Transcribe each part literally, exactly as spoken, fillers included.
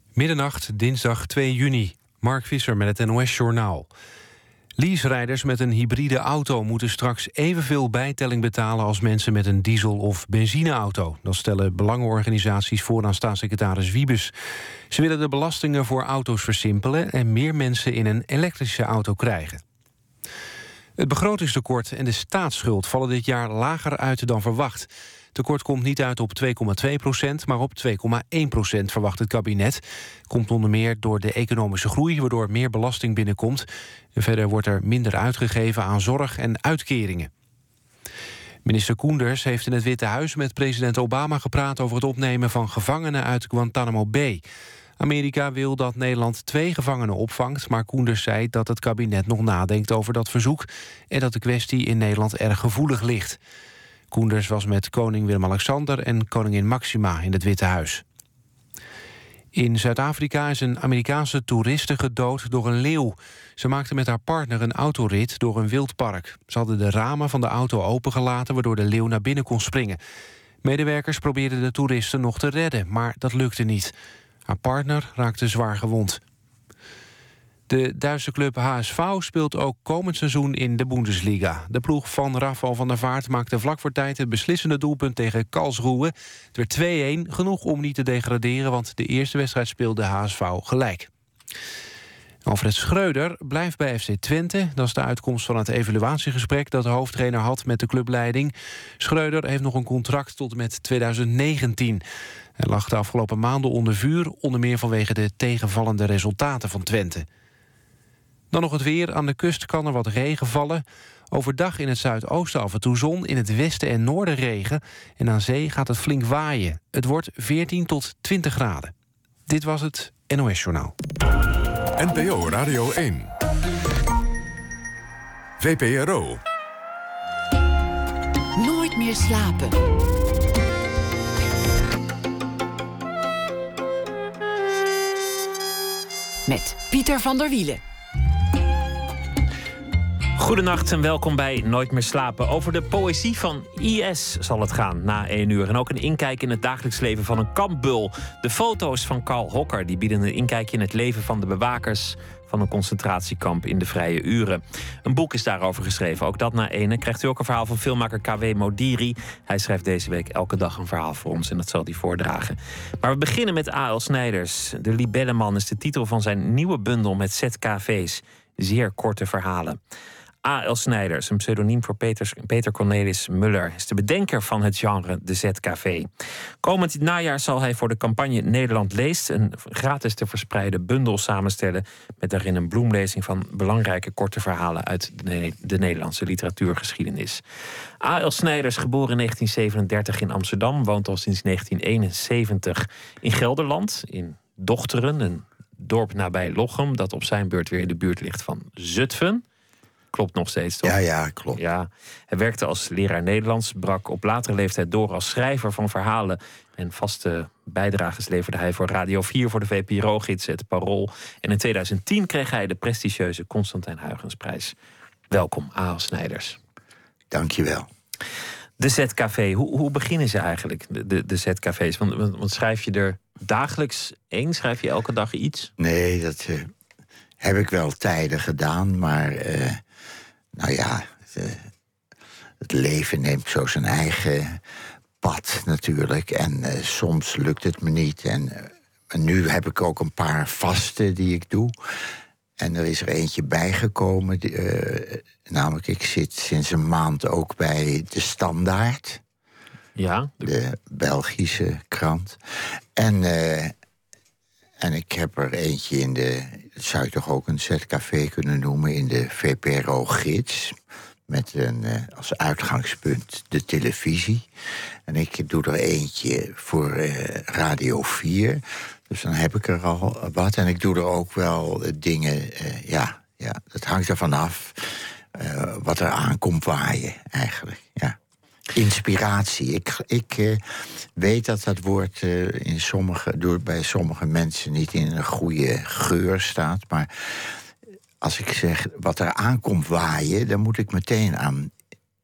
Middernacht, dinsdag twee juni. Mark Visser met het N O S-journaal. Leaserijders met een hybride auto moeten straks evenveel bijtelling betalen als mensen met een diesel- of benzineauto. Dat stellen belangenorganisaties voor aan staatssecretaris Wiebes. Ze willen de belastingen voor auto's versimpelen en meer mensen in een elektrische auto krijgen. Het begrotingstekort en de staatsschuld vallen dit jaar lager uit dan verwacht. Het tekort komt niet uit op twee komma twee procent, maar op twee komma één procent, verwacht het kabinet. Komt onder meer door de economische groei, waardoor meer belasting binnenkomt. En verder wordt er minder uitgegeven aan zorg en uitkeringen. Minister Koenders heeft in het Witte Huis met president Obama gepraat over het opnemen van gevangenen uit Guantanamo Bay. Amerika wil dat Nederland twee gevangenen opvangt, maar Koenders zei dat het kabinet nog nadenkt over dat verzoek en dat de kwestie in Nederland erg gevoelig ligt. Koenders was met koning Willem-Alexander en koningin Maxima in het Witte Huis. In Zuid-Afrika is een Amerikaanse toeriste gedood door een leeuw. Ze maakte met haar partner een autorit door een wildpark. Ze hadden de ramen van de auto opengelaten, waardoor de leeuw naar binnen kon springen. Medewerkers probeerden de toeristen nog te redden, maar dat lukte niet. Haar partner raakte zwaar gewond. De Duitse club H S V speelt ook komend seizoen in de Bundesliga. De ploeg van Rafael van der Vaart maakte vlak voor tijd het beslissende doelpunt tegen Karlsruhe. Het werd twee-een, genoeg om niet te degraderen, want de eerste wedstrijd speelde H S V gelijk. Alfred Schreuder blijft bij F C Twente. Dat is de uitkomst van het evaluatiegesprek dat de hoofdtrainer had met de clubleiding. Schreuder heeft nog een contract tot en met twintig negentien. Hij lag de afgelopen maanden onder vuur, onder meer vanwege de tegenvallende resultaten van Twente. Dan nog het weer. Aan de kust kan er wat regen vallen. Overdag in het zuidoosten af en toe zon, in het westen en noorden regen. En aan zee gaat het flink waaien. Het wordt veertien tot twintig graden. Dit was het N O S-journaal. N P O Radio één. V P R O. Nooit meer slapen. Met Pieter van der Wielen. Goedenacht en welkom bij Nooit meer slapen. Over de poëzie van I S zal het gaan na één uur. En ook een inkijk in het dagelijks leven van een kampbul. De foto's van Karl Hokker die bieden een inkijkje in het leven van de bewakers van een concentratiekamp in de vrije uren. Een boek is daarover geschreven. Ook dat na ene krijgt u ook een verhaal van filmmaker K W Modiri. Hij schrijft deze week elke dag een verhaal voor ons en dat zal hij voordragen. Maar we beginnen met A L Snijders. De Libelleman is de titel van zijn nieuwe bundel met Z K V's. Zeer korte verhalen. A L Snijders, een pseudoniem voor Peter, Peter Cornelis Muller, is de bedenker van het genre de Z K V. Komend najaar zal hij voor de campagne Nederland leest een gratis te verspreiden bundel samenstellen met daarin een bloemlezing van belangrijke korte verhalen uit de, de Nederlandse literatuurgeschiedenis. A L Snijders, geboren in negentien zevenendertig in Amsterdam, woont al sinds negentien eenenzeventig in Gelderland, in Dochteren, een dorp nabij Lochem, dat op zijn beurt weer in de buurt ligt van Zutphen. Klopt nog steeds, toch? Ja, ja, klopt. Ja. Hij werkte als leraar Nederlands, brak op latere leeftijd door als schrijver van verhalen. En vaste bijdrages leverde hij voor Radio vier, voor de V P R O-gids, het Parool. En in tweeduizend tien kreeg hij de prestigieuze Constantijn Huygensprijs. Welkom, A L Snijders. Dank je wel. De Z K V, hoe, hoe beginnen ze eigenlijk, de, de, de Z K V's? Want, want, want schrijf je er dagelijks één? Schrijf je elke dag iets? Nee, dat uh, heb ik wel tijden gedaan, maar uh, nou ja, het, uh, het leven neemt zo zijn eigen pad natuurlijk. En uh, soms lukt het me niet. En uh, nu heb ik ook een paar vaste die ik doe. En er is er eentje bijgekomen. Uh, namelijk, ik zit sinds een maand ook bij De Standaard. Ja. De, de Belgische krant. En, uh, en ik heb er eentje in de... dat zou je toch ook een Z K V kunnen noemen... in de V P R O-gids. Met een, uh, als uitgangspunt de televisie. En ik doe er eentje voor uh, Radio vier... Dus dan heb ik er al wat. En ik doe er ook wel dingen, uh, ja, ja, het hangt ervan af uh, wat er aankomt waaien, eigenlijk. Ja. Inspiratie. Ik, ik uh, weet dat dat woord uh, in sommige, door, bij sommige mensen niet in een goede geur staat. Maar als ik zeg wat er aankomt waaien, dan moet ik meteen aan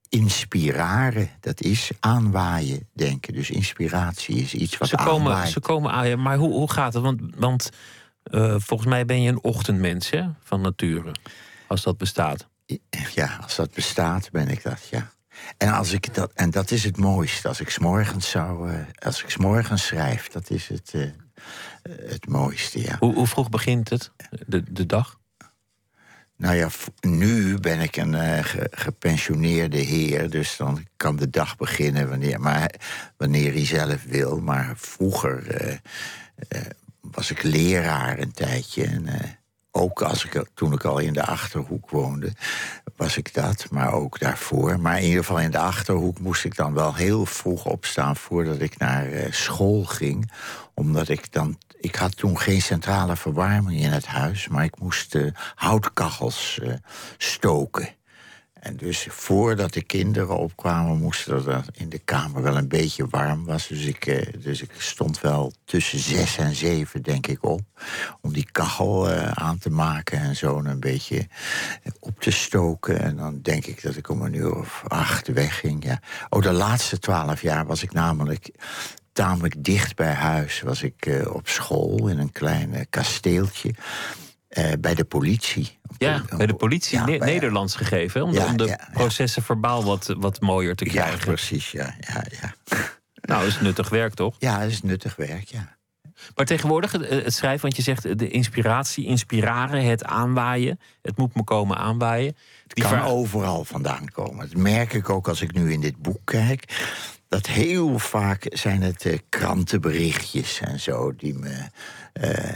inspiraren, dat is aanwaaien denken. Dus inspiratie is iets wat ze komen, aanwaait. Ze komen aan, maar hoe, hoe gaat het? Want, want uh, volgens mij ben je een ochtendmens, hè, van nature. Als dat bestaat. Ja, als dat bestaat, ben ik dat, ja. En, als ik dat, en dat is het mooiste. Als ik 's morgens zou, uh, als ik 's morgens schrijf, dat is het, uh, het mooiste, ja. Hoe, hoe vroeg begint het, de, de dag? Nou ja, nu ben ik een uh, ge, gepensioneerde heer, dus dan kan de dag beginnen wanneer, maar, wanneer hij zelf wil. Maar vroeger uh, uh, was ik leraar een tijdje. En, uh, ook als ik, toen ik al in de Achterhoek woonde, was ik dat, maar ook daarvoor. Maar in ieder geval in de Achterhoek moest ik dan wel heel vroeg opstaan voordat ik naar uh, school ging. Omdat ik dan... Ik had toen geen centrale verwarming in het huis, maar ik moest uh, houtkachels uh, stoken. En dus voordat de kinderen opkwamen, moest er in de kamer wel een beetje warm was. Dus ik, uh, dus ik stond wel tussen zes en zeven, denk ik, op. Om die kachel uh, aan te maken en zo een beetje op te stoken. En dan denk ik dat ik om een uur of acht wegging. Ja. Oh, de laatste twaalf jaar was ik namelijk tamelijk dicht bij huis. Was ik uh, op school in een klein uh, kasteeltje. Uh, bij de politie. Ja, bij de politie, ja, ne- bij, Nederlands gegeven. Om, ja, om de ja, ja. processen verbaal wat, wat mooier te krijgen. Ja, precies, ja. ja, ja. Nou, dat is nuttig werk, toch? Ja, dat is nuttig werk, ja. Maar tegenwoordig, het, het schrijven, want je zegt de inspiratie, inspiraren, het aanwaaien. Het moet me komen aanwaaien. Het kan ver... overal vandaan komen. Dat merk ik ook als ik nu in dit boek kijk. Dat heel vaak zijn het uh, krantenberichtjes en zo die me uh,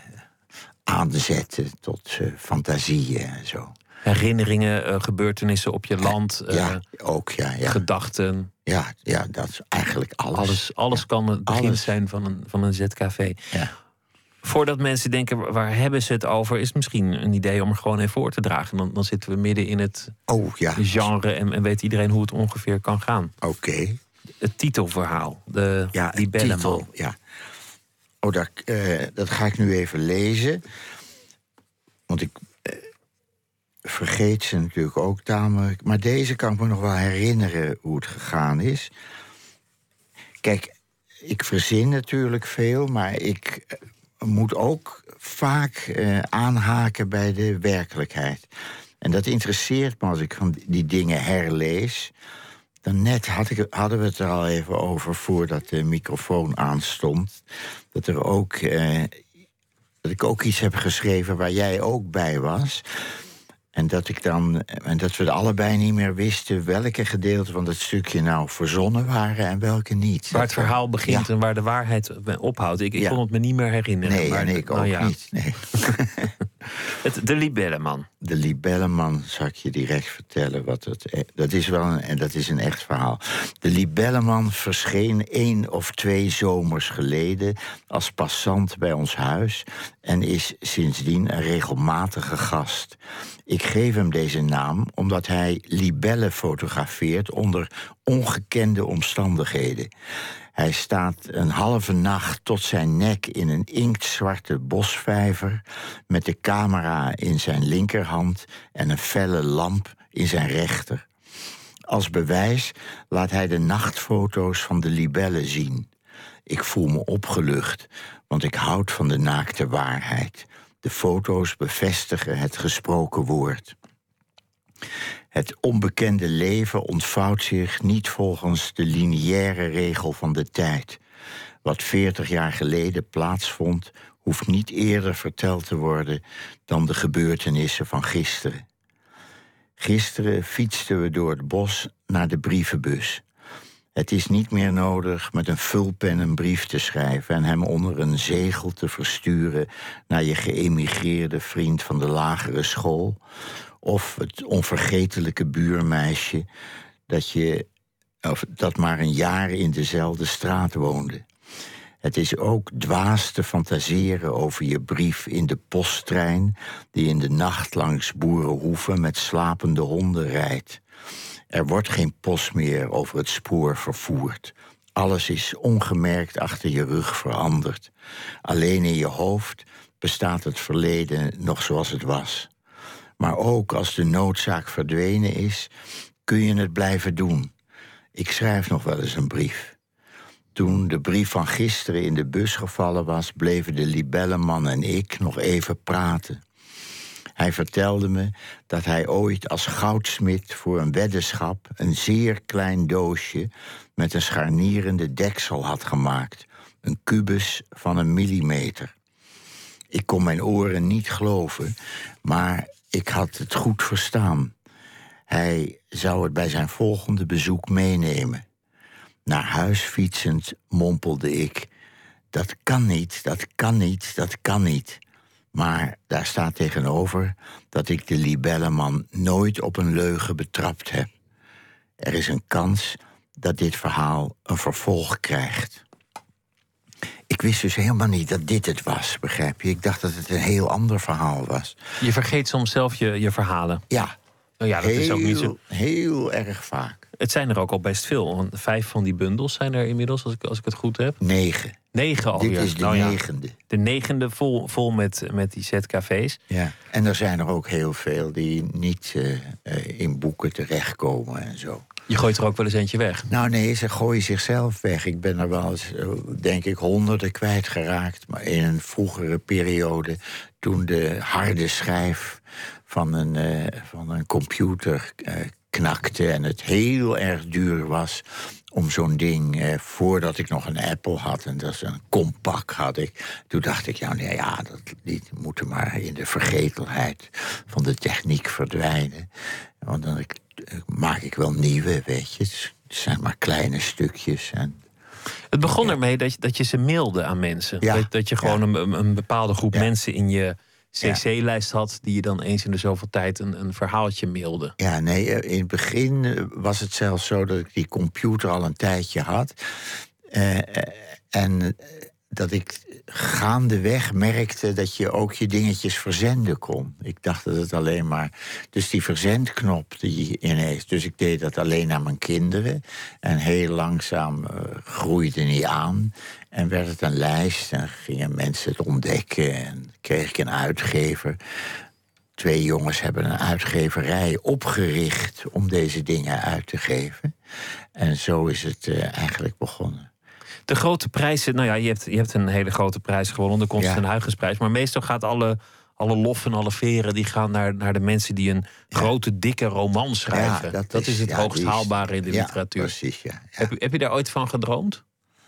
aanzetten tot uh, fantasieën en zo. Herinneringen, uh, gebeurtenissen op je land. Uh, ja, ook, ja, ja. Gedachten. Ja, ja, dat is eigenlijk alles. Alles, alles ja. kan het begin alles. zijn van een, van een Z K V. Ja. Voordat mensen denken, waar hebben ze het over, is het misschien een idee om er gewoon even voor te dragen. Dan, dan zitten we midden in het oh, ja. genre en, en weet iedereen hoe het ongeveer kan gaan. Oké. Okay. Het titelverhaal, de ja, libelleman. Titel, ja. Oh, dat, uh, dat ga ik nu even lezen. Want ik uh, vergeet ze natuurlijk ook tamelijk. Maar deze kan ik me nog wel herinneren hoe het gegaan is. Kijk, ik verzin natuurlijk veel, maar ik uh, moet ook vaak uh, aanhaken bij de werkelijkheid. En dat interesseert me als ik van die dingen herlees. Dan net had ik, hadden we het er al even over voordat de microfoon aanstond. Dat, er ook, eh, dat ik ook iets heb geschreven waar jij ook bij was. En dat, ik dan, en dat we allebei niet meer wisten welke gedeelten van dat stukje nou verzonnen waren en welke niet. Waar het verhaal begint ja. en waar de waarheid ophoudt. Ik, ik ja. kon het me niet meer herinneren. Nee, maar, en ik ook nou ja. niet. Nee. het, de libelleman. De libelleman, zal ik je direct vertellen. Wat het, dat is wel een, en dat is een echt verhaal. De libelleman verscheen één of twee zomers geleden als passant bij ons huis en is sindsdien een regelmatige gast. Ik geef hem deze naam omdat hij libellen fotografeert onder ongekende omstandigheden. Hij staat een halve nacht tot zijn nek in een inktzwarte bosvijver met de camera in zijn linkerhand en een felle lamp in zijn rechter. Als bewijs laat hij de nachtfoto's van de libellen zien. Ik voel me opgelucht, want ik houd van de naakte waarheid. De foto's bevestigen het gesproken woord. Het onbekende leven ontvouwt zich niet volgens de lineaire regel van de tijd. Wat veertig jaar geleden plaatsvond, hoeft niet eerder verteld te worden dan de gebeurtenissen van gisteren. Gisteren fietsten we door het bos naar de brievenbus. Het is niet meer nodig met een vulpen een brief te schrijven en hem onder een zegel te versturen naar je geëmigreerde vriend van de lagere school, of het onvergetelijke buurmeisje dat, je, of dat maar een jaar in dezelfde straat woonde. Het is ook dwaas te fantaseren over je brief in de posttrein die in de nacht langs boerenhoeven met slapende honden rijdt. Er wordt geen post meer over het spoor vervoerd. Alles is ongemerkt achter je rug veranderd. Alleen in je hoofd bestaat het verleden nog zoals het was. Maar ook als de noodzaak verdwenen is, kun je het blijven doen? Ik schrijf nog wel eens een brief. Toen de brief van gisteren in de bus gevallen was, bleven de libellenman en ik nog even praten. Hij vertelde me dat hij ooit als goudsmid voor een weddenschap een zeer klein doosje met een scharnierende deksel had gemaakt. Een kubus van een millimeter. Ik kon mijn oren niet geloven, maar ik had het goed verstaan. Hij zou het bij zijn volgende bezoek meenemen. Naar huis fietsend mompelde ik: dat kan niet, dat kan niet, dat kan niet. Maar daar staat tegenover dat ik de libellenman nooit op een leugen betrapt heb. Er is een kans dat dit verhaal een vervolg krijgt. Ik wist dus helemaal niet dat dit het was, begrijp je? Ik dacht dat het een heel ander verhaal was. Je vergeet soms zelf je, je verhalen. Ja, Oh ja, dat heel, is ook niet zo. heel erg vaak. Het zijn er ook al best veel. Want vijf van die bundels zijn er inmiddels, als ik, als ik het goed heb. Negen. Negen alweer. Dit is de Nou ja, negende. de negende vol, vol met, met die zetcafés. Ja. En er zijn er ook heel veel die niet uh, uh, in boeken terechtkomen en zo. Je gooit er ook wel eens eentje weg. Nou nee, ze gooien zichzelf weg. Ik ben er wel eens, denk ik, honderden kwijtgeraakt. Maar in een vroegere periode, toen de harde schijf van een, uh, van een computer uh, knakte en het heel erg duur was om zo'n ding, eh, voordat ik nog een Apple had, en dat is een compact had ik, toen dacht ik, ja, nee, ja, dat die moeten maar in de vergetelheid van de techniek verdwijnen. Want dan ik, maak ik wel nieuwe, weet je. Het zijn maar kleine stukjes. En het begon ermee dat je, dat je ze mailde aan mensen. Ja, dat, dat je gewoon ja. een, een bepaalde groep Ja. mensen in je C C-lijst had, die je dan eens in de zoveel tijd een, een verhaaltje mailde. Ja, nee, in het begin was het zelfs zo dat ik die computer al een tijdje had. Uh, en dat ik gaandeweg merkte dat je ook je dingetjes verzenden kon. Ik dacht dat het alleen maar... Dus die verzendknop die ineens... Dus ik deed dat alleen naar mijn kinderen. En heel langzaam uh, groeide die aan. En werd het een lijst en gingen mensen het ontdekken. En kreeg ik een uitgever. Twee jongens hebben een uitgeverij opgericht om deze dingen uit te geven. En zo is het uh, eigenlijk begonnen. De grote prijzen, nou ja, je hebt, je hebt een hele grote prijs gewonnen, de Constance Ja. Huygensprijs. Maar meestal gaat alle, alle lof en alle veren die gaan naar, naar de mensen die een Ja. grote, dikke roman schrijven. Ja, dat, is het ja, hoogst die is- haalbare in de ja, literatuur. Precies, ja. Ja. Heb, je- heb je daar ooit van gedroomd?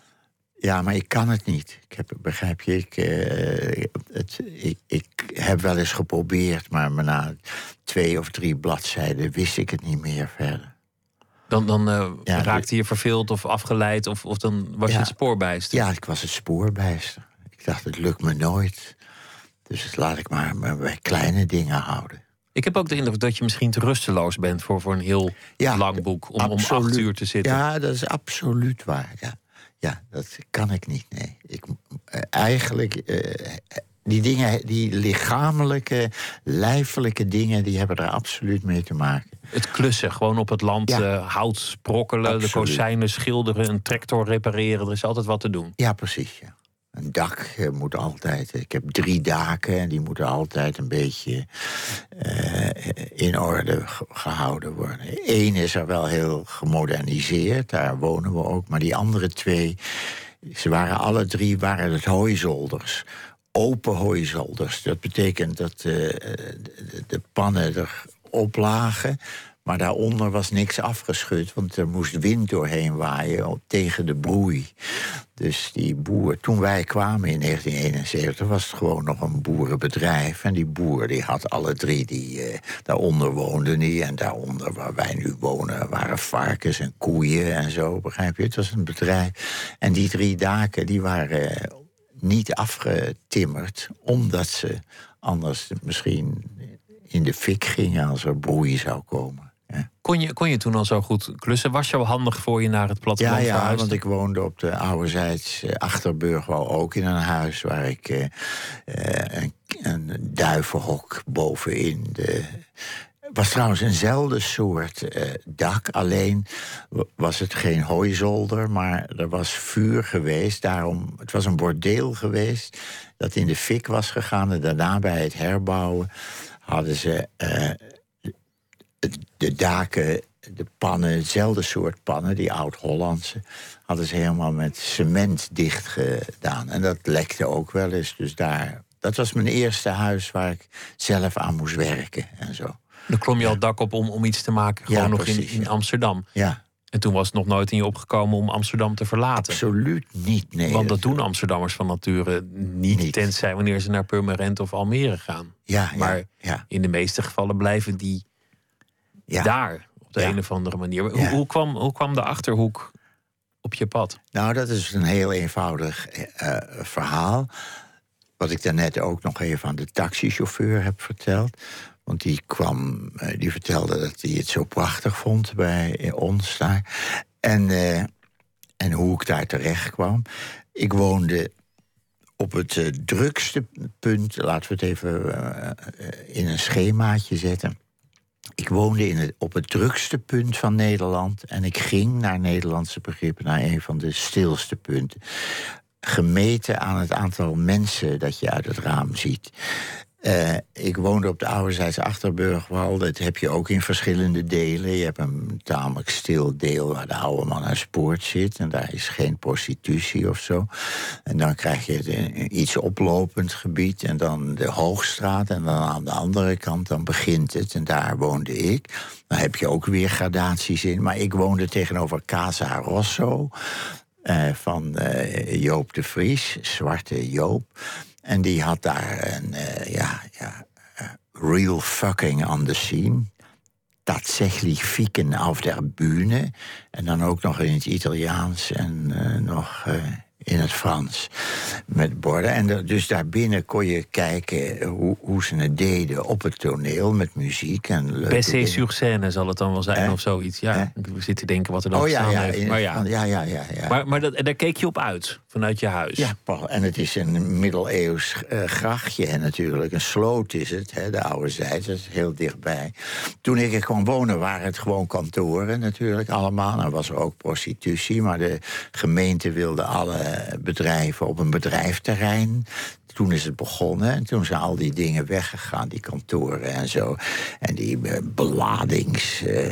Ja, maar ik kan het niet. Ik heb, begrijp je, ik, uh, het, ik, ik heb wel eens geprobeerd, maar na twee of drie bladzijden wist ik het niet meer verder. Dan, dan uh, Ja, raakte je verveeld of afgeleid of, of dan was je Ja. het spoorbijster. Ja, ik was het spoorbijster. Ik dacht, het lukt me nooit. Dus laat ik maar, maar bij kleine dingen houden. Ik heb ook de indruk dat je misschien te rusteloos bent voor, voor een heel Ja, lang boek. Om, om absoluut. acht uur te zitten. Ja, dat is absoluut waar. Ja, ja dat kan ik niet, nee. Ik, uh, eigenlijk, uh, die dingen, die lichamelijke, lijfelijke dingen, die hebben er absoluut mee te maken. Het klussen, gewoon op het land Ja. uh, hout sprokkelen, Absoluut. de kozijnen schilderen, een tractor repareren. Er is altijd wat te doen. Ja, precies, ja. Een dak uh, moet altijd... Ik heb drie daken en die moeten altijd een beetje uh, in orde ge- gehouden worden. Eén is er wel heel gemoderniseerd, daar wonen we ook. Maar die andere twee, ze waren alle drie waren het hooizolders. Open hooizolders. Dat betekent dat uh, de, de pannen erop lagen, maar daaronder was niks afgeschud, want er moest wind doorheen waaien op, tegen de broei. Dus die boer, toen wij kwamen in negentien eenenzeventig, was het gewoon nog een boerenbedrijf. En die boer die had alle drie, die, uh, daaronder woonde die. En daaronder, waar wij nu wonen, waren varkens en koeien en zo, begrijp je? Het was een bedrijf. En die drie daken, die waren uh, niet afgetimmerd, omdat ze anders misschien in de fik gingen als er broei zou komen. Ja. Kon je, kon je toen al zo goed klussen? Was je al handig voor je naar het Ja, platteland ja, verhuisde? want ik woonde op de ouderzijds uh, Achterburg wel ook in een huis waar ik uh, uh, een, een duivenhok bovenin de... Het was trouwens eenzelfde soort uh, dak, alleen was het geen hooizolder, maar er was vuur geweest. Daarom, het was een bordeel geweest dat in de fik was gegaan. En daarna bij het herbouwen hadden ze uh, de daken de pannen, hetzelfde soort pannen, die oud-Hollandse, hadden ze helemaal met cement dicht gedaan. En dat lekte ook wel eens. Dus daar, dat was mijn eerste huis waar ik zelf aan moest werken en zo. Dan klom je al het dak op om, om iets te maken, gewoon Ja, nog precies, in, in ja. Amsterdam. Ja, En toen was het nog nooit in je opgekomen om Amsterdam te verlaten. absoluut niet, nee. Want dat doen Amsterdammers van nature niet, Niet. tenzij wanneer ze naar Purmerend of Almere gaan. Ja, ja, Maar ja, in de meeste gevallen blijven die ja. daar op de Ja. een of andere manier. Hoe, Ja. hoe, kwam, hoe kwam de Achterhoek op je pad? Nou, dat is een heel eenvoudig uh, verhaal. Wat ik daarnet ook nog even aan de taxichauffeur heb verteld. Want die kwam, uh, die vertelde dat hij het zo prachtig vond bij ons daar. En, uh, en hoe ik daar terecht kwam. Ik woonde op het uh, drukste punt, laten we het even uh, uh, in een schemaatje zetten. Ik woonde in het, op het drukste punt van Nederland. En ik ging naar Nederlandse begrippen naar een van de stilste punten. Gemeten aan het aantal mensen dat je uit het raam ziet. Uh, ik woonde op de Ouderzijds Achterburgwal. Dat heb je ook in verschillende delen. Je hebt een tamelijk stil deel waar de oude man aan spoort zit. En daar is geen prostitutie of zo. En dan krijg je een iets oplopend gebied. En dan de Hoogstraat. En dan aan de andere kant, dan begint het. En daar woonde ik. Dan heb je ook weer gradaties in. Maar ik woonde tegenover Casa Rosso. Uh, van uh, Joop de Vries, Zwarte Joop. En die had daar een, uh, ja, ja, uh, real fucking on the scene. Tatsächlich ficken auf der Bühne. En dan ook nog in het Italiaans en uh, nog uh, in het Frans. Met borden. En de, dus daarbinnen kon je kijken hoe, hoe ze het deden op het toneel met muziek. En P C sur scène zal het dan wel zijn Eh? of zoiets. Ja, Eh? ik zit te denken wat er dan Oh ja, gestaan ja, heeft. in Maar het ja, Frans. ja, ja, ja, ja. maar, maar dat, en daar keek je op uit, vanuit je huis. Ja, Paul. En het is een middeleeuws uh, grachtje en natuurlijk. Een sloot is het, hè, de oude zijde. Dat is heel dichtbij. Toen ik er kwam wonen waren het gewoon kantoren natuurlijk allemaal. Er was er ook prostitutie, maar de gemeente wilde alle bedrijven op een bedrijfterrein. Toen is het begonnen en toen zijn al die dingen weggegaan, die kantoren en zo. En die uh, beladings... Uh,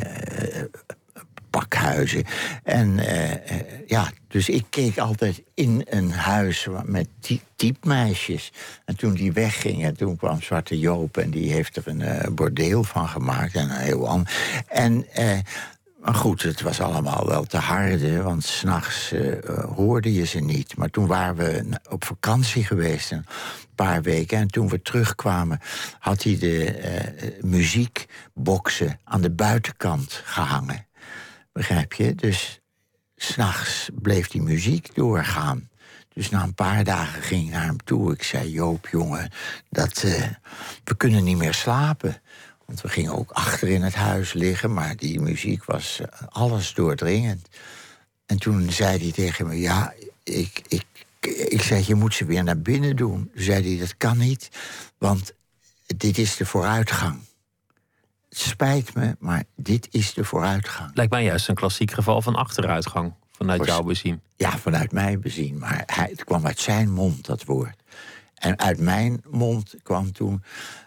pakhuizen. En uh, uh, ja, dus ik keek altijd in een huis met typmeisjes. En toen die weggingen, toen kwam Zwarte Joop en die heeft er een uh, bordeel van gemaakt. En een heel ander. En uh, maar goed, het was allemaal wel te harde, want 's nachts uh, hoorde je ze niet. Maar toen waren we op vakantie geweest, een paar weken. En toen we terugkwamen, had hij de uh, muziekboxen aan de buitenkant gehangen. Begrijp je? Dus 's nachts bleef die muziek doorgaan. Dus na een paar dagen ging ik naar hem toe. Ik zei, Joop, jongen, dat, uh, we kunnen niet meer slapen. Want we gingen ook achter in het huis liggen, maar die muziek was uh, alles doordringend. En toen zei hij tegen me, ja, ik, ik, ik zei, je moet ze weer naar binnen doen. Toen zei hij, dat kan niet, want dit is de vooruitgang. Het spijt me, maar dit is de vooruitgang. Lijkt mij juist een klassiek geval van achteruitgang, vanuit Voor- jouw bezien. Ja, vanuit mij bezien, maar hij, het kwam uit zijn mond, dat woord. En uit mijn mond kwam toen,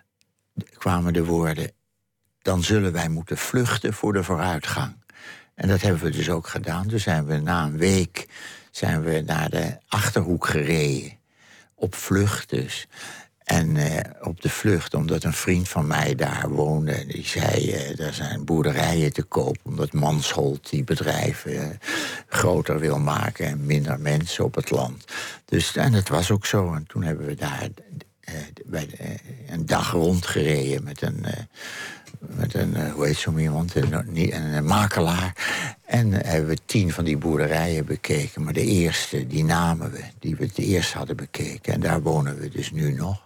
kwamen de woorden, dan zullen wij moeten vluchten voor de vooruitgang. En dat hebben we dus ook gedaan. Toen zijn we na een week zijn we naar de Achterhoek gereden. Op vlucht dus. En uh, op de vlucht, omdat een vriend van mij daar woonde. Die zei, uh, er zijn boerderijen te koop. Omdat Mansholt die bedrijven uh, groter wil maken. En minder mensen op het land. Dus, en dat was ook zo. En toen hebben we daar uh, bij de, uh, een dag rondgereden met een... Uh, met een, uh, hoe heet zo iemand, een, een, een makelaar. En uh, hebben we tien van die boerderijen bekeken. Maar de eerste, die namen we, die we het eerst hadden bekeken. En daar wonen we dus nu nog.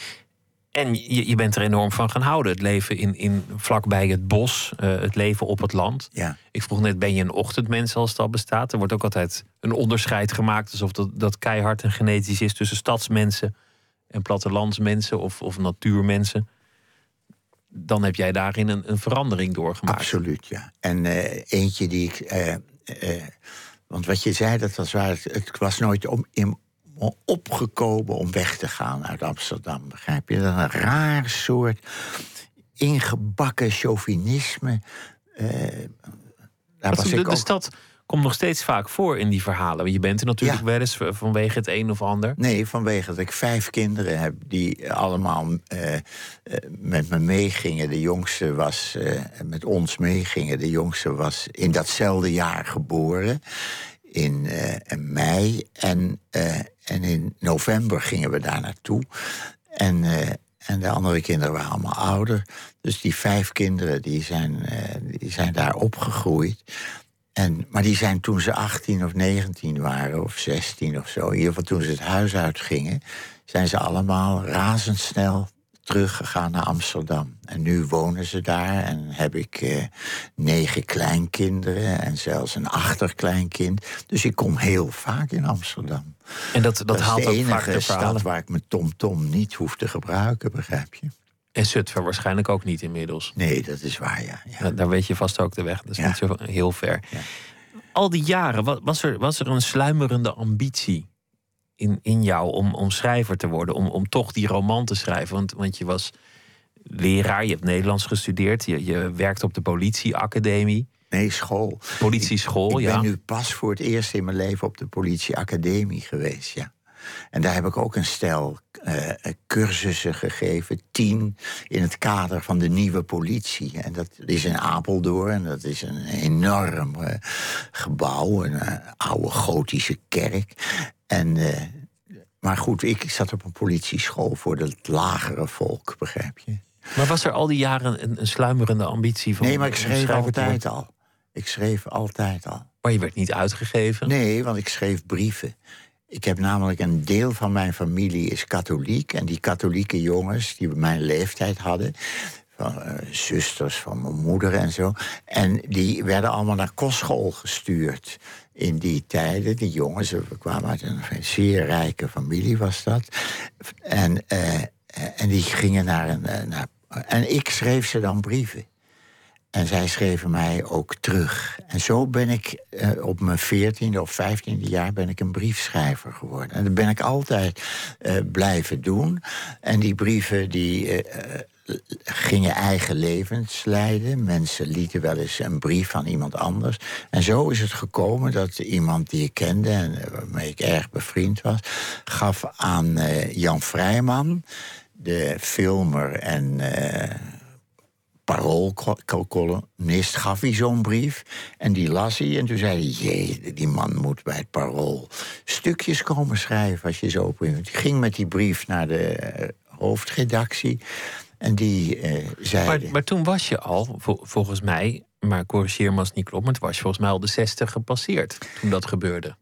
En je, je bent er enorm van gaan houden. Het leven in, in, vlakbij het bos, uh, het leven op het land. Ja. Ik vroeg net, ben je een ochtendmens als het al bestaat? Er wordt ook altijd een onderscheid gemaakt, alsof dat, dat keihard en genetisch is tussen stadsmensen en plattelandsmensen of, of natuurmensen. Dan heb jij daarin een, een verandering doorgemaakt. Absoluut, ja. En uh, eentje die ik... Uh, uh, want wat je zei, dat was waar. Het, het was nooit om, in, opgekomen om weg te gaan uit Amsterdam, begrijp je? Dat is een raar soort ingebakken chauvinisme. Uh, daar was de, ik de ook... stad komt nog steeds vaak voor in die verhalen. Want je bent er natuurlijk Ja. wel eens vanwege het een of ander. Nee, vanwege dat ik vijf kinderen heb die allemaal uh, uh, met me meegingen. De jongste was uh, met ons meegingen. De jongste was in datzelfde jaar geboren. In uh, mei. En, uh, en in november gingen we daar naartoe. En, uh, en de andere kinderen waren allemaal ouder. Dus die vijf kinderen die zijn, uh, die zijn daar opgegroeid. En, maar die zijn toen ze achttien of negentien waren, of zestien of zo... in ieder geval toen ze het huis uitgingen... zijn ze allemaal razendsnel teruggegaan naar Amsterdam. En nu wonen ze daar en heb ik eh, negen kleinkinderen... en zelfs een achterkleinkind. Dus ik kom heel vaak in Amsterdam. En dat, dat, dat haalt is de ook vaak enige de verhalen. stad waar ik mijn tomtom niet hoef te gebruiken, begrijp je? En Zutphen waarschijnlijk ook niet inmiddels. Nee, dat is waar, ja. ja. Da- Daar weet je vast ook de weg. Dat is Ja. niet zo heel ver. Ja. Al die jaren, wa- was er, was er een sluimerende ambitie in, in jou om, om schrijver te worden? Om, om toch die roman te schrijven? Want, want je was leraar, je hebt Nederlands gestudeerd. Je, je werkt op de politieacademie. Nee, school. Politieschool, ik, ik ja. ben nu pas voor het eerst in mijn leven op de politieacademie geweest, ja. En daar heb ik ook een stel uh, cursussen gegeven, tien, in het kader van de nieuwe politie. En dat is in Apeldoorn, en dat is een enorm uh, gebouw, een uh, oude gotische kerk. En, uh, maar goed, ik zat op een politieschool voor het lagere volk, begrijp je? Maar was er al die jaren een, een sluimerende ambitie van... Nee, maar ik om schreef schrijver te altijd worden? al. Ik schreef altijd al. Maar je werd niet uitgegeven? Nee, want ik schreef brieven. Ik heb namelijk een deel van mijn familie is katholiek. En die katholieke jongens die mijn leeftijd hadden... van uh, zusters van mijn moeder en zo... en die werden allemaal naar kostschool gestuurd in die tijden. Die jongens, we kwamen uit een zeer rijke familie, was dat. En, uh, en die gingen naar een... Uh, naar, en ik schreef ze dan brieven. En zij schreven mij ook terug. En zo ben ik uh, op mijn veertiende of vijftiende jaar ben ik een briefschrijver geworden. En dat ben ik altijd uh, blijven doen. En die brieven die uh, uh, gingen eigen levens leiden. Mensen lieten wel eens een brief aan iemand anders. En zo is het gekomen dat iemand die ik kende en waarmee ik erg bevriend was, gaf aan uh, Jan Vrijman, de filmer en Uh, Paroolcolumnist, gaf hij zo'n brief. En die las hij. En toen zei hij, jee, die man moet bij het Parool stukjes komen schrijven als je zo op. Die ging met die brief naar de uh, hoofdredactie. En die uh, zei... Maar, maar toen was je al, vol, volgens mij... maar corrigeer me als het niet klopt... maar toen was je volgens mij al de zestig gepasseerd toen dat gebeurde.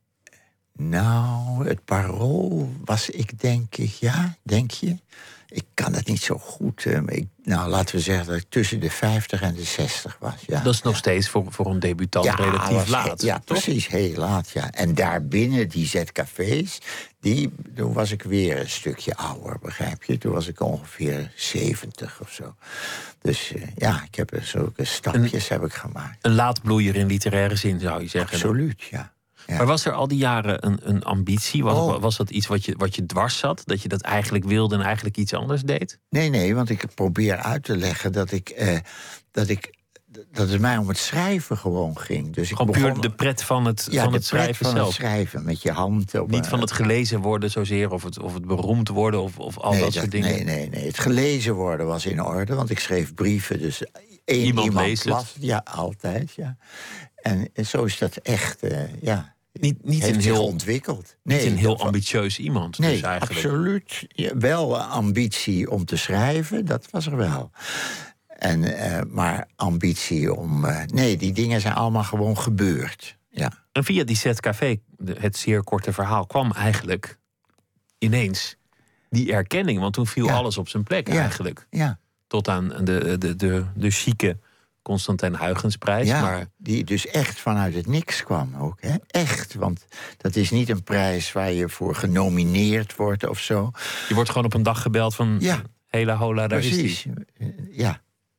Nou, het Parool was ik denk ik, ja, denk je? Ik kan het niet zo goed. Uh, ik, nou, laten we zeggen dat ik tussen de vijftig en de zestig was. Ja. Dat is nog ja. steeds voor, voor een debutant ja, relatief was, laat. Ja, toch? precies, heel laat, ja. En daarbinnen die zcafés, die, toen was ik weer een stukje ouder, begrijp je? Toen was ik ongeveer zeventig of zo. Dus uh, ja, ik heb zulke stapjes een, heb ik gemaakt. Een laatbloeier in literaire zin, zou je zeggen. Absoluut, ja. Ja. Maar was er al die jaren een, een ambitie? Was, oh. was dat iets wat je, wat je dwars zat? Dat je dat eigenlijk wilde en eigenlijk iets anders deed? Nee, nee, want ik probeer uit te leggen dat ik, eh, dat ik dat het mij om het schrijven gewoon ging. Dus gewoon ik begon, puur de pret van het, ja, van de het schrijven pret van zelf. Het schrijven met je hand. Op Niet een, van het gelezen worden zozeer, of het, of het beroemd worden, of, of al nee, dat, dat soort dingen. Nee, nee, nee. Het gelezen worden was in orde, want ik schreef brieven. Dus één iemand, iemand leest las, het. ja, altijd, ja. En, en zo is dat echt, uh, ja. Niet, niet heeft een zich heel ontwikkeld. Niet Nee, een heel dat was- ambitieus iemand. Nee, dus eigenlijk. absoluut. Ja, wel ambitie om te schrijven, dat was er wel. En, uh, maar ambitie om... Uh, nee, die dingen zijn allemaal gewoon gebeurd. Ja. En via die zcafé, de- het zeer korte verhaal, kwam eigenlijk ineens die erkenning. Want toen viel Ja. alles op zijn plek Ja. eigenlijk. Ja, Tot aan de, de, de, de chique Constantijn Huygensprijs. ja Maar die dus echt vanuit het niks kwam ook. Hè? Echt, want dat is niet een prijs waar je voor genomineerd wordt of zo. je wordt gewoon op een dag gebeld van... Ja. Hela hola, daar is Precies, hij. ja.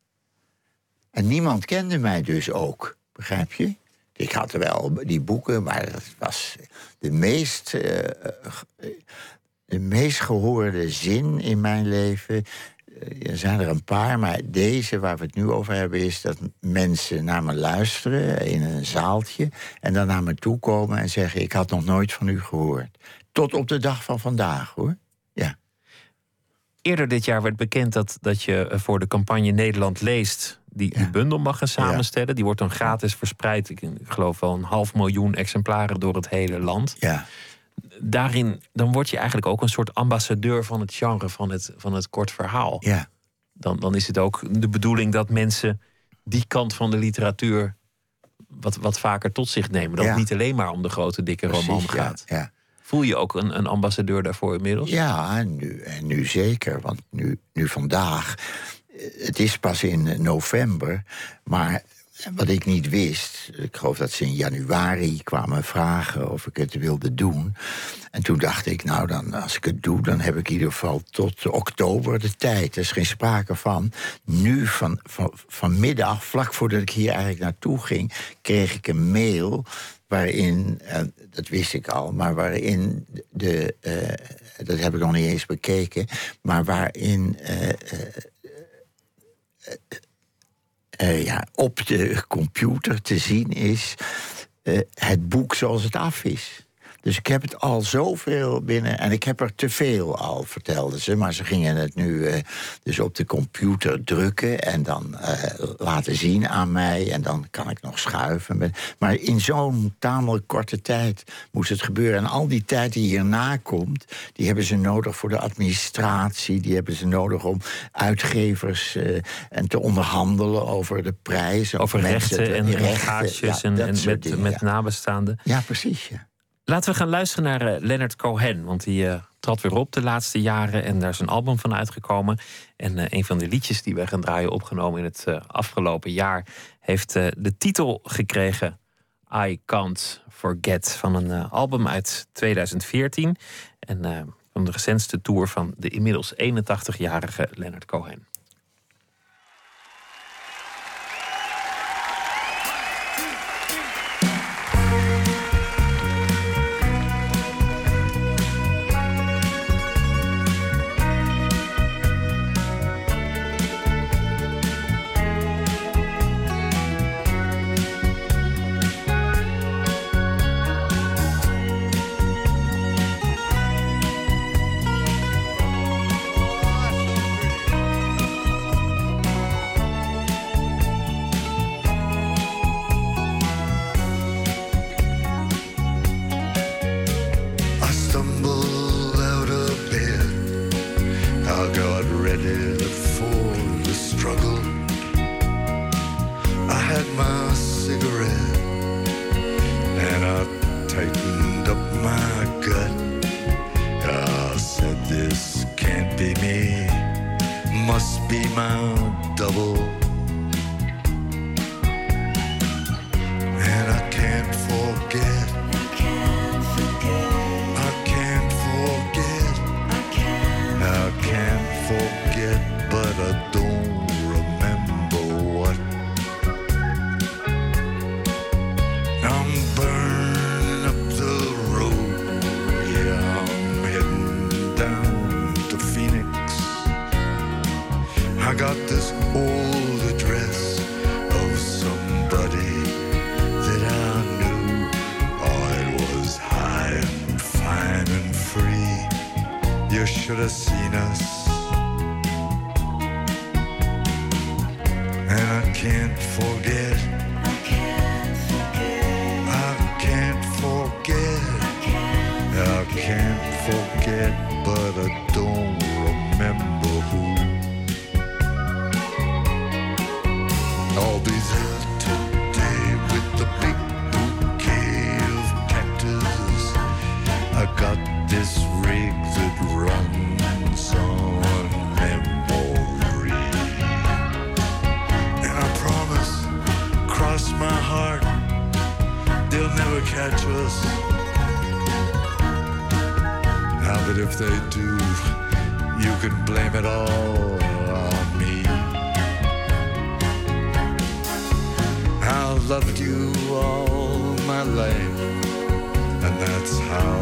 En niemand kende mij dus ook, begrijp je? Ik had wel die boeken, maar dat was de meest, uh, de meest gehoorde zin in mijn leven. er zijn er een paar, maar deze waar we het nu over hebben is dat mensen naar me luisteren in een zaaltje en dan naar me toe komen en zeggen: ik had nog nooit van u gehoord. Tot op de dag van vandaag, hoor. Ja. Eerder dit jaar werd bekend dat, dat je voor de campagne Nederland leest die, Ja. die bundel mag gaan samenstellen. Die wordt dan gratis verspreid. Ik geloof wel een half miljoen exemplaren door het hele land. Ja. Daarin, dan word je eigenlijk ook een soort ambassadeur van het genre van het, van het kort verhaal. Ja. Dan, dan is het ook de bedoeling dat mensen die kant van de literatuur wat, wat vaker tot zich nemen. Dat Ja. het niet alleen maar om de grote, dikke roman Precies, ja, gaat. ja. Voel je ook een, een ambassadeur daarvoor inmiddels? Ja, en nu, en nu zeker. Want nu, nu vandaag, eh, het is pas in november, maar wat ik niet wist, ik geloof dat ze in januari kwamen vragen of ik het wilde doen. En toen dacht ik, nou, dan, als ik het doe, dan heb ik in ieder geval tot oktober de tijd. Er is geen sprake van. Nu, van, van, vanmiddag, vlak voordat ik hier eigenlijk naartoe ging, kreeg ik een mail waarin, uh, dat wist ik al, maar waarin de, uh, dat heb ik nog niet eens bekeken, maar waarin uh, uh, uh, uh, ja, op de computer te zien is uh, het boek zoals het af is. Dus ik heb het al zoveel binnen. En ik heb er te veel al, vertelden ze. Maar ze gingen het nu uh, dus op de computer drukken en dan uh, laten zien aan mij. En dan kan ik nog schuiven. Maar in zo'n tamelijk korte tijd moest het gebeuren. En al die tijd die hierna komt, die hebben ze nodig voor de administratie. Die hebben ze nodig om uitgevers uh, en te onderhandelen over de prijs. Over rechten mensen, en rechten, gaatjes ja, en, dat en soort met, dingen, met ja. nabestaanden. Ja, precies, ja. Laten we gaan luisteren naar uh, Leonard Cohen. Want die uh, trad weer op de laatste jaren. En daar is een album van uitgekomen. En uh, een van de liedjes die we gaan draaien, opgenomen in het uh, afgelopen jaar, heeft uh, de titel gekregen I Can't Forget. Van een uh, album uit tweeduizend veertien. En uh, van de recentste tour van de inmiddels eenentachtigjarige Leonard Cohen.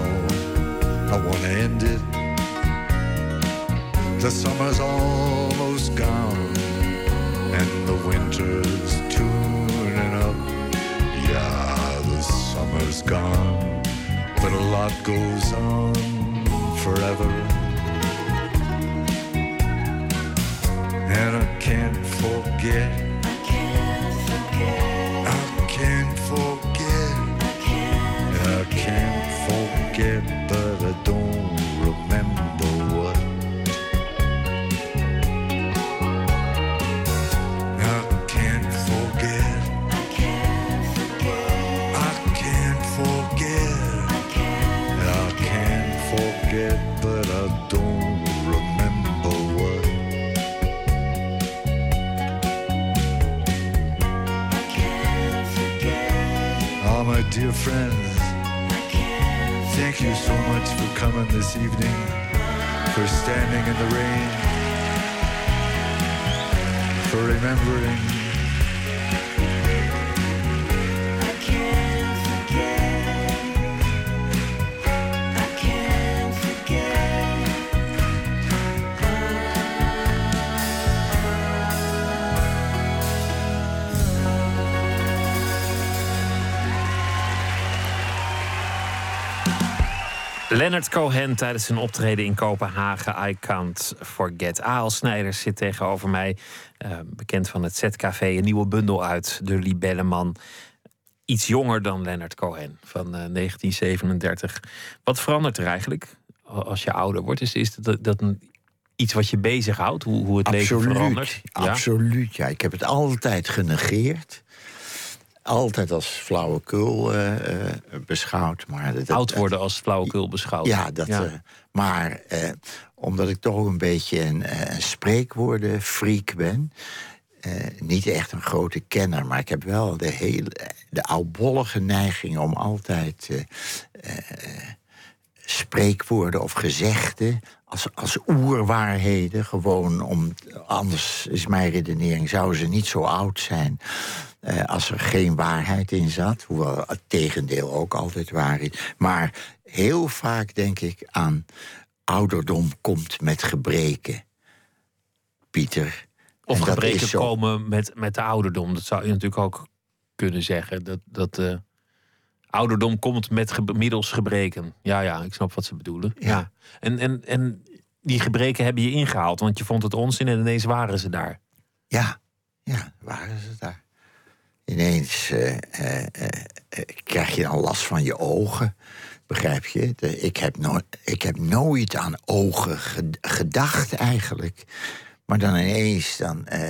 The summer's almost and the winter's tuning up. Yeah, the summer's gone, but a lot goes on forever. And I can't forget. I can't forget. I can't forget. I can't forget. I can't forget, but I don't remember what. I can't forget. I can't forget. I can't forget. I can't. I can't forget, but I don't remember what. Oh, my dear friends, thank you so much for coming this evening, for standing in the rain, for remembering. I can't forget. I can't forget. Leonard Cohen tijdens zijn optreden in Kopenhagen. I Can't Forget. Aal Snijders zit tegenover mij. Uh, bekend van het Z-café. Een nieuwe bundel uit. De Libelleman. Iets jonger dan Leonard Cohen. Van uh, negentien zevenendertig. Wat verandert er eigenlijk als je ouder wordt? Is, is dat, dat een, iets wat je bezighoudt? Hoe, hoe het Absoluut, leven verandert? Ja? Absoluut, ja. Ik heb het altijd genegeerd. Altijd als flauwekul uh, uh, beschouwd. Maar dat, Oud worden als flauwekul beschouwd. Ja, dat, ja. Uh, maar uh, omdat ik toch een beetje een, uh, een spreekwoordenfreak ben. Uh, niet echt een grote kenner, maar ik heb wel de hele de oudbollige neiging om altijd uh, uh, spreekwoorden of gezegden als, als oerwaarheden, gewoon om, anders is mijn redenering, zouden ze niet zo oud zijn uh, als er geen waarheid in zat, hoewel het tegendeel ook altijd waar is. Maar heel vaak denk ik aan ouderdom komt met gebreken, Pieter. Of gebreken komen met, met de ouderdom. Dat zou je natuurlijk ook kunnen zeggen. Dat, dat uh, ouderdom komt met ge- middels gebreken. Ja, ja, ik snap wat ze bedoelen. Ja. Ja. En, en, en die gebreken hebben je ingehaald. Want je vond het onzin en ineens waren ze daar. Ja, ja, waren ze daar. Ineens uh, uh, uh, krijg je dan last van je ogen. Begrijp je? De, ik, heb no- ik heb nooit aan ogen ge- gedacht eigenlijk. Maar dan ineens dan, uh,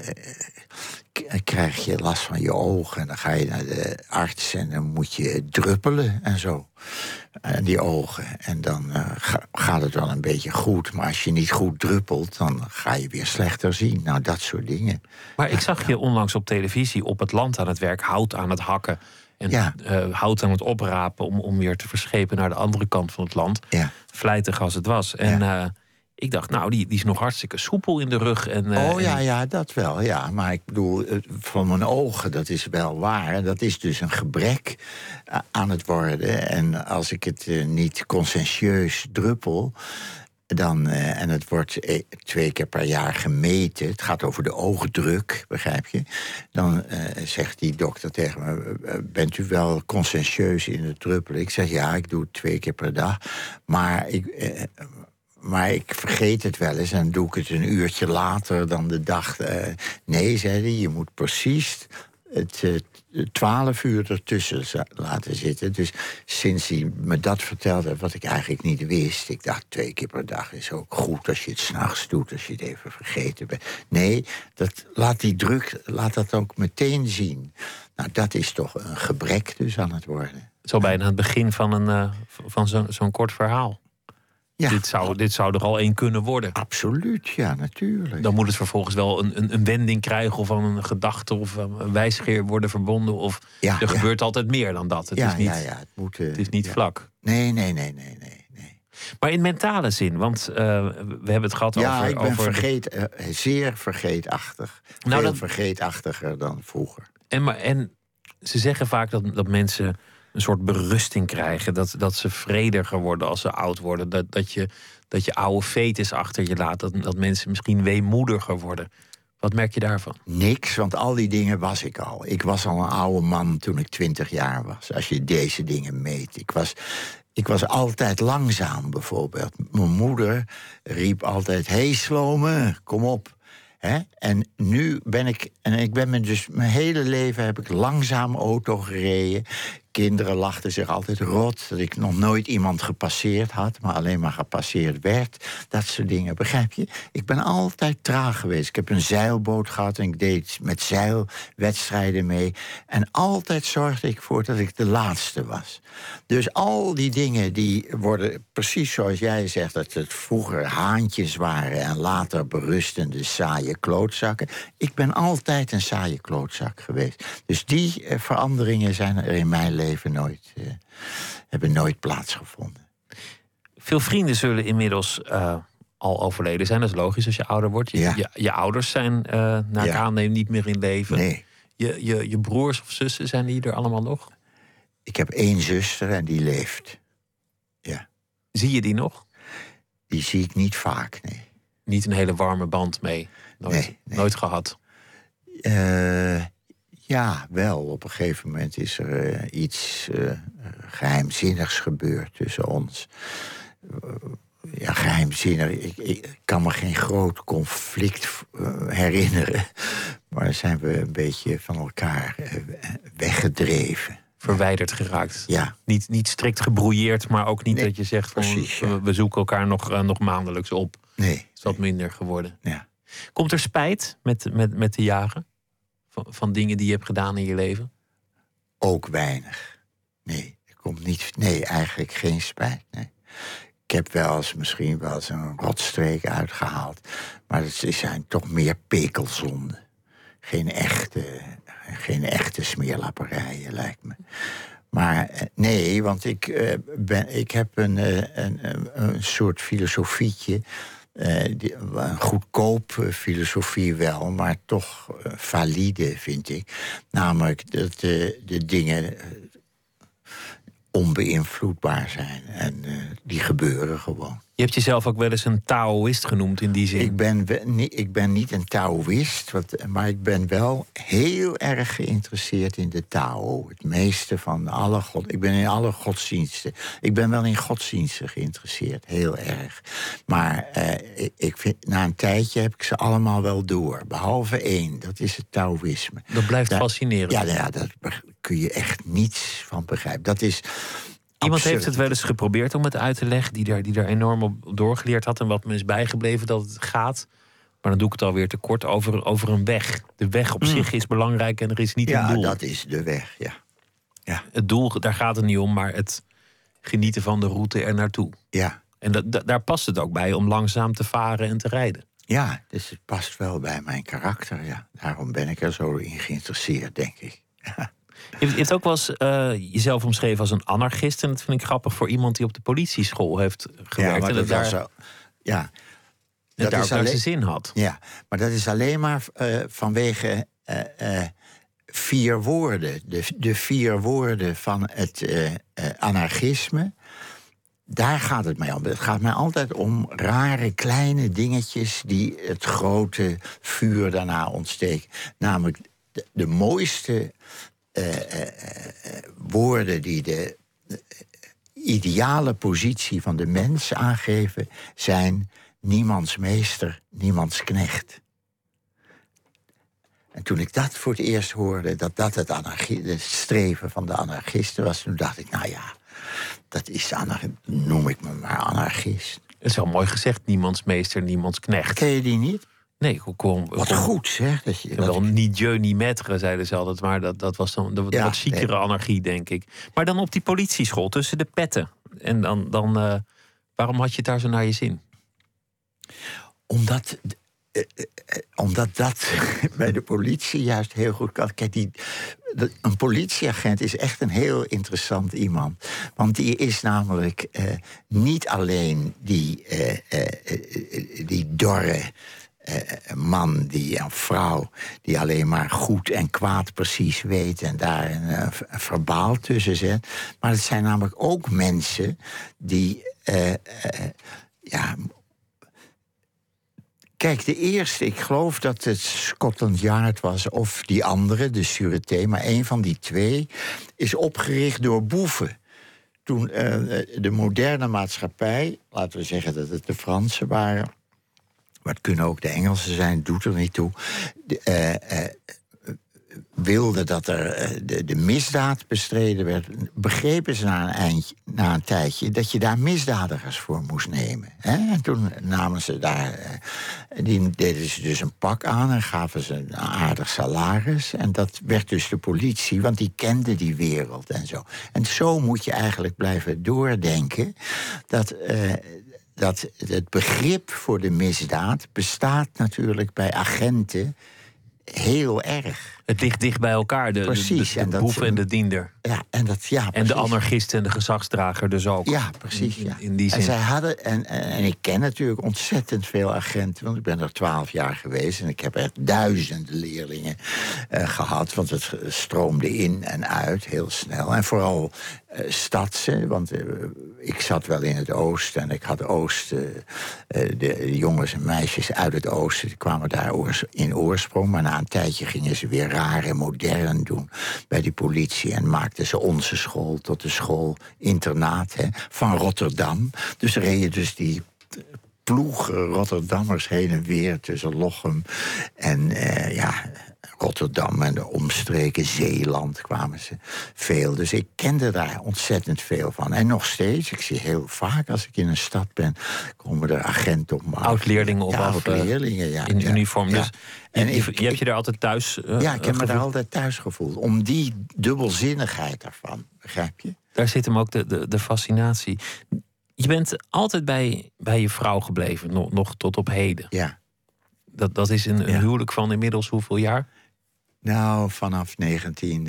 k- krijg je last van je ogen. En dan ga je naar de arts en dan moet je druppelen en zo. En die ogen. En dan uh, ga- gaat het wel een beetje goed. Maar als je niet goed druppelt, dan ga je weer slechter zien. Nou, dat soort dingen. Maar ik zag je onlangs op televisie op het land aan het werk. Hout aan het hakken. En Ja. uh, hout aan het oprapen om, om weer te verschepen naar de andere kant van het land. Ja. Vlijtig als het was. En uh, ik dacht, nou, die, die is nog hartstikke soepel in de rug. En, uh, Oh ja, en... ja, dat wel. Ja. Maar ik bedoel, van mijn ogen, dat is wel waar. Dat is dus een gebrek aan het worden. En als ik het uh, niet conscientieus druppel, dan, uh, en het wordt e- twee keer per jaar gemeten, het gaat over de oogdruk, begrijp je? Dan uh, zegt die dokter tegen me, uh, bent u wel conscientieus in het druppelen? Ik zeg, ja, ik doe het twee keer per dag. Maar ik... Uh, Maar ik vergeet het wel eens en doe ik het een uurtje later dan de dag. Uh, nee, zei hij, je moet precies het twaalf uh, uur ertussen za- laten zitten. Dus sinds hij me dat vertelde, wat ik eigenlijk niet wist, ik dacht twee keer per dag is ook goed als je het 's nachts doet, als je het even vergeten bent. Nee, dat, laat die druk, laat dat ook meteen zien. Nou, dat is toch een gebrek dus aan het worden. Zo bijna het begin van, een, uh, van zo, zo'n kort verhaal. Ja, Dit zou, dit zou er al één kunnen worden. absoluut, ja, natuurlijk. Dan moet het vervolgens wel een, een, een wending krijgen of aan een gedachte of een wijsgeer worden verbonden. Of Ja, er ja. gebeurt altijd meer dan dat. Het ja, is niet, ja, ja, het moet, uh, het is niet ja. vlak. Nee, nee, nee, nee, nee. nee. Maar in mentale zin, want uh, we hebben het gehad Ja, over... ik ben over vergeet, uh, zeer vergeetachtig. Nou, Veel dat- vergeetachtiger dan vroeger. En, maar, en ze zeggen vaak dat, dat mensen een soort berusting krijgen. Dat, dat ze vrediger worden als ze oud worden. Dat, dat, je, dat je oude fetus achter je laat. Dat, dat mensen misschien weemoediger worden. Wat merk je daarvan? Niks, want al die dingen was ik al. Ik was al een oude man toen ik twintig jaar was. Als je deze dingen meet. Ik was, ik was altijd langzaam, bijvoorbeeld. Mijn moeder riep altijd... Hé, hey, Slome, kom op. Hè? En nu ben ik... En ik ben me dus... Mijn hele leven heb ik langzaam auto gereden. Kinderen lachten zich altijd rot dat ik nog nooit iemand gepasseerd had... maar alleen maar gepasseerd werd. Dat soort dingen, begrijp je? Ik ben altijd traag geweest. Ik heb een zeilboot gehad en ik deed met zeilwedstrijden mee. En altijd zorgde ik voor dat ik de laatste was. Dus al die dingen die worden precies zoals jij zegt... dat het vroeger haantjes waren en later berustende saaie klootzakken. Ik ben altijd een saaie klootzak geweest. Dus die eh, veranderingen zijn er in mijn leven... leven nooit, uh, hebben nooit plaatsgevonden. Veel vrienden zullen inmiddels uh, al overleden zijn. Dat is logisch als je ouder wordt. Je, Ja. je, je ouders zijn uh, naar ik Ja. aanneem niet meer in leven. Nee. Je, je, je broers of zussen, zijn die er allemaal nog? Ik heb één zuster en die leeft. Ja. Zie je die nog? Die zie ik niet vaak, nee. Niet een hele warme band mee? Nooit, Nee, nee. nooit gehad? Uh, ja, wel. Op een gegeven moment is er uh, iets uh, geheimzinnigs gebeurd tussen ons. Uh, ja, geheimzinnig. Ik, ik kan me geen groot conflict uh, herinneren. Maar zijn we een beetje van elkaar uh, weggedreven. Verwijderd geraakt. Ja. Niet, niet strikt gebrouilleerd, maar ook niet Nee, dat je zegt... Van, precies, ja. we, we zoeken elkaar nog, uh, nog maandelijks op. Nee. Het is wat minder geworden. Ja. Komt er spijt met, met, met de jaren? Van, van dingen die je hebt gedaan in je leven? Ook weinig. Nee, er komt niet, nee, eigenlijk geen spijt. Nee. Ik heb wel eens misschien wel eens een rotstreek uitgehaald. Maar het zijn toch meer pekelzonden. Geen echte, geen echte smeerlapperijen, lijkt me. Maar nee, want ik, uh, ben, ik heb een, uh, een, een soort filosofietje... Uh, die, een goedkoop uh, filosofie wel, maar toch uh, valide, vind ik. Namelijk dat uh, de dingen uh, onbeïnvloedbaar zijn. En uh, die gebeuren gewoon. Je hebt jezelf ook wel eens een Taoïst genoemd in die zin. Ik ben, we, nie, ik ben niet een Taoïst, wat, maar ik ben wel heel erg geïnteresseerd in de Tao. Het meeste van alle god. Ik ben in alle godsdiensten. Ik ben wel in godsdiensten geïnteresseerd, heel erg. Maar uh, ik, ik vind, na een tijdje heb ik ze allemaal wel door. Behalve één, dat is het Taoïsme. Dat blijft Daar, fascinerend. Ja, nou ja, daar kun je echt niets van begrijpen. Dat is... Iemand absurd. heeft het wel eens geprobeerd om het uit te leggen... die daar, die daar enorm op doorgeleerd had... en wat me is bijgebleven dat het gaat... maar dan doe ik het alweer te kort over, over een weg. De weg op Mm. zich is belangrijk en er is niet Ja, een doel. dat is de weg, ja. ja. Het doel, daar gaat het niet om, maar het genieten van de route er naartoe. Ja. En dat, da, daar past het ook bij om langzaam te varen en te rijden. Ja, dus het past wel bij mijn karakter, ja. Daarom ben ik er zo in geïnteresseerd, denk ik. Ja. Je hebt ook wel eens uh, jezelf omschreven als een anarchist. En dat vind ik grappig voor iemand die op de politieschool heeft gewerkt. Ja, maar en dat, dat was daar, zo, ja, en dat daar is ook naar alleen, zijn zin had. Ja, maar dat is alleen maar uh, vanwege uh, uh, vier woorden. De, de vier woorden van het uh, uh, anarchisme. Daar gaat het mij om. Het gaat mij altijd om rare kleine dingetjes die het grote vuur daarna ontsteken. Namelijk de, de mooiste uh, uh, uh, woorden die de uh, ideale positie van de mens aangeven zijn niemands meester, niemands knecht. En toen ik dat voor het eerst hoorde, dat dat het, anarchie, het streven van de anarchisten was, toen dacht ik, nou ja, dat is anar- noem ik me maar anarchist. Het is wel mooi gezegd, niemands meester, niemands knecht. Ken je die niet? Nee, ik kon... Wat kon, goed, zeg. Dat je, dat wel ik- niet Dieu, niet maître, zeiden ze altijd. Maar dat, dat was dan de, de Ja, wat chicere nee. anarchie, denk ik. Maar dan op die politieschool, tussen de petten. En dan, dan uh, waarom had je het daar zo naar je zin? Omdat, eh, eh, omdat dat bij de politie juist heel goed kan. Kijk, die, de- een politieagent is echt een heel interessant iemand. Want die is namelijk eh, niet alleen die, eh, eh, eh, die dorre eh, man, die een vrouw, die alleen maar goed en kwaad precies weet en daar een, eh, een verbaal tussen zet. Maar het zijn namelijk ook mensen die. eh, eh, ja, Kijk, de eerste, ik geloof dat het Scotland Yard was... of die andere, de Sûreté, maar een van die twee... is opgericht door boeven. Toen uh, de moderne maatschappij, laten we zeggen dat het de Fransen waren... maar het kunnen ook de Engelsen zijn, doet er niet toe... De, uh, uh, wilde dat er uh, de, de misdaad bestreden werd... begrepen ze na een, eindje, na een tijdje dat je daar misdadigers voor moest nemen. Hè? En toen namen ze daar... Uh, die deden ze dus een pak aan en gaven ze een aardig salaris. En dat werd dus de politie, want die kende die wereld en zo. En zo moet je eigenlijk blijven doordenken... dat... Uh, dat het begrip voor de misdaad bestaat natuurlijk bij agenten heel erg. Het ligt dicht bij elkaar, de, precies, de, de, de en boef dat, en de diender. Ja, en, dat, ja, en de anarchist en de gezagsdrager dus ook. Ja, precies. In, ja. in die zin. En zij hadden, en, en ik ken natuurlijk ontzettend veel agenten... want ik ben er twaalf jaar geweest... en ik heb echt duizenden leerlingen uh, gehad... want het stroomde in en uit heel snel. En vooral uh, stadse, want uh, ik zat wel in het oosten... en ik had oosten, uh, de, de jongens en meisjes uit het oosten... die kwamen daar oors, in oorsprong... maar na een tijdje gingen ze weer raar en modern doen bij die politie... en maakten ze onze school tot de school-internaat hè, van Rotterdam. Dus reden dus die ploegen Rotterdammers heen en weer tussen Lochem en uh, ja, Rotterdam en de omstreken Zeeland kwamen ze veel. Dus ik kende daar ontzettend veel van. En nog steeds, ik zie heel vaak als ik in een stad ben... komen er agenten op me af. Oud-leerlingen op ja, af. Oud-leerlingen, ja. In ja, uniform. ja. Dus en je, ik, je hebt je daar altijd thuis uh, Ja, ik heb me gevoeld? daar altijd thuis gevoeld. Om die dubbelzinnigheid daarvan, begrijp je? Daar zit hem ook de, de, de fascinatie. Je bent altijd bij, bij je vrouw gebleven, nog, nog tot op heden. Ja. Dat, dat is een, een ja. huwelijk van inmiddels hoeveel jaar? Nou, vanaf negentien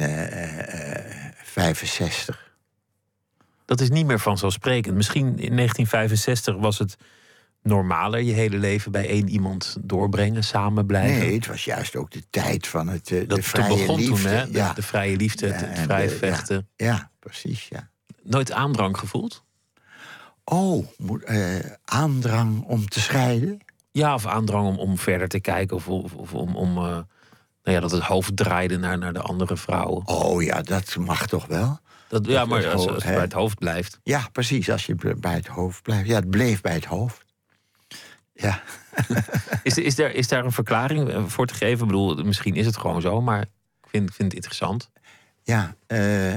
vijfenzestig. Dat is niet meer vanzelfsprekend. Misschien in negentien vijfenzestig was het normaler je hele leven bij één iemand doorbrengen, samen blijven. Nee, het was juist ook de tijd van het, uh, dat de vrije begon liefde. toen, hè? De, ja. de vrije liefde, het, het Ja, vrij de, vechten. Ja, ja, precies, ja. Nooit aandrang gevoeld? Oh, moet, uh, aandrang om te scheiden? Ja, of aandrang om, om verder te kijken. Of, of, of om, om uh, nou ja, dat het hoofd draaide naar, naar de andere vrouwen. Oh ja, dat mag toch wel? Dat, ja, dat maar het als, hoofd, als het hè? bij het hoofd blijft. Ja, precies, als je bij het hoofd blijft. Ja, het bleef bij het hoofd. Ja. is, is, daar, is daar een verklaring voor te geven? Ik bedoel, misschien is het gewoon zo, maar ik vind, vind het interessant. Ja, uh,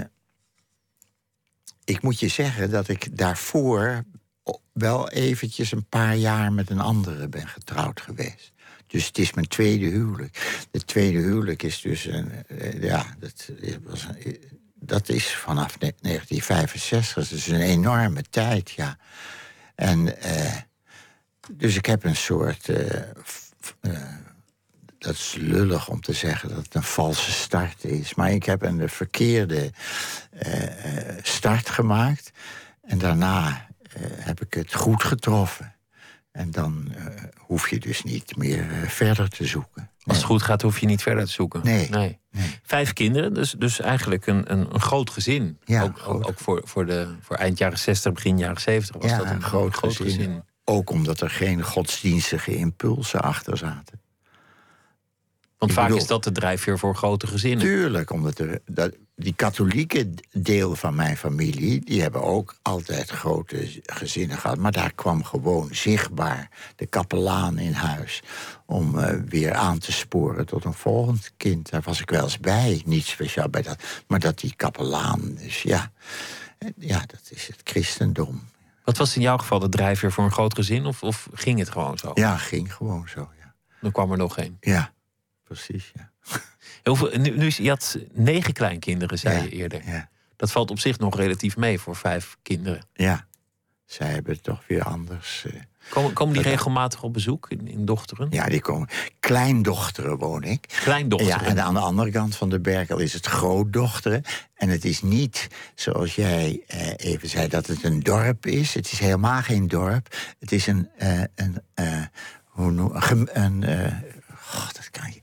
ik moet je zeggen dat ik daarvoor wel eventjes een paar jaar met een andere ben getrouwd geweest. Dus het is mijn tweede huwelijk. Het tweede huwelijk is dus een, uh, ja, dat was een, dat is vanaf negentien vijfenzestig. Dat is een enorme tijd, ja. En uh, dus ik heb een soort... Uh, uh, dat is lullig om te zeggen dat het een valse start is. Maar ik heb een verkeerde uh, start gemaakt. En daarna uh, heb ik het goed getroffen. En dan uh, hoef je dus niet meer uh, verder te zoeken. Nee. Als het goed gaat, hoef je niet verder te zoeken. Nee. nee. nee. Vijf kinderen, dus, dus eigenlijk een, een, een groot gezin. Ja, ook groot. ook voor, voor, de, voor eind jaren zestig, begin jaren zeventig was ja, dat een, een groot, een groot gezin. gezin. Ook omdat er geen godsdienstige impulsen achter zaten. Want Ik vaak bedoel, is dat de drijfveer voor grote gezinnen. Tuurlijk, omdat er, dat, die katholieke deel van mijn familie... die hebben ook altijd grote gezinnen gehad. Maar daar kwam gewoon zichtbaar de kapelaan in huis... om uh, weer aan te sporen tot een volgend kind. Daar was ik wel eens bij, niet speciaal bij dat. Maar dat die kapelaan, dus ja, ja dat is het christendom. Wat was in jouw geval de drijfveer voor een groot gezin? Of, of ging het gewoon zo? Ja, ging gewoon zo, ja. Dan kwam er nog één. Ja, precies, ja. Hoeveel, nu, nu, je had negen kleinkinderen, zei ja, je eerder. Ja. Dat valt op zich nog relatief mee voor vijf kinderen. Ja, zij hebben het toch weer anders... Uh, Komen, komen die dat, regelmatig op bezoek in, in Dochteren? Ja, die komen. Kleindochteren woon ik. Kleindochteren? Ja, en aan de andere kant van de Berkel is het grootdochteren. En het is niet, zoals jij uh, even zei, dat het een dorp is. Het is helemaal geen dorp. Het is een... Uh, een uh, hoe noem, een uh, God, dat kan je...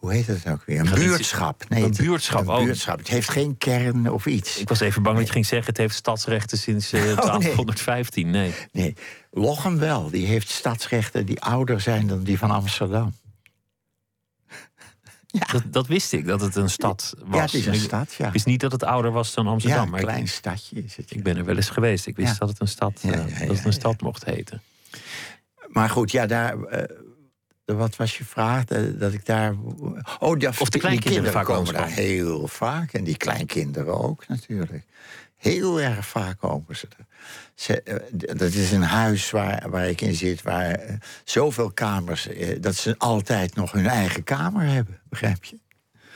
Hoe heet dat ook weer? Een Traditie- buurtschap. Nee, een het- buurtschap, Een oh. buurtschap. Het heeft geen kern of iets. Ik was even bang dat je ging zeggen... het heeft stadsrechten sinds uh, nee. twaalfhonderdvijftien. Nee. Nee, Lochem wel. Die heeft stadsrechten die ouder zijn dan die van Amsterdam. Ja, Dat, dat wist ik, dat het een stad was. ja het is een Ik stad, ja. wist niet dat het ouder was dan Amsterdam. Ja, een maar ik- klein stadje is het. Ik ben er wel eens geweest. Ik wist Ja. dat het een stad, Ja, uh, ja, ja, dat het een ja. stad mocht heten. Maar goed, ja, daar... eh, wat was je vraag? Eh, Dat ik daar... Oh, die, Of de die kleinkinderen vaak komen daar langskomen. heel vaak. En die kleinkinderen ook natuurlijk. Heel erg vaak komen ze er. Ze, eh, d- dat is een huis waar, waar ik in zit... waar eh, zoveel kamers... eh, dat ze altijd nog hun eigen kamer hebben. Begrijp je?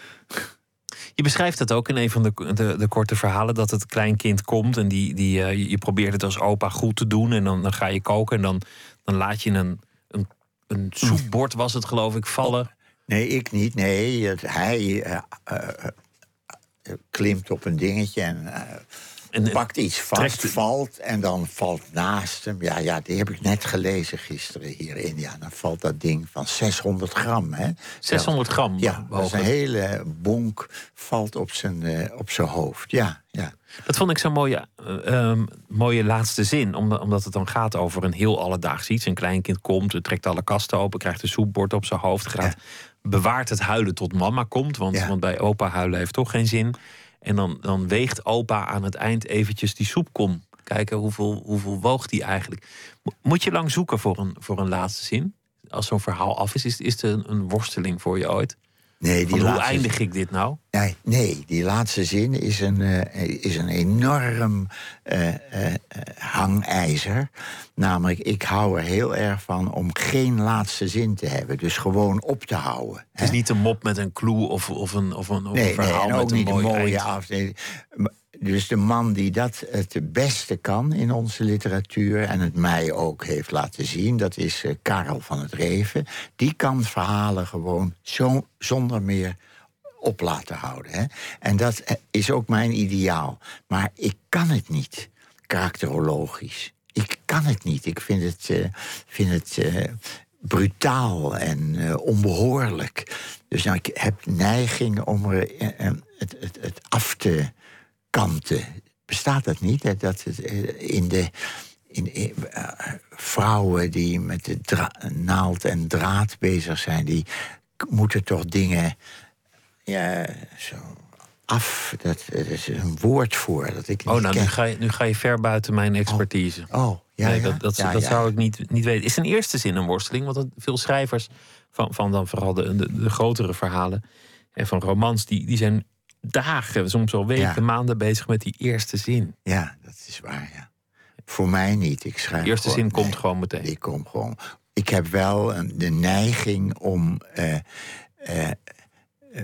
Je beschrijft het ook in een van de, de, de korte verhalen... dat het kleinkind komt en die, die, uh, je, je probeert het als opa goed te doen... en dan, dan ga je koken en dan, dan laat je een, een, een soepbord, was het geloof ik, vallen. Nee, ik niet. Nee, het, hij eh, eh, eh, klimt op een dingetje en... eh, En, pakt iets vast, trekt- valt en dan valt naast hem. Ja, ja, die heb ik net gelezen gisteren hierin. Ja, dan valt dat ding van zeshonderd gram. Hè? zeshonderd gram. Ja, dat is hoog. een hele bonk valt op zijn, eh, op zijn hoofd. Ja, ja. Dat vond ik zo'n mooie, uh, um, mooie laatste zin. Omdat, omdat het dan gaat over een heel alledaags iets. Een kleinkind komt, trekt alle kasten open... krijgt een soepbord op zijn hoofd. Gaat, bewaart het huilen tot mama komt. Want, Ja. want bij opa huilen heeft toch geen zin. En dan, dan weegt opa aan het eind eventjes die soepkom. Kijken hoeveel, hoeveel woog die eigenlijk. Mo- Moet je lang zoeken voor een, voor een laatste zin? Als zo'n verhaal af is, is, is het een, een worsteling voor je ooit? Nee, die Van, hoe laatste, eindig ik dit nou? nee, nee, die laatste zin is een, eh, is een enorm eh, eh, eh, hangijzer. Namelijk, ik hou er heel erg van om geen laatste zin te hebben. Dus gewoon op te houden. Het is niet een mop met een clue of, of, een, of, een, of Nee, een verhaal nee, en ook met een niet mooi een mooie eind. af. nee. Dus de man die dat het beste kan in onze literatuur... en het mij ook heeft laten zien, dat is eh, Karel van het Reven. Die kan verhalen gewoon zo, zonder meer op laten houden. Hè? En dat eh, is ook mijn ideaal. Maar ik kan het niet, karakterologisch. Ik kan het niet. Ik vind het, eh, vind het eh, brutaal en eh, onbehoorlijk. Dus nou, ik heb neiging om er, eh, eh, het, het, het af te kanten. Bestaat dat niet? Hè? Dat het eh, in de... In, in, uh, vrouwen die met de dra- naald en draad bezig zijn... die k- moeten toch dingen... Ja, zo af. Dat, dat is een woord voor dat ik niet Oh, nou, ken. nu ga, je, nu ga je ver buiten mijn expertise. Oh, ja, nee, ja. dat, dat, Ja, dat ja. zou ik niet, niet weten. Is een eerste zin een worsteling? Want dat- veel schrijvers van, van dan vooral de, de, de grotere verhalen... en van romans, die, die zijn dagen, soms wel weken, Ja. maanden bezig met die eerste zin. Ja, dat is waar, ja. Voor mij niet. Ik schrijf De eerste gewoon- zin komt nee, gewoon meteen. Die komt gewoon. Ik heb wel een, de neiging om... eh, eh, eh,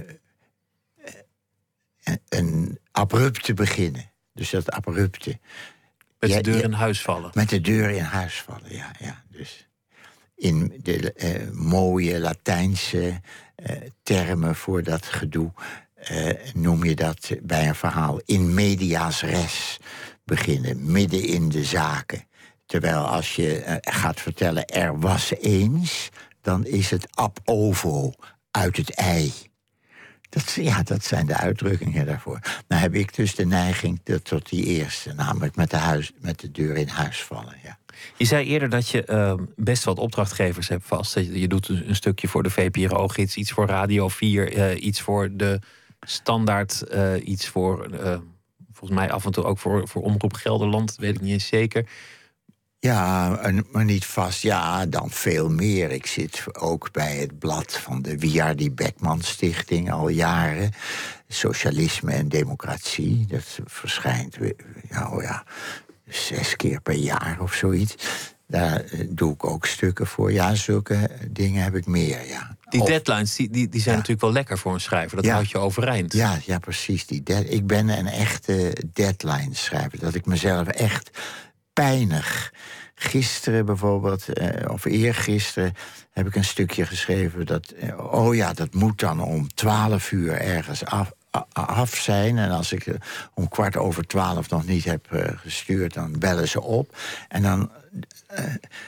eh, een abrupt te beginnen. Dus dat abrupte. Met Ja, de deur ja. in huis vallen. Met de deur in huis vallen, ja. ja. Dus in de eh, mooie Latijnse eh, termen voor dat gedoe... eh, noem je dat bij een verhaal in medias res beginnen. Midden in de zaken. Terwijl als je eh, gaat vertellen er was eens... dan is het ab ovo, uit het ei. Dat, ja, dat zijn de uitdrukkingen daarvoor. Nou heb ik dus de neiging tot, tot die eerste. Namelijk met de, huis, met de deur in huis vallen, ja. Je zei eerder dat je uh, best wat opdrachtgevers hebt vast. Dat je, je doet een, een stukje voor de V P R O-gids, iets voor Radio vier... Uh, iets voor de Standaard, uh, iets voor... Uh, volgens mij af en toe ook voor, voor Omroep Gelderland, dat weet ik niet eens zeker... Ja, en- maar niet vast. Ja, dan veel meer. Ik zit ook bij het blad van de Wiardi Beckman Stichting al jaren. Socialisme en democratie. Dat verschijnt ja, oh ja, zes keer per jaar of zoiets. Daar eh, doe ik ook stukken voor. Ja, zulke dingen heb ik meer, ja. Die Of- deadlines die, die, die zijn Ja. natuurlijk wel lekker voor een schrijver. Dat Ja. houdt je overeind. Ja, ja, precies. Die dead- ik ben een echte deadline schrijver. Dat ik mezelf echt pijnig. Gisteren bijvoorbeeld, eh, of eergisteren, heb ik een stukje geschreven dat... Eh, oh ja, dat moet dan om twaalf uur ergens af, a- af zijn. En als ik eh, om kwart over twaalf nog niet heb eh, gestuurd, dan bellen ze op. En dan... eh,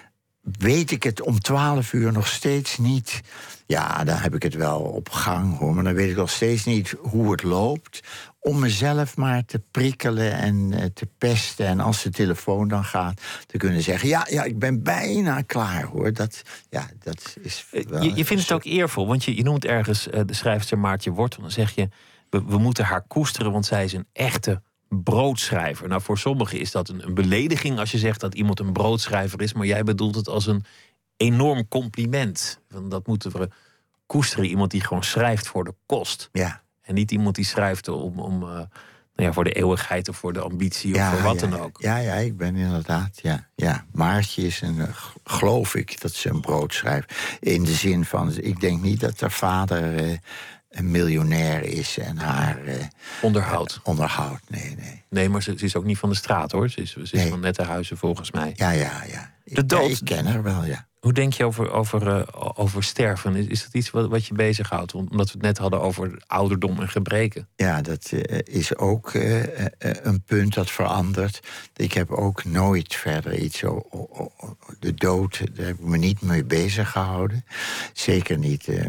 weet ik het om twaalf uur nog steeds niet. Ja, dan heb ik het wel op gang, hoor. Maar dan weet ik nog steeds niet hoe het loopt. Om mezelf maar te prikkelen en uh, te pesten. En als de telefoon dan gaat, te kunnen zeggen... ja, ja, ik ben bijna klaar, hoor. Dat, ja, dat is wel je, je vindt het ook eervol, want je, je noemt ergens uh, de schrijfster Maartje Wortel. Dan zeg je, we, we moeten haar koesteren, want zij is een echte broodschrijver. Nou, voor sommigen is dat een, een belediging als je zegt dat iemand een broodschrijver is. Maar jij bedoelt het als een enorm compliment. Want dat moeten we koesteren. Iemand die gewoon schrijft voor de kost. Ja. En niet iemand die schrijft om, om uh, nou ja, voor de eeuwigheid of voor de ambitie of ja, voor wat ja, dan ook. Ja, ja, ik ben inderdaad, ja. ja. Maartje is een, uh, geloof ik, dat ze een brood schrijft. In de zin van, ik denk niet dat haar vader uh, een miljonair is en haar... Uh, onderhoud. Uh, onderhoud, nee, nee. Nee, maar ze, ze is ook niet van de straat, hoor. Ze is, ze is nee. van nette huizen, volgens mij. Ja, ja, ja. De dood. Ja, ik ken haar wel, ja. Hoe denk je over, over, uh, over sterven? Is, is dat iets wat, wat je bezighoudt? Omdat we het net hadden over ouderdom en gebreken. Ja, dat uh, is ook uh, uh, een punt dat verandert. Ik heb ook nooit verder iets... O, o, o, de dood, daar heb ik me niet mee bezig gehouden. Zeker niet uh,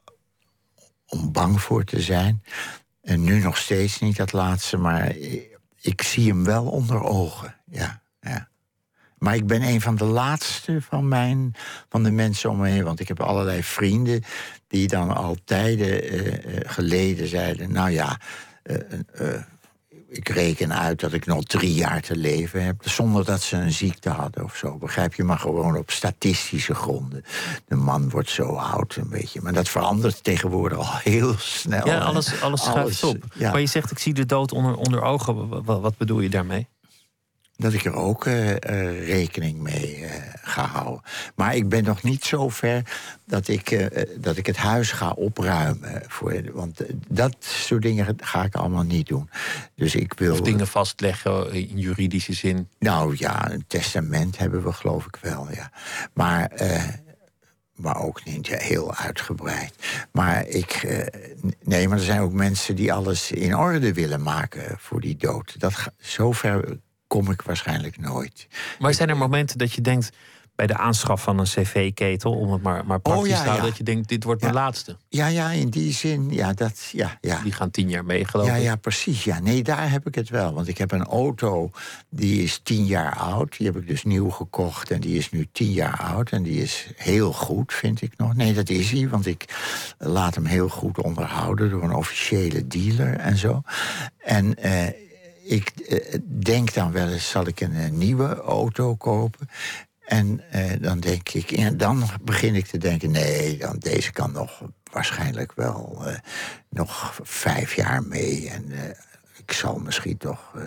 om bang voor te zijn. En nu nog steeds niet, dat laatste. Maar ik zie hem wel onder ogen, ja, ja. Maar ik ben een van de laatste van, mijn, van de mensen om me heen. Want ik heb allerlei vrienden die dan al tijden uh, geleden zeiden... nou ja, uh, uh, ik reken uit dat ik nog drie jaar te leven heb... zonder dat ze een ziekte hadden of zo. Begrijp je? Maar gewoon op statistische gronden. De man wordt zo oud, een beetje. Maar dat verandert tegenwoordig al heel snel. Ja, alles, alles schuift op. Ja. Maar je zegt, ik zie de dood onder, onder ogen. Wat, wat bedoel je daarmee? Dat ik er ook uh, uh, rekening mee uh, ga houden. Maar ik ben nog niet zo ver dat ik, uh, dat ik het huis ga opruimen. Voor, want uh, dat soort dingen ga ik allemaal niet doen. Dus ik wil... Of dingen vastleggen in juridische zin? Nou ja, een testament hebben we geloof ik wel, ja. Maar... Uh, Maar ook niet heel uitgebreid. Maar ik... Uh, nee, maar er zijn ook mensen die alles in orde willen maken voor die dood. Dat, zover kom ik waarschijnlijk nooit. Maar zijn er momenten dat je denkt... bij de aanschaf van een cv-ketel, om het maar, maar praktisch oh, ja, te houden... Ja. dat je denkt, dit wordt ja. mijn laatste? Ja, ja, in die zin, ja, dat, ja, ja. Die gaan tien jaar mee, geloof ja, ik. Ja, precies, ja. Nee, daar heb ik het wel. Want ik heb een auto, die is tien jaar oud. Die heb ik dus nieuw gekocht en die is nu tien jaar oud. En die is heel goed, vind ik nog. Nee, dat is hij, want ik laat hem heel goed onderhouden... door een officiële dealer en zo. En... Uh, Ik uh, denk dan wel eens, zal ik een uh, nieuwe auto kopen? En uh, dan denk ik, ja, dan begin ik te denken... nee, dan, deze kan nog waarschijnlijk wel uh, nog vijf jaar mee. En uh, ik zal misschien toch... Uh,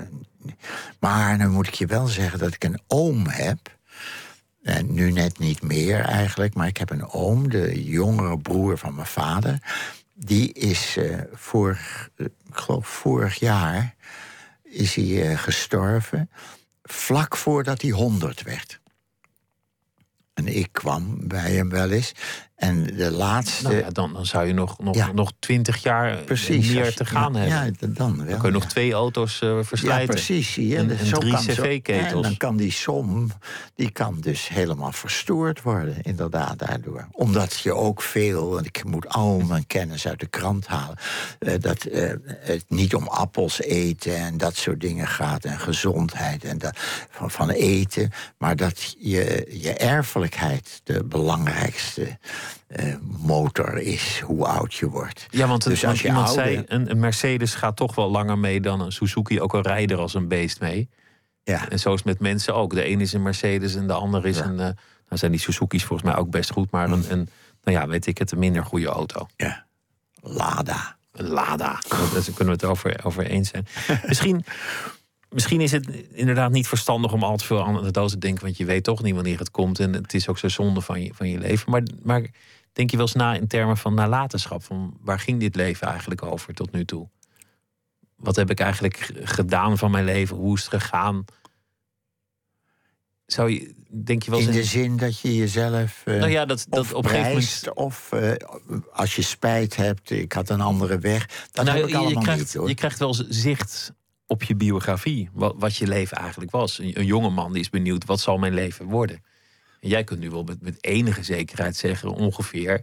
maar dan moet ik je wel zeggen dat ik een oom heb... En nu net niet meer eigenlijk, maar ik heb een oom... de jongere broer van mijn vader... die is uh, vorig, uh, ik geloof vorig jaar... is hij uh, gestorven, vlak voordat hij honderd werd. En ik kwam bij hem wel eens. En de laatste... Nou ja, dan, dan zou je nog, nog, ja. nog twintig jaar precies, meer je, te gaan ja, hebben. Ja, dan, wel, dan kun je nog ja. twee auto's uh, verslijten. Ja, precies. Zie je. En, en, en zo drie kan cv-ketels. Zo, en dan kan die som, die kan dus helemaal verstoord worden, inderdaad, daardoor. Omdat je ook veel, want ik moet al mijn kennis uit de krant halen... Uh, dat uh, het niet om appels eten en dat soort dingen gaat... en gezondheid en dat, van, van eten... maar dat je, je erfelijkheid de belangrijkste... Uh, motor is, hoe oud je wordt. Ja, want, dus want als je iemand ouder... zei, een, een Mercedes gaat toch wel langer mee dan een Suzuki. Ook al rijden er als een beest mee. Ja. En zo is het met mensen ook. De een is een Mercedes en de ander is ja. een... Uh, nou zijn die Suzuki's volgens mij ook best goed. Maar een, een, nou ja, weet ik het, een minder goede auto. Ja, Lada. Een Lada. Daar kunnen we het over, over eens zijn. Misschien... Misschien is het inderdaad niet verstandig om al te veel aan de dood te denken... want je weet toch niet wanneer het komt... en het is ook zo zonde van je, van je leven. Maar, maar denk je wel eens na in termen van nalatenschap? Van waar ging dit leven eigenlijk over tot nu toe? Wat heb ik eigenlijk gedaan van mijn leven? Hoe is het gegaan? Zou je, denk je wel eens in de zin dat je jezelf uh, nou ja, dat, dat of op een gegeven moment... of uh, als je spijt hebt, ik had een andere weg. Dat nou, heb ik allemaal je krijgt, niet, hoor. Je krijgt wel eens zicht op je biografie, wat, wat je leven eigenlijk was. Een, een jonge man die is benieuwd, wat zal mijn leven worden? Jij kunt nu wel met, met enige zekerheid zeggen ongeveer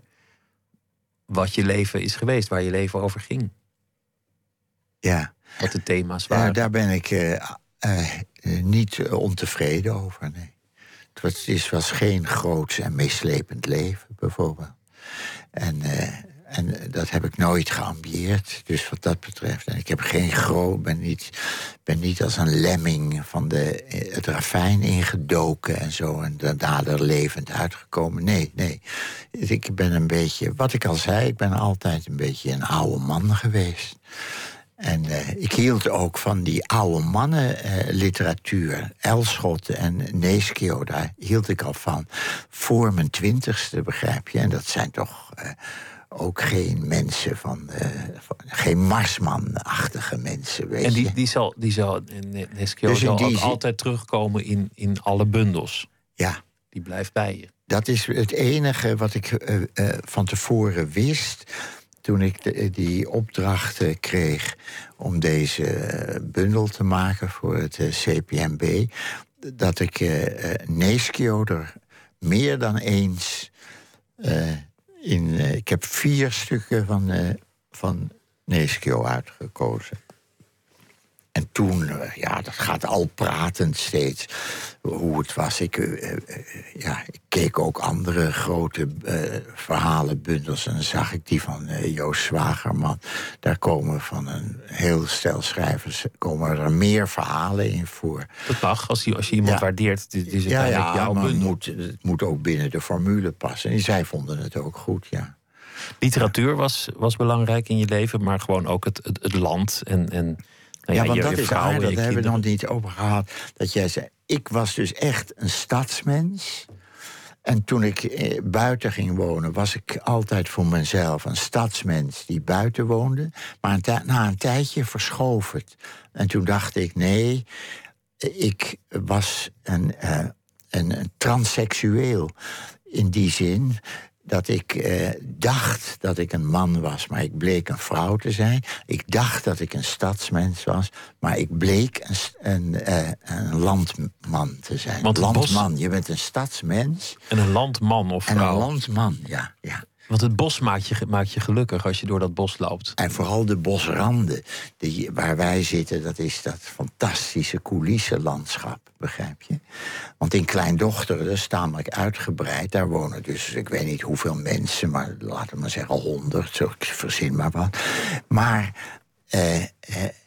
wat je leven is geweest, waar je leven over ging. Ja. Wat de thema's waren. Ja, daar ben ik uh, uh, niet ontevreden over, nee. Het was, het was geen groots en meeslepend leven, bijvoorbeeld. En, uh, en dat heb ik nooit geambieerd, dus wat dat betreft. En ik heb geen groot, ben niet, ben niet als een lemming van de, het ravijn ingedoken en zo, en daarna er levend uitgekomen. Nee, nee. Ik ben een beetje, wat ik al zei, ik ben altijd een beetje een oude man geweest. En uh, ik hield ook van die oude mannen uh, literatuur. Elschot en Neeskio, daar hield ik al van. Voor mijn twintigste, begrijp je. En dat zijn toch uh, ook geen mensen van, uh, van... geen Marsman-achtige mensen, weet en die, je. die zal, die zal Neeskio Dus zal ook zin... altijd terugkomen in, in alle bundels. Ja. Die blijft bij je. Dat is het enige wat ik uh, uh, van tevoren wist... Toen ik de, die opdracht uh, kreeg om deze uh, bundel te maken voor het uh, C P M B... dat ik uh, uh, Neeskio er meer dan eens uh, in... Uh, ik heb vier stukken van, uh, van Neeskio uitgekozen. En toen, uh, ja, dat gaat al pratend steeds, hoe het was. Ik, uh, uh, ja, ik keek ook andere grote uh, verhalenbundels... en dan zag ik die van uh, Joost Zwagerman. Daar komen van een heel stel schrijvers... komen er meer verhalen in voor. Dat mag, als je, als je iemand ja. waardeert. Dit is ja, uiteindelijk ja, jouw maar bundel. het moet, het moet ook binnen de formule passen. En zij vonden het ook goed, ja. Literatuur was, was belangrijk in je leven... maar gewoon ook het, het, het land en... en Nou ja, ja, want je, dat je is vrouwen, aardig, je daar hebben we kinderen. het nog niet over gehad. Dat jij zei, ik was dus echt een stadsmens. En toen ik eh, buiten ging wonen, was ik altijd voor mezelf een stadsmens die buiten woonde. Maar een tij- na een tijdje verschoof het. En toen dacht ik, nee, ik was een, uh, een, een transseksueel in die zin... dat ik eh, dacht dat ik een man was, maar ik bleek een vrouw te zijn. Ik dacht dat ik een stadsmens was, maar ik bleek een, een, uh, een landman te zijn. Want het landman, bos... je bent een stadsmens. En een landman of En vrouw. een landman, ja, ja. Want het bos maakt je, maakt je gelukkig als je door dat bos loopt. En vooral de bosranden, die, waar wij zitten... dat is dat fantastische coulissenlandschap, begrijp je? Want in Kleindochteren, dat is tamelijk uitgebreid... daar wonen dus, ik weet niet hoeveel mensen... maar laten we maar zeggen honderd, zo, ik verzin maar wat. Maar eh, eh,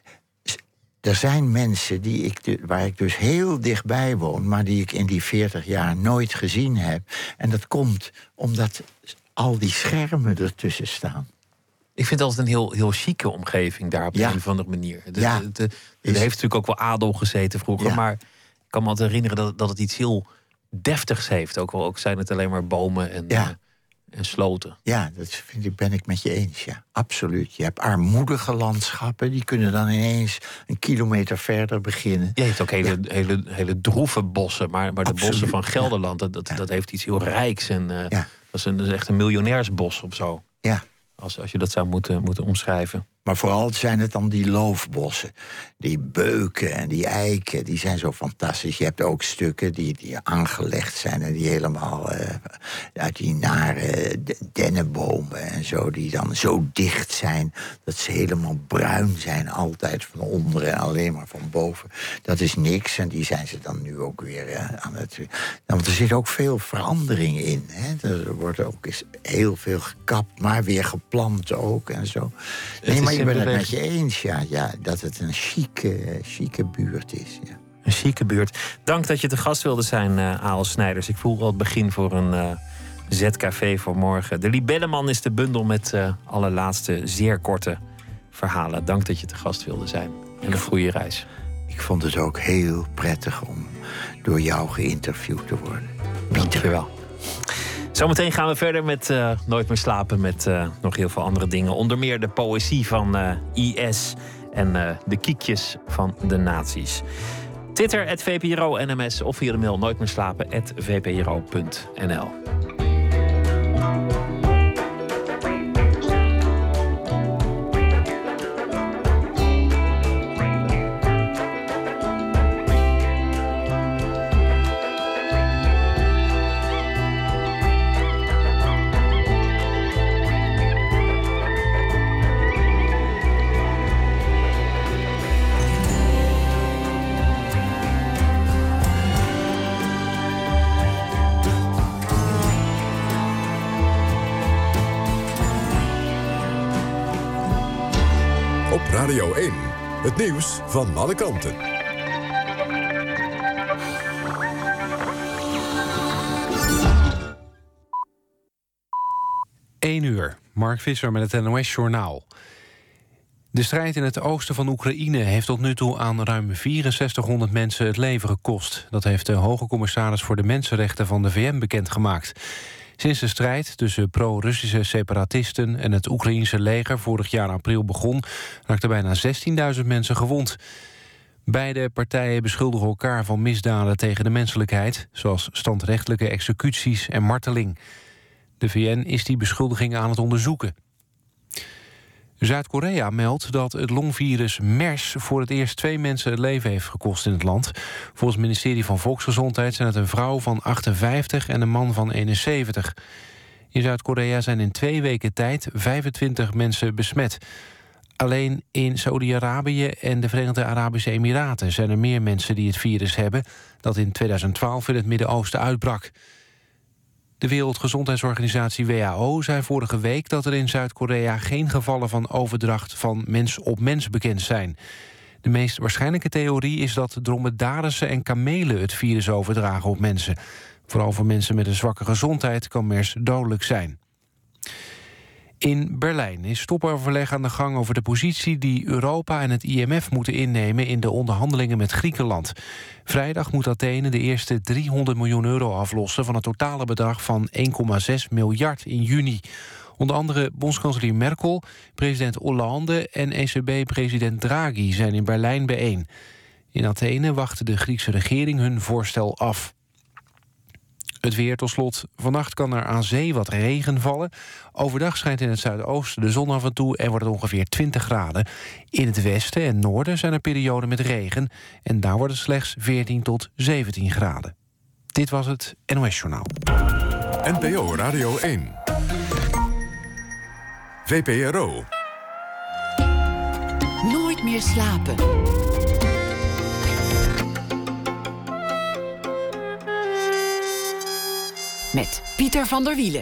er zijn mensen die ik de, waar ik dus heel dichtbij woon... maar die ik in die veertig jaar nooit gezien heb. En dat komt omdat... al die schermen ertussen staan. Ik vind het altijd een heel, heel chique omgeving daar op Ja. een of andere manier. De, Ja. de, de, er Is- heeft natuurlijk ook wel adel gezeten vroeger. Ja. Maar ik kan me altijd herinneren dat, dat het iets heel deftigs heeft. Ook al ook zijn het alleen maar bomen en, Ja. uh, en sloten. Ja, dat vind ik, ben ik met je eens, ja. Absoluut. Je hebt armoedige landschappen... die kunnen dan ineens een kilometer verder beginnen. Je heeft ook hele, hele, hele droeve bossen. Maar, maar de Absoluut, bossen van ja. Gelderland, dat, dat, Ja. dat heeft iets heel rijks. En, uh, Ja. dat, is een, dat is echt een miljonairsbos of zo. Ja. Als, als je dat zou moeten, moeten omschrijven. Maar vooral zijn het dan die loofbossen. Die beuken en die eiken, die zijn zo fantastisch. Je hebt ook stukken die, die aangelegd zijn... en die helemaal uh, uit die nare dennenbomen en zo... die dan zo dicht zijn dat ze helemaal bruin zijn... altijd van onder en alleen maar van boven. Dat is niks en die zijn ze dan nu ook weer uh, aan het... Want er zit ook veel verandering in. Hè? Er wordt ook eens heel veel gekapt, maar weer geplant ook en zo. Nee, maar je bent het met je eens, ja, ja, dat het een chique, chique buurt is. Ja. Een chique buurt. Dank dat je te gast wilde zijn, uh, Aal Snijders. Ik voel al het begin voor een uh, Z K V voor morgen. De Libelleman is de bundel met uh, alle laatste zeer korte verhalen. Dank dat je te gast wilde zijn. En een goede reis. Ik vond het ook heel prettig om door jou geïnterviewd te worden. Dank je wel. Zometeen gaan we verder met uh, Nooit meer slapen... met uh, nog heel veel andere dingen. Onder meer de poëzie van uh, I S en uh, de kiekjes van de nazi's. Twitter, at V P R O N M S of via de mail nooit meer slapen at v p r o punt n l. Radio één. Het nieuws van alle kanten. één uur. Mark Visser met het N O S-journaal. De strijd in het oosten van Oekraïne heeft tot nu toe aan ruim vierenzestighonderd mensen het leven gekost. Dat heeft de hoge commissaris voor de mensenrechten van de V N bekendgemaakt. Sinds de strijd tussen pro-Russische separatisten en het Oekraïense leger vorig jaar april begon, raakten bijna zestienduizend mensen gewond. Beide partijen beschuldigen elkaar van misdaden tegen de menselijkheid, zoals standrechtelijke executies en marteling. De V N is die beschuldiging aan het onderzoeken. Zuid-Korea meldt dat het longvirus MERS voor het eerst twee mensen het leven heeft gekost in het land. Volgens het ministerie van Volksgezondheid zijn het een vrouw van achtenvijftig en een man van eenenzeventig. In Zuid-Korea zijn in twee weken tijd vijfentwintig mensen besmet. Alleen in Saudi-Arabië en de Verenigde Arabische Emiraten zijn er meer mensen die het virus hebben, dat in tweeduizend twaalf in het Midden-Oosten uitbrak. De Wereldgezondheidsorganisatie W H O zei vorige week dat er in Zuid-Korea geen gevallen van overdracht van mens op mens bekend zijn. De meest waarschijnlijke theorie is dat dromedarissen en kamelen het virus overdragen op mensen. Vooral voor mensen met een zwakke gezondheid kan MERS dodelijk zijn. In Berlijn is topoverleg aan de gang over de positie die Europa en het I M F moeten innemen in de onderhandelingen met Griekenland. Vrijdag moet Athene de eerste driehonderd miljoen euro aflossen van het totale bedrag van één komma zes miljard in juni. Onder andere bondskanselier Merkel, president Hollande en E C B-president Draghi zijn in Berlijn bijeen. In Athene wacht de Griekse regering hun voorstel af. Het weer tot slot. Vannacht kan er aan zee wat regen vallen. Overdag schijnt in het zuidoosten de zon af en toe en wordt het ongeveer twintig graden. In het westen en noorden zijn er perioden met regen. En daar wordt het slechts veertien tot zeventien graden. Dit was het N O S-journaal. N P O Radio één. V P R O. Nooit meer slapen. Met Pieter van der Wielen.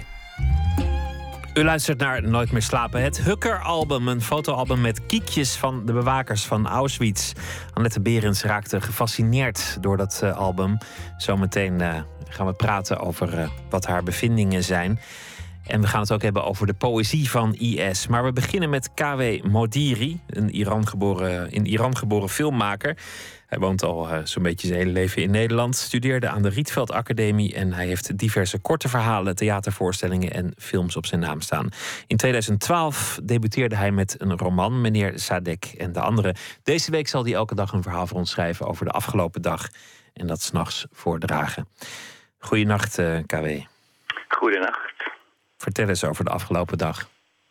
U luistert naar Nooit meer slapen. Het Hukker-album, een fotoalbum met kiekjes van de bewakers van Auschwitz. Annette Berends raakte gefascineerd door dat uh, album. Zometeen uh, gaan we praten over uh, wat haar bevindingen zijn. En we gaan het ook hebben over de poëzie van I S. Maar we beginnen met K W Modiri, een Iran geboren, in Iran geboren filmmaker. Hij woont al uh, zo'n beetje zijn hele leven in Nederland. Studeerde aan de Rietveld Academie en hij heeft diverse korte verhalen, theatervoorstellingen en films op zijn naam staan. In tweeduizend twaalf debuteerde hij met een roman, Meneer Sadek en de anderen. Deze week zal hij elke dag een verhaal voor ons schrijven over de afgelopen dag en dat 's nachts voordragen. Goedenacht, uh, K W. Goedenacht. Vertel eens over de afgelopen dag.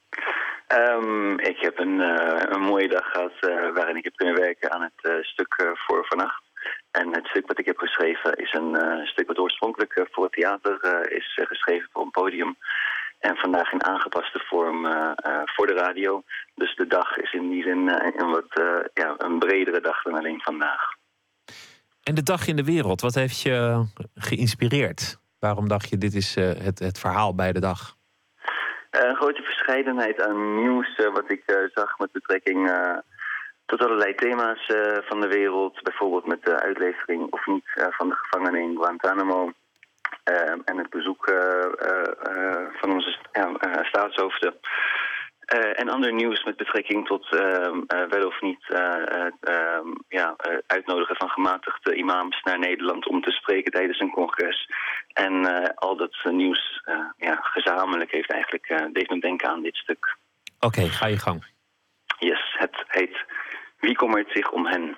Um, ik heb een, uh, een mooie dag gehad uh, waarin ik heb kunnen werken aan het uh, stuk uh, voor vannacht. En het stuk wat ik heb geschreven is een uh, stuk wat oorspronkelijk uh, voor het theater uh, is uh, geschreven voor een podium. En vandaag in aangepaste vorm uh, uh, voor de radio. Dus de dag is in die zin uh, een wat uh, ja, een bredere dag dan alleen vandaag. En de dag in de wereld, wat heeft je geïnspireerd? Waarom dacht je, dit is uh, het, het verhaal bij de dag? Uh, een grote verscheidenheid aan nieuws uh, wat ik uh, zag met betrekking uh, tot allerlei thema's uh, van de wereld. Bijvoorbeeld met de uitlevering of niet uh, van de gevangenen in Guantanamo. Uh, en het bezoek uh, uh, uh, van onze uh, uh, staatshoofden. Uh, en ander nieuws met betrekking tot uh, uh, wel of niet uh, uh, uh, ja, uh, uitnodigen van gematigde imams naar Nederland om te spreken tijdens een congres. En uh, al dat uh, nieuws uh, ja, gezamenlijk heeft eigenlijk uh, deed me denken aan dit stuk. Oké, okay, ga je gang. Yes, het heet Wie kommert zich om hen?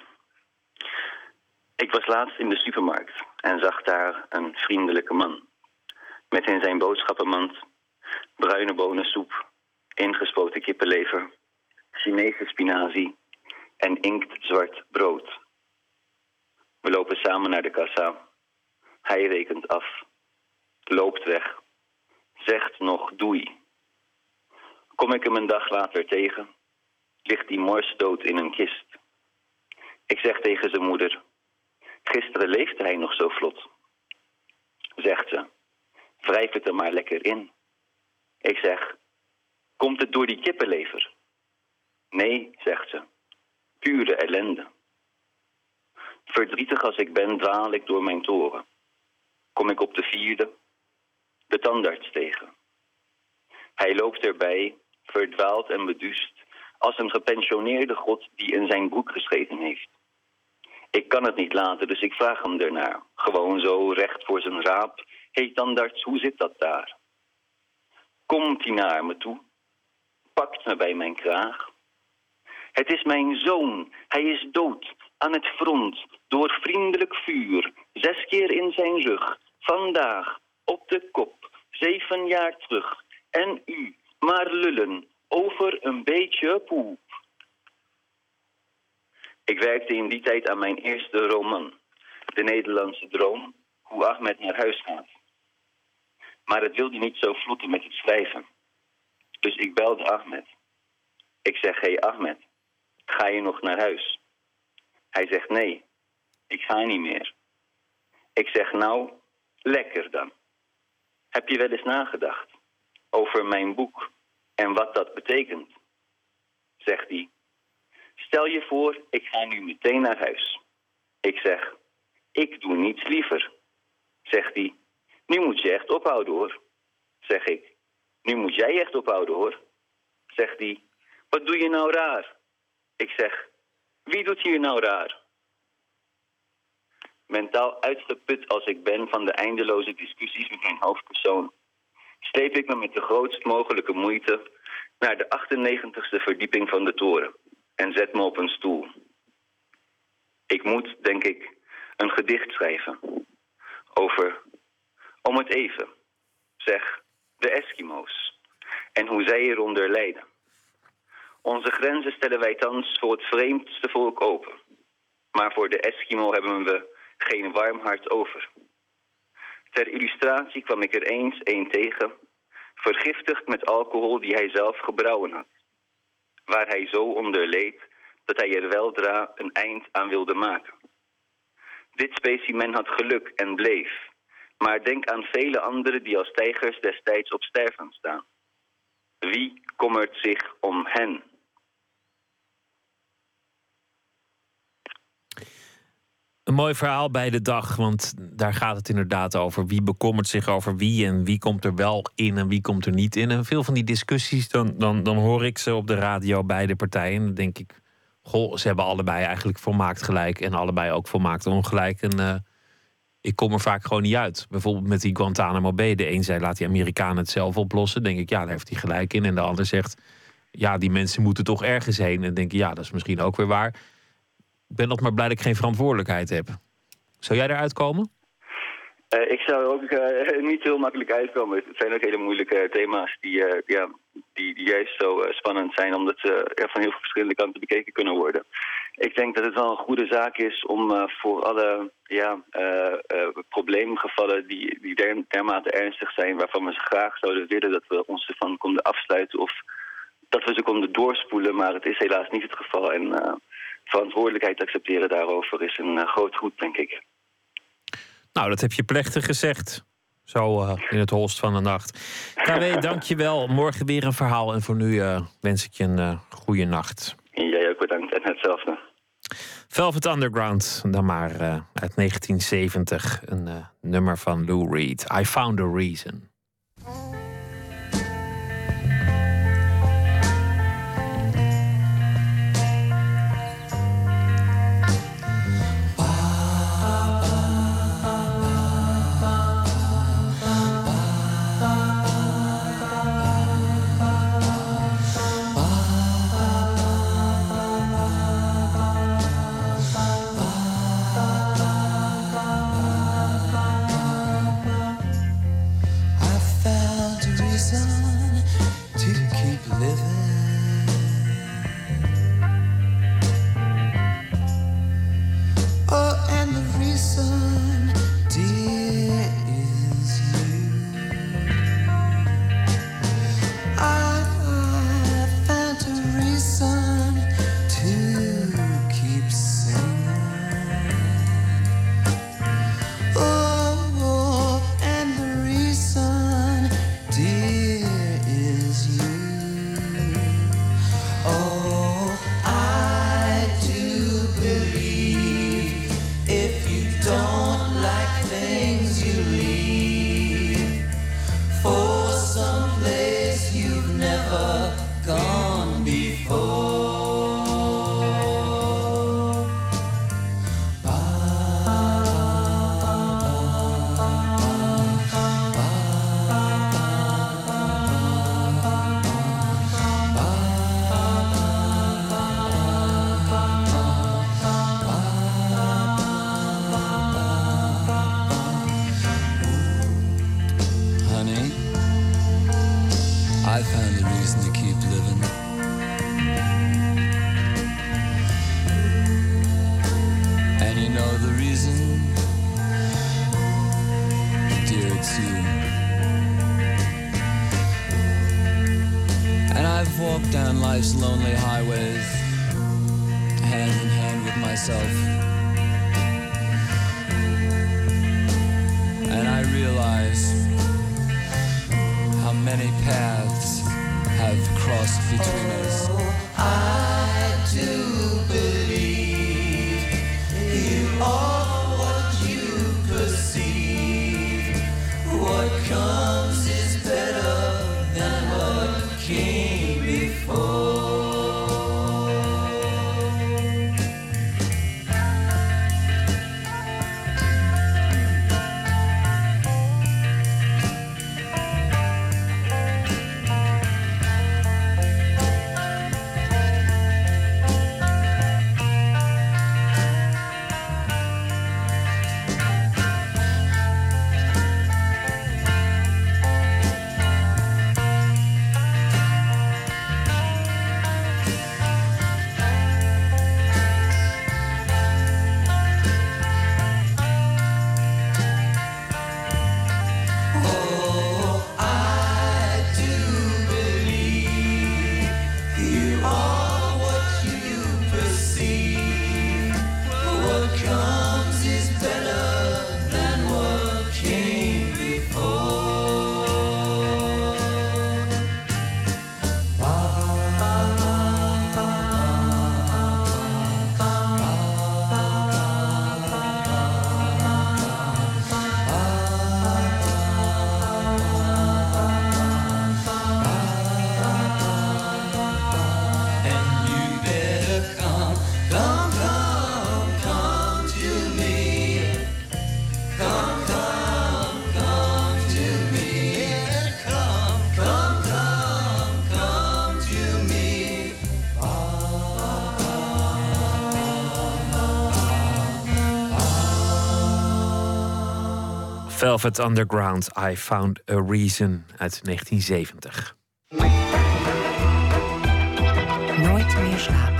Ik was laatst in de supermarkt en zag daar een vriendelijke man. Met in zijn boodschappenmand bruine bonensoep, ingespoten kippenlever, Chinese spinazie en inktzwart brood. We lopen samen naar de kassa. Hij rekent af, loopt weg, zegt nog doei. Kom ik hem een dag later tegen, ligt hij morsdood in een kist. Ik zeg tegen zijn moeder, gisteren leefde hij nog zo vlot. Zegt ze, wrijf het er maar lekker in. Ik zeg, komt het door die kippenlever? Nee, zegt ze, pure ellende. Verdrietig als ik ben, dwaal ik door mijn toren. Kom ik op de vierde, de tandarts tegen. Hij loopt erbij, verdwaald en beduust, als een gepensioneerde god die in zijn broek gescheten heeft. Ik kan het niet laten, dus ik vraag hem ernaar. Gewoon zo, recht voor zijn raap. Hé hey, tandarts, hoe zit dat daar? Komt hij naar me toe, pakt me bij mijn kraag. Het is mijn zoon, hij is dood, aan het front, door vriendelijk vuur. Zes keer in zijn rug, vandaag, op de kop, zeven jaar terug. En u, maar lullen, over een beetje poep. Ik werkte in die tijd aan mijn eerste roman, De Nederlandse Droom, hoe Ahmed naar huis gaat. Maar het wilde niet zo vlotten met het schrijven. Dus ik belde Ahmed. Ik zeg, hé hey Ahmed, ga je nog naar huis? Hij zegt, nee, ik ga niet meer. Ik zeg, nou, lekker dan. Heb je wel eens nagedacht over mijn boek en wat dat betekent? Zegt hij, stel je voor, ik ga nu meteen naar huis. Ik zeg, ik doe niets liever. Zegt hij, nu moet je echt ophouden hoor. Zeg ik, nu moet jij echt ophouden hoor. Zegt hij, wat doe je nou raar? Ik zeg, wie doet hier nou raar? Mentaal uitgeput als ik ben van de eindeloze discussies met mijn hoofdpersoon, sleep ik me met de grootst mogelijke moeite naar de achtennegentigste verdieping van de toren en zet me op een stoel. Ik moet, denk ik, een gedicht schrijven over, om het even, zeg, de Eskimo's en hoe zij eronder lijden. Onze grenzen stellen wij thans voor het vreemdste volk open. Maar voor de Eskimo hebben we geen warm hart over. Ter illustratie kwam ik er eens een tegen, vergiftigd met alcohol die hij zelf gebrouwen had. Waar hij zo onder leed dat hij er weldra een eind aan wilde maken. Dit specimen had geluk en bleef. Maar denk aan vele anderen die als tijgers destijds op sterven staan. Wie kommert zich om hen? Een mooi verhaal bij de dag, want daar gaat het inderdaad over. Wie bekommert zich over wie en wie komt er wel in en wie komt er niet in. En veel van die discussies, dan, dan, dan hoor ik ze op de radio bij de partijen. En dan denk ik, goh, ze hebben allebei eigenlijk volmaakt gelijk en allebei ook volmaakt ongelijk. En uh, ik kom er vaak gewoon niet uit. Bijvoorbeeld met die Guantanamo Bay. De een zei, laat die Amerikanen het zelf oplossen. Dan denk ik, ja, daar heeft hij gelijk in. En de ander zegt, ja, die mensen moeten toch ergens heen. En dan denk ik, ja, dat is misschien ook weer waar. Ik ben nog maar blij dat ik geen verantwoordelijkheid heb. Zou jij eruit komen? Uh, ik zou er ook uh, niet heel makkelijk uitkomen. Het zijn ook hele moeilijke thema's die, uh, ja, die, die juist zo uh, spannend zijn, omdat ze uh, van heel veel verschillende kanten bekeken kunnen worden. Ik denk dat het wel een goede zaak is om uh, voor alle ja, uh, uh, probleemgevallen die, die der, dermate ernstig zijn, waarvan we ze graag zouden willen dat we ons ervan konden afsluiten of dat we ze konden doorspoelen, maar het is helaas niet het geval. En uh, verantwoordelijkheid accepteren daarover is een uh, groot goed, denk ik. Nou, dat heb je plechtig gezegd. Zo uh, in het holst van de nacht. K W, dank je wel. Morgen weer een verhaal. En voor nu uh, wens ik je een uh, goede nacht. En jij ook bedankt. En hetzelfde. Velvet Underground. Dan maar uh, uit negentien zeventig. Een uh, nummer van Lou Reed. I Found a Reason. Dear is you. I found the reason to keep living. And you know the reason, dear, it's you. And I've walked down life's lonely highways, hand in hand with myself. And I realize how many paths have crossed between us. I do believe you are what you perceive. What comes is better than what came before. Velvet Underground, I Found a Reason uit negentien zeventig. Nooit meer slapen.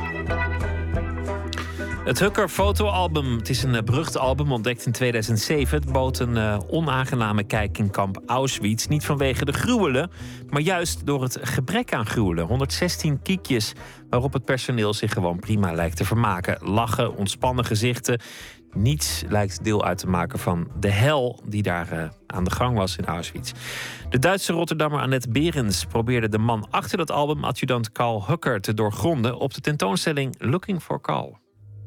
Het Hucker fotoalbum. Het is een berucht album, ontdekt in tweeduizend zeven. Het bood een uh, onaangename kijk in kamp Auschwitz. Niet vanwege de gruwelen, maar juist door het gebrek aan gruwelen. honderdzestien kiekjes waarop het personeel zich gewoon prima lijkt te vermaken. Lachen, ontspannen gezichten. Niets lijkt deel uit te maken van de hel die daar uh, aan de gang was in Auschwitz. De Duitse Rotterdammer Annette Berends probeerde de man achter dat album, adjudant Carl Hucker, te doorgronden op de tentoonstelling Looking for Carl.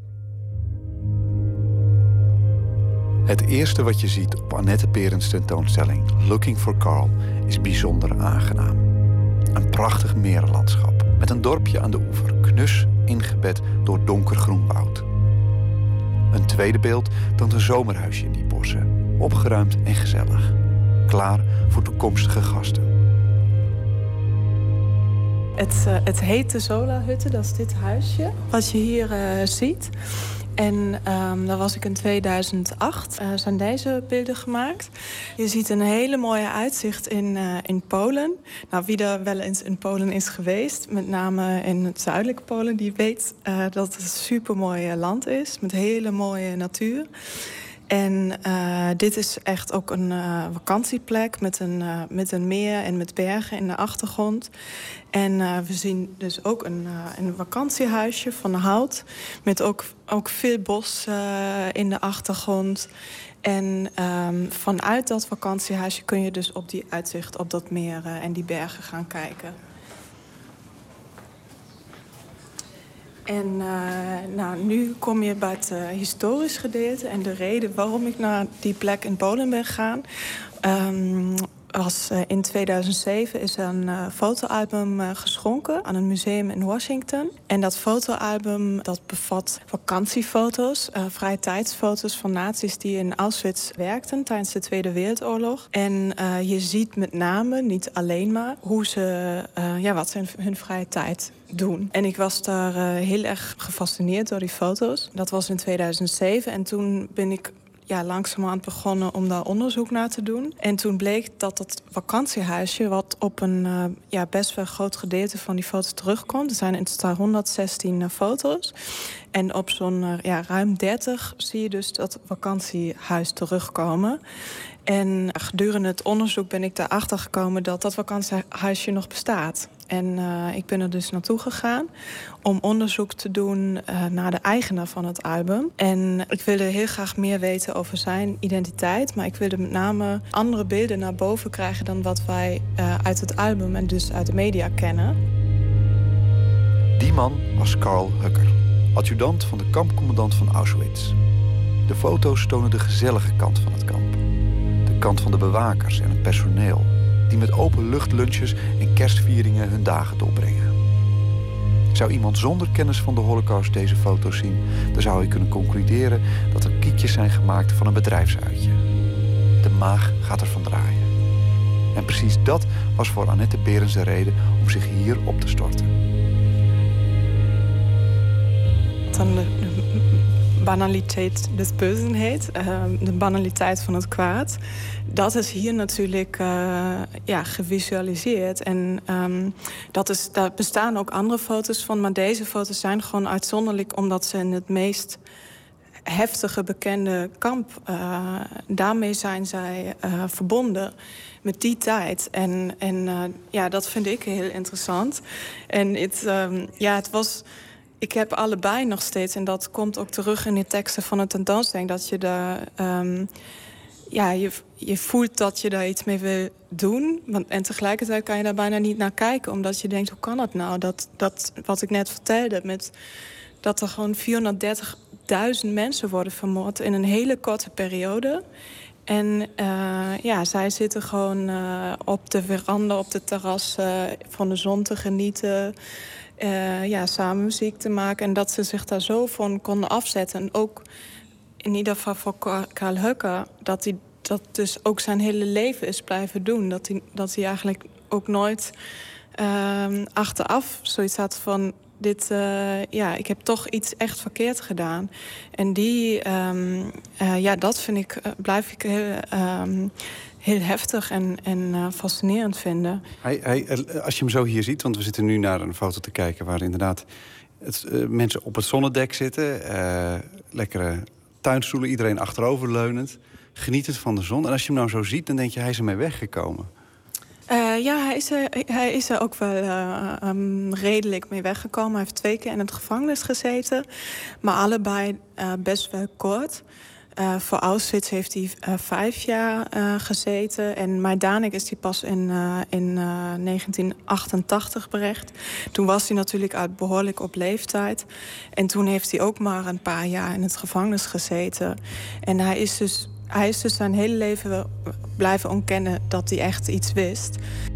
Het eerste wat je ziet op Annette Berends tentoonstelling Looking for Carl is bijzonder aangenaam. Een prachtig meerlandschap met een dorpje aan de oever, knus ingebed door donkergroen woud. Een tweede beeld toont een zomerhuisje in die bossen, opgeruimd en gezellig, klaar voor toekomstige gasten. Het, uh, het heet de Zola-hutte, dat is dit huisje wat je hier uh, ziet. En um, daar was ik in tweeduizend acht, uh, zijn deze beelden gemaakt. Je ziet een hele mooie uitzicht in, uh, in Polen. Nou, wie er wel eens in Polen is geweest, met name in het zuidelijke Polen, die weet uh, dat het een supermooi land is, met hele mooie natuur. En uh, dit is echt ook een uh, vakantieplek met een, uh, met een meer en met bergen in de achtergrond. En uh, we zien dus ook een, uh, een vakantiehuisje van hout met ook, ook veel bos uh, in de achtergrond. En um, vanuit dat vakantiehuisje kun je dus op die uitzicht op dat meer uh, en die bergen gaan kijken. En uh, nou, nu kom je bij het uh, historisch gedeelte. En de reden waarom ik naar die plek in Polen ben gegaan, Um, was uh, in tweeduizend zeven is er een uh, fotoalbum uh, geschonken aan een museum in Washington. En dat fotoalbum dat bevat vakantiefoto's, uh, vrije tijdsfoto's van nazi's die in Auschwitz werkten tijdens de Tweede Wereldoorlog. En uh, je ziet met name, niet alleen maar, hoe ze, uh, ja, wat ze in hun vrije tijd doen. En ik was daar uh, heel erg gefascineerd door die foto's. Dat was in tweeduizend zeven en toen ben ik ja, langzamerhand begonnen om daar onderzoek naar te doen. En toen bleek dat dat vakantiehuisje, wat op een uh, ja, best wel groot gedeelte van die foto's terugkomt. Er zijn in totaal honderdzestien uh, foto's. En op zo'n uh, ja, ruim dertig zie je dus dat vakantiehuis terugkomen. En gedurende het onderzoek ben ik daarachter gekomen dat dat vakantiehuisje nog bestaat. En uh, ik ben er dus naartoe gegaan om onderzoek te doen uh, naar de eigenaar van het album. En ik wilde heel graag meer weten over zijn identiteit. Maar ik wilde met name andere beelden naar boven krijgen dan wat wij uh, uit het album en dus uit de media kennen. Die man was Karl Höcker, adjudant van de kampcommandant van Auschwitz. De foto's tonen de gezellige kant van het kamp. De kant van de bewakers en het personeel, die met openluchtlunches en kerstvieringen hun dagen doorbrengen. Zou iemand zonder kennis van de Holocaust deze foto's zien, dan zou hij kunnen concluderen dat er kietjes zijn gemaakt van een bedrijfsuitje. De maag gaat ervan draaien. En precies dat was voor Annette Berends de reden om zich hier op te storten. Dan de banaliteit des Bösen heet, uh, de banaliteit van het kwaad. Dat is hier natuurlijk uh, ja, gevisualiseerd. En um, dat is, daar bestaan ook andere foto's van, maar deze foto's zijn gewoon uitzonderlijk omdat ze in het meest heftige bekende kamp, uh, daarmee zijn zij uh, verbonden met die tijd. En, en uh, ja, dat vind ik heel interessant. En het, um, ja, het was... Ik heb allebei nog steeds, en dat komt ook terug in de teksten van het tentoonstelling, dat je daar, um, ja, je, je voelt dat je daar iets mee wil doen. Want, en tegelijkertijd kan je daar bijna niet naar kijken, omdat je denkt, hoe kan dat nou? Dat, dat wat ik net vertelde, met, dat er gewoon vierhonderddertigduizend mensen worden vermoord in een hele korte periode. En uh, ja, zij zitten gewoon uh, op de veranda, op de terras uh, van de zon te genieten. Uh, ja, samen muziek te maken. En dat ze zich daar zo van konden afzetten. En ook in ieder geval voor Karl Höcker, dat hij dat dus ook zijn hele leven is blijven doen. Dat hij, dat hij eigenlijk ook nooit uh, achteraf zoiets had van, dit, uh, ja, ik heb toch iets echt verkeerd gedaan. En die, um, uh, ja, dat vind ik, uh, blijf ik heel, um, heel heftig en, en uh, fascinerend vinden. Hij, hij, als je hem zo hier ziet, want we zitten nu naar een foto te kijken waar inderdaad het, uh, mensen op het zonnedek zitten, uh, lekkere tuinstoelen, iedereen achteroverleunend, genietend van de zon. En als je hem nou zo ziet, dan denk je, hij is ermee weggekomen. Uh, ja, hij is, er, hij is er ook wel uh, um, redelijk mee weggekomen. Hij heeft twee keer in het gevangenis gezeten, maar allebei uh, best wel kort. Uh, voor Auschwitz heeft hij uh, vijf jaar uh, gezeten. En Majdanek is hij pas in, uh, in uh, negentien achtentachtig berecht. Toen was hij natuurlijk uit behoorlijk op leeftijd. En toen heeft hij ook maar een paar jaar in het gevangenis gezeten. En hij is dus, hij is dus zijn hele leven blijven ontkennen dat hij echt iets wist.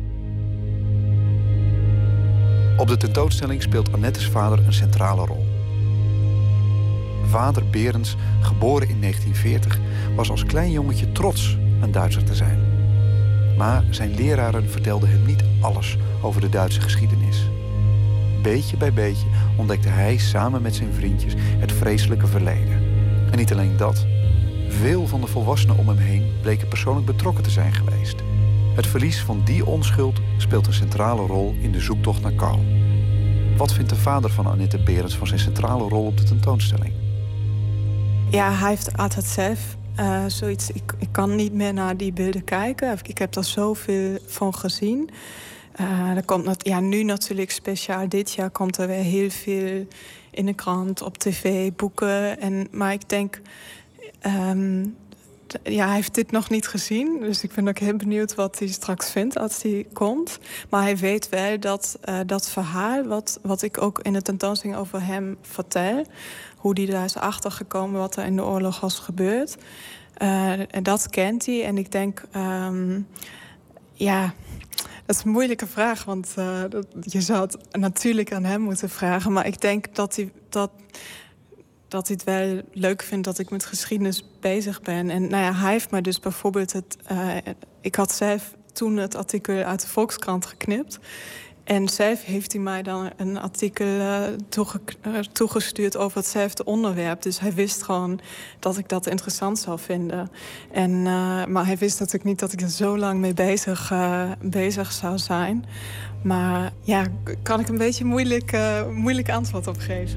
Op de tentoonstelling speelt Annette's vader een centrale rol. Vader Berends, geboren in negentien veertig, was als klein jongetje trots een Duitser te zijn. Maar zijn leraren vertelden hem niet alles over de Duitse geschiedenis. Beetje bij beetje ontdekte hij samen met zijn vriendjes het vreselijke verleden. En niet alleen dat. Veel van de volwassenen om hem heen bleken persoonlijk betrokken te zijn geweest. Het verlies van die onschuld speelt een centrale rol in de zoektocht naar Karl. Wat vindt de vader van Annette Berends van zijn centrale rol op de tentoonstelling? Ja, hij heeft altijd zelf uh, zoiets. Ik, ik kan niet meer naar die beelden kijken. Ik heb er zoveel van gezien. Uh, er komt, ja, nu natuurlijk speciaal dit jaar komt er weer heel veel in de krant, op tv, boeken. En, maar ik denk, um, d- ja, hij heeft dit nog niet gezien. Dus ik ben ook heel benieuwd wat hij straks vindt als hij komt. Maar hij weet wel dat uh, dat verhaal, wat, wat ik ook in de tentoonstelling over hem vertel, hoe die daar is achtergekomen, wat er in de oorlog was gebeurd. Uh, en dat kent hij. En ik denk, um, ja, dat is een moeilijke vraag. Want uh, dat, je zou het natuurlijk aan hem moeten vragen. Maar ik denk dat hij, dat, dat hij het wel leuk vindt dat ik met geschiedenis bezig ben. En nou ja, hij heeft mij dus bijvoorbeeld het... Uh, ik had zelf toen het artikel uit de Volkskrant geknipt. En zelf heeft hij mij dan een artikel uh, toege- uh, toegestuurd over hetzelfde onderwerp. Dus hij wist gewoon dat ik dat interessant zou vinden. En, uh, maar hij wist natuurlijk niet dat ik er zo lang mee bezig, uh, bezig zou zijn. Maar ja, kan ik een beetje moeilijk, uh, moeilijk antwoord op geven.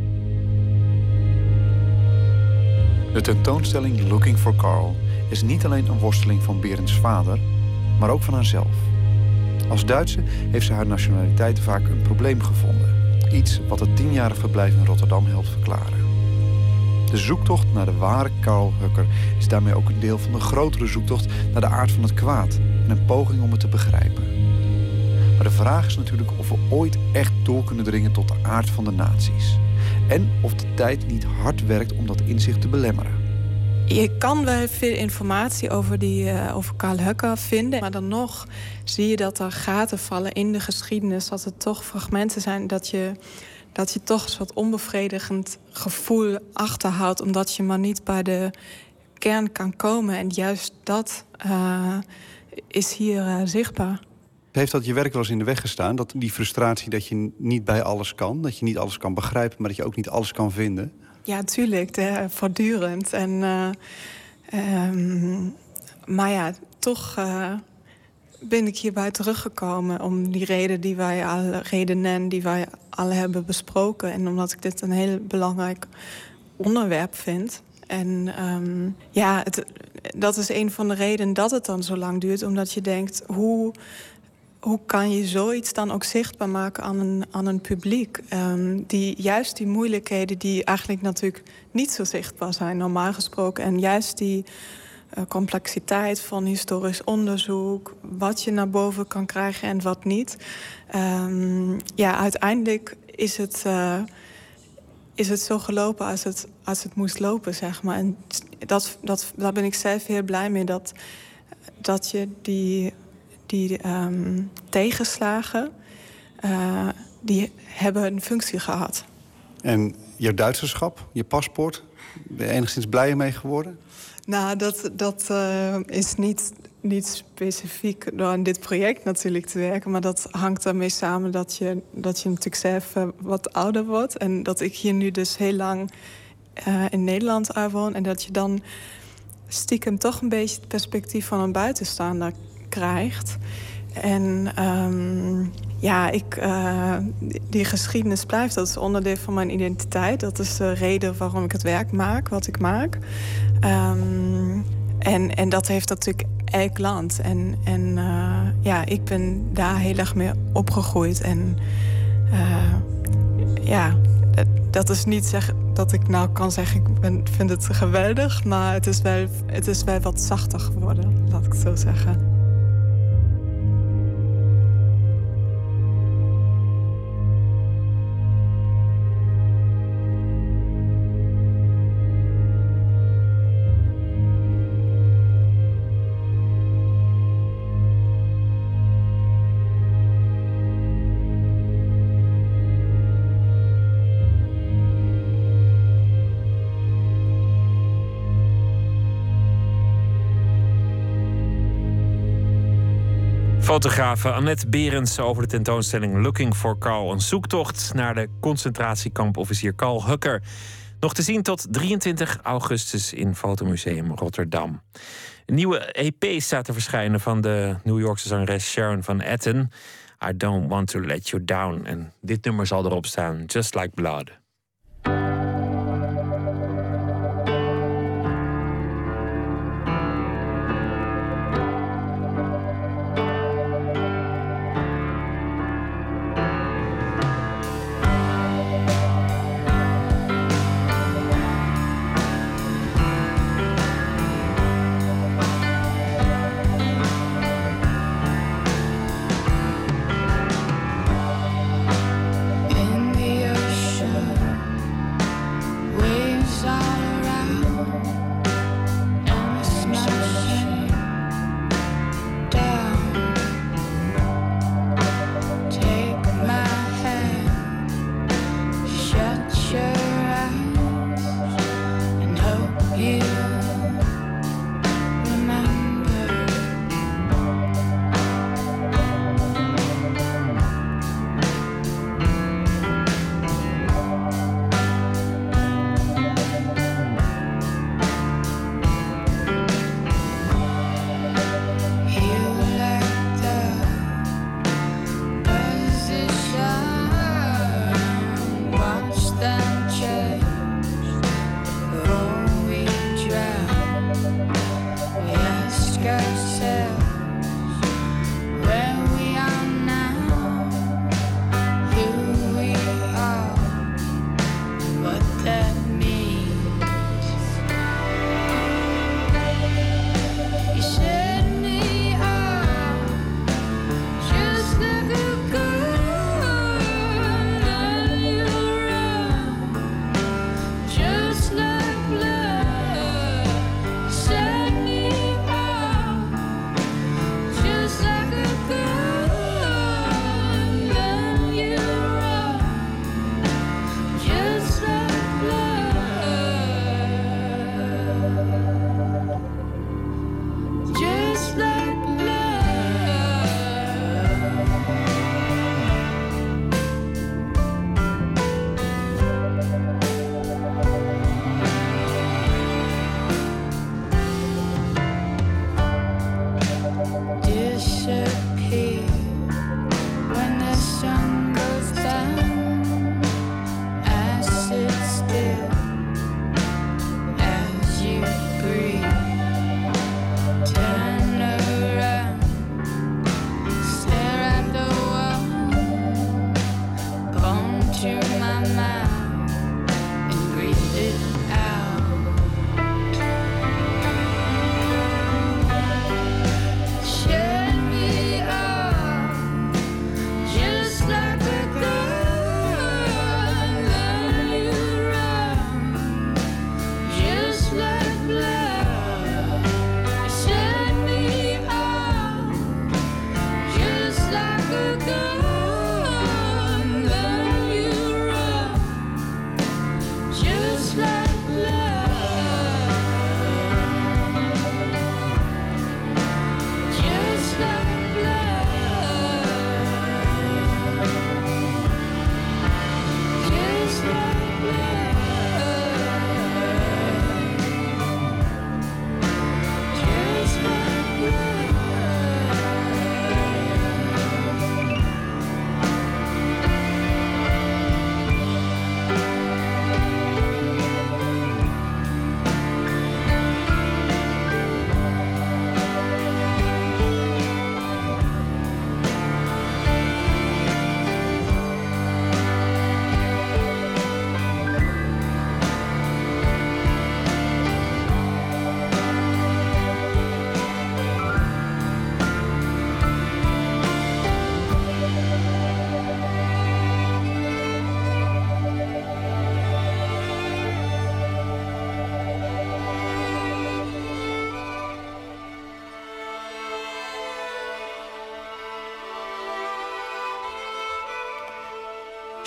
De tentoonstelling Looking for Carl is niet alleen een worsteling van Berends vader, maar ook van haarzelf. Als Duitse heeft ze haar nationaliteit vaak een probleem gevonden. Iets wat het tienjarig verblijf in Rotterdam helpt verklaren. De zoektocht naar de ware Carl Hucker is daarmee ook een deel van de grotere zoektocht naar de aard van het kwaad en een poging om het te begrijpen. Maar de vraag is natuurlijk of we ooit echt door kunnen dringen tot de aard van de nazi's. En of de tijd niet hard werkt om dat inzicht te belemmeren. Je kan wel veel informatie over, die, uh, over Carl Hucker vinden. Maar dan nog zie je dat er gaten vallen in de geschiedenis. Dat er toch fragmenten zijn dat je, dat je toch een soort onbevredigend gevoel achterhoudt. Omdat je maar niet bij de kern kan komen. En juist dat uh, is hier uh, zichtbaar. Heeft dat je werk wel eens in de weg gestaan? Dat die frustratie dat je niet bij alles kan. Dat je niet alles kan begrijpen, maar dat je ook niet alles kan vinden. Ja, tuurlijk, de, voortdurend. En, uh, um, maar ja, toch uh, ben ik hierbij teruggekomen om die reden die wij al, redenen die wij al hebben besproken. En omdat ik dit een heel belangrijk onderwerp vind. En um, ja, het, dat is een van de redenen dat het dan zo lang duurt. Omdat je denkt, hoe... Hoe kan je zoiets dan ook zichtbaar maken aan een, aan een publiek? Um, die juist die moeilijkheden die eigenlijk natuurlijk niet zo zichtbaar zijn, normaal gesproken. En juist die uh, complexiteit van historisch onderzoek, wat je naar boven kan krijgen en wat niet. Um, ja, uiteindelijk is het, uh, is het zo gelopen als het, als het moest lopen, zeg maar. En dat, dat, daar ben ik zelf heel blij mee, dat, dat je die... Die um, tegenslagen, uh, die hebben een functie gehad. En jouw Duitserschap, je paspoort, ben je enigszins blij mee geworden? Nou, dat, dat uh, is niet, niet specifiek door aan dit project natuurlijk te werken. Maar dat hangt ermee samen dat je, dat je natuurlijk zelf uh, wat ouder wordt. En dat ik hier nu dus heel lang uh, in Nederland woon. En dat je dan stiekem toch een beetje het perspectief van een buitenstaander krijgt. En um, ja, ik, uh, die geschiedenis blijft. Dat is onderdeel van mijn identiteit. Dat is de reden waarom ik het werk maak, wat ik maak. Um, en, en dat heeft natuurlijk elk land. En, en uh, ja, ik ben daar heel erg mee opgegroeid. En uh, ja, dat is niet zeg, dat ik nou kan zeggen, ik ben, vind het geweldig. Maar het is, wel, het is wel wat zachter geworden, laat ik het zo zeggen. Fotografe Annette Berends over de tentoonstelling Looking for Carl. Een zoektocht naar de concentratiekamp-officier Carl Hucker. Nog te zien tot drieëntwintig augustus in Fotomuseum Rotterdam. Een nieuwe E P staat te verschijnen van de New Yorkse zangeres Sharon Van Etten. I Don't Want to Let You Down. En dit nummer zal erop staan, Just Like Blood. In the ocean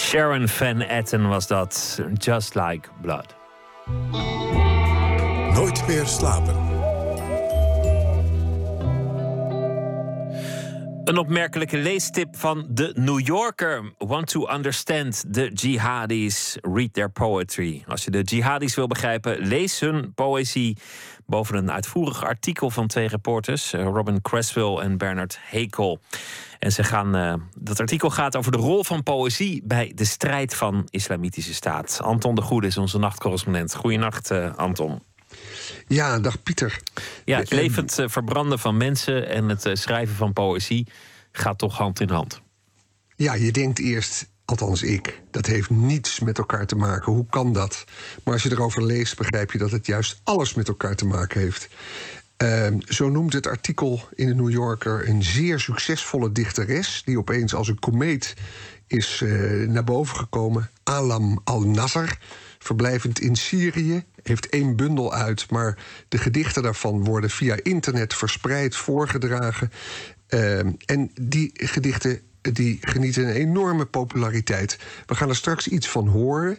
Sharon Van Etten was dat. Just Like Blood. Nooit meer slapen. Een opmerkelijke leestip van The New Yorker. Want to understand the jihadis, read their poetry. Als je de jihadis wil begrijpen, lees hun poëzie. Boven een uitvoerig artikel van twee reporters, Robin Creswell en Bernard Haeckel. En ze gaan, uh, dat artikel gaat over de rol van poëzie bij de strijd van Islamitische Staat. Anton de Goede is onze nachtcorrespondent. Goeienacht, uh, Anton. Ja, dag Pieter. Ja, het levend uh, verbranden van mensen en het uh, schrijven van poëzie gaat toch hand in hand. Ja, je denkt eerst, althans ik, dat heeft niets met elkaar te maken. Hoe kan dat? Maar als je erover leest, begrijp je dat het juist alles met elkaar te maken heeft. Uh, zo noemt het artikel in de New Yorker een zeer succesvolle dichteres die opeens als een komeet is uh, naar boven gekomen. Alam al-Nasr, verblijvend in Syrië, heeft één bundel uit, maar de gedichten daarvan worden via internet verspreid, voorgedragen. Uh, en die gedichten die genieten een enorme populariteit. We gaan er straks iets van horen.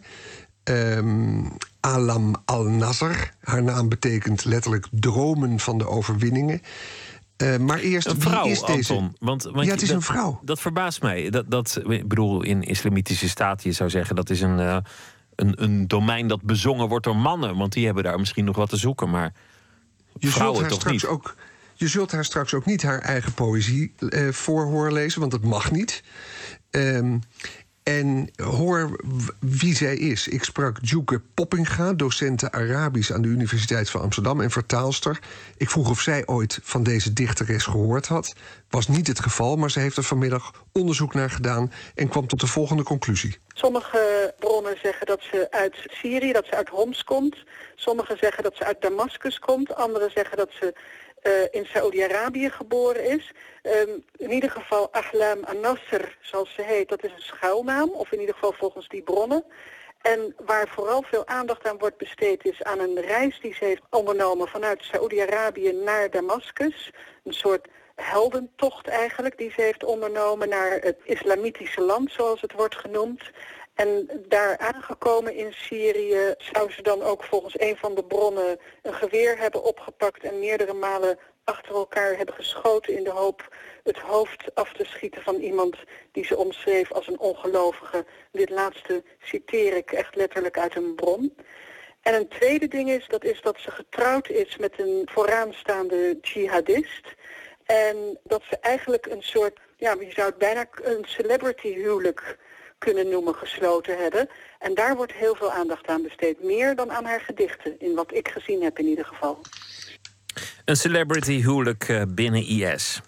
Um, Alam al-Nasr, haar naam betekent letterlijk dromen van de overwinningen. Uh, maar eerst, een vrouw, wie is deze? Anton. Want, want ja, het is dat, een vrouw. Dat verbaast mij. Dat, dat, ik bedoel, in Islamitische Staat, je zou zeggen, dat is een, uh, een, een domein dat bezongen wordt door mannen. Want die hebben daar misschien nog wat te zoeken. Maar je vrouwen zult haar toch niet? Ook, je zult haar straks ook niet haar eigen poëzie uh, voor horen lezen, want dat mag niet. Um, En hoor wie zij is. Ik sprak Djoeke Poppinga, docente Arabisch aan de Universiteit van Amsterdam en vertaalster. Ik vroeg of zij ooit van deze dichteres gehoord had. Was niet het geval, maar ze heeft er vanmiddag onderzoek naar gedaan en kwam tot de volgende conclusie. Sommige bronnen zeggen dat ze uit Syrië, dat ze uit Homs komt. Sommigen zeggen dat ze uit Damascus komt. Anderen zeggen dat ze Uh, in Saoedi-Arabië geboren is. Um, in ieder geval Ahlam an-Nasr, zoals ze heet, dat is een schuilnaam. Of in ieder geval volgens die bronnen. En waar vooral veel aandacht aan wordt besteed is aan een reis die ze heeft ondernomen vanuit Saoedi-Arabië naar Damascus. Een soort heldentocht eigenlijk die ze heeft ondernomen naar het islamitische land, zoals het wordt genoemd. En daar aangekomen in Syrië zou ze dan ook volgens een van de bronnen een geweer hebben opgepakt en meerdere malen achter elkaar hebben geschoten in de hoop het hoofd af te schieten van iemand die ze omschreef als een ongelovige. Dit laatste citeer ik echt letterlijk uit een bron. En een tweede ding is, dat is dat ze getrouwd is met een vooraanstaande jihadist. En dat ze eigenlijk een soort, ja, je zou het bijna een celebrity huwelijk kunnen noemen, gesloten hebben. En daar wordt heel veel aandacht aan besteed. Meer dan aan haar gedichten, in wat ik gezien heb in ieder geval. Een celebrity huwelijk binnen I S.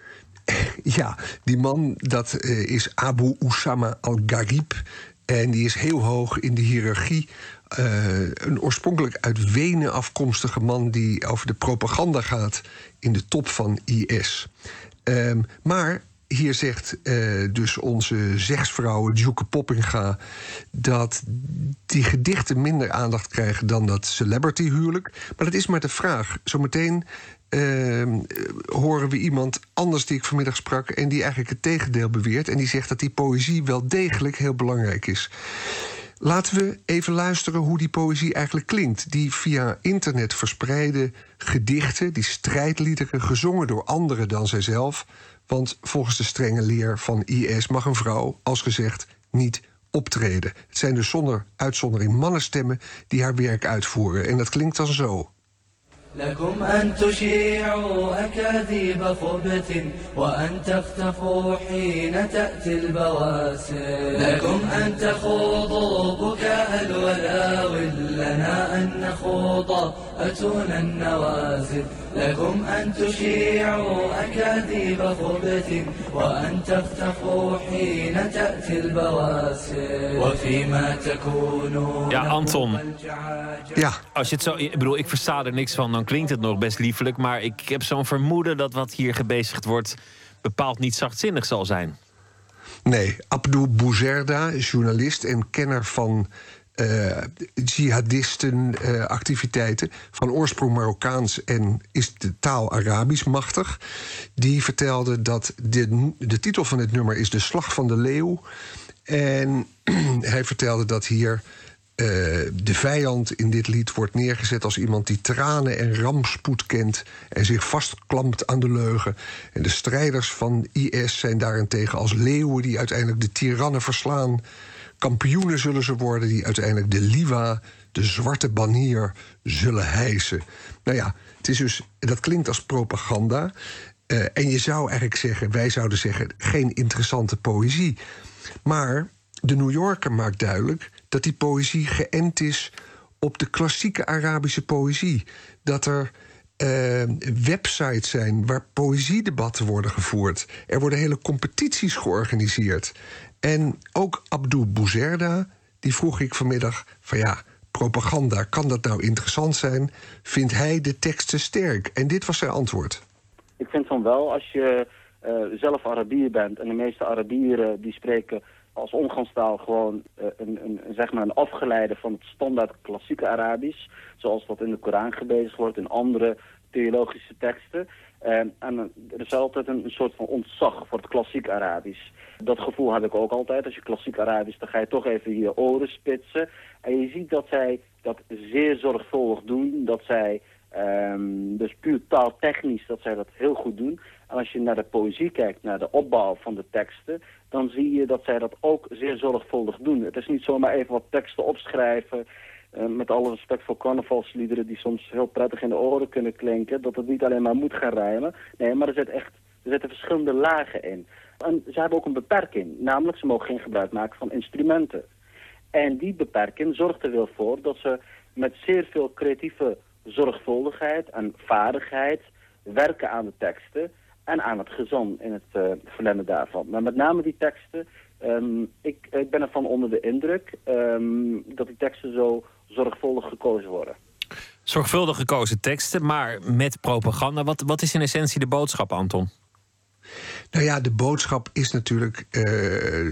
Ja, die man, dat uh, is Abu Usama al-Gharib. En die is heel hoog in de hiërarchie. Uh, een oorspronkelijk uit Wenen afkomstige man die over de propaganda gaat in de top van I S. Um, maar hier zegt uh, dus onze zegsvrouw Djoeke Poppinga dat die gedichten minder aandacht krijgen dan dat celebrity huwelijk. Maar dat is maar de vraag. Zometeen uh, horen we iemand anders die ik vanmiddag sprak en die eigenlijk het tegendeel beweert. En die zegt dat die poëzie wel degelijk heel belangrijk is. Laten we even luisteren hoe die poëzie eigenlijk klinkt. Die via internet verspreide gedichten, die strijdliederen, gezongen door anderen dan zijzelf. Want volgens de strenge leer van I S mag een vrouw, als gezegd, niet optreden. Het zijn dus zonder uitzondering mannenstemmen die haar werk uitvoeren. En dat klinkt dan zo. لكم أن تشيعوا أكاذيب خبث وأن تختفوا حين تأتي البواسل لكم أن تخوضوا بكاء الولاول لنا أن نخوض أتون النوازل لكم أن تشيعوا أكاذيب خبث وأن تختفوا حين تأتي البواسل وفيما تكونوا. Ja, Anton. Ja. Als je het zo, ik bedoel, ik versta er niks van, dan klinkt het nog best liefelijk. Maar ik heb zo'n vermoeden dat wat hier gebezigd wordt bepaald niet zachtzinnig zal zijn. Nee, Abdou Bouzerda, journalist en kenner van uh, jihadistenactiviteiten, uh, van oorsprong Marokkaans en is de taal Arabisch machtig. Die vertelde dat de, de titel van dit nummer is De Slag van de Leeuw. En hij vertelde dat hier uh, de vijand in dit lied wordt neergezet als iemand die tranen en rampspoed kent en zich vastklampt aan de leugen. En de strijders van I S zijn daarentegen als leeuwen die uiteindelijk de tirannen verslaan. Kampioenen zullen ze worden die uiteindelijk de Liwa, de zwarte banier, zullen hijsen. Nou ja, het is dus, dat klinkt als propaganda. Uh, en je zou eigenlijk zeggen, wij zouden zeggen, geen interessante poëzie. Maar de New Yorker maakt duidelijk dat die poëzie geënt is op de klassieke Arabische poëzie. Dat er uh, websites zijn waar poëziedebatten worden gevoerd. Er worden hele competities georganiseerd. En ook Abdou Bouzerda, die vroeg ik vanmiddag van ja, propaganda, kan dat nou interessant zijn? Vindt hij de teksten sterk? En dit was zijn antwoord. Ik vind van wel, als je uh, zelf Arabier bent en de meeste Arabieren die spreken als omgangstaal gewoon uh, een, een, zeg maar een afgeleide van het standaard klassieke Arabisch, zoals dat in de Koran gebezigd wordt, in andere theologische teksten. Uh, en er is altijd een, een soort van ontzag voor het klassiek Arabisch. Dat gevoel heb ik ook altijd. Als je klassiek Arabisch, dan ga je toch even je oren spitsen. En je ziet dat zij dat zeer zorgvuldig doen. Dat zij, um, dus puur taaltechnisch, dat zij dat heel goed doen. En als je naar de poëzie kijkt, naar de opbouw van de teksten, dan zie je dat zij dat ook zeer zorgvuldig doen. Het is niet zomaar even wat teksten opschrijven, uh, met alle respect voor carnavalsliederen die soms heel prettig in de oren kunnen klinken, dat het niet alleen maar moet gaan rijmen. Nee, maar er zit echt, er zitten verschillende lagen in. En ze hebben ook een beperking, namelijk ze mogen geen gebruik maken van instrumenten. En die beperking zorgt er wel voor dat ze met zeer veel creatieve zorgvuldigheid en vaardigheid werken aan de teksten en aan het gezang in het uh, verlengen daarvan. Maar met name die teksten, um, ik, ik ben ervan onder de indruk um, dat die teksten zo zorgvuldig gekozen worden. Zorgvuldig gekozen teksten, maar met propaganda. Wat, wat is in essentie de boodschap, Anton? Nou ja, de boodschap is natuurlijk uh,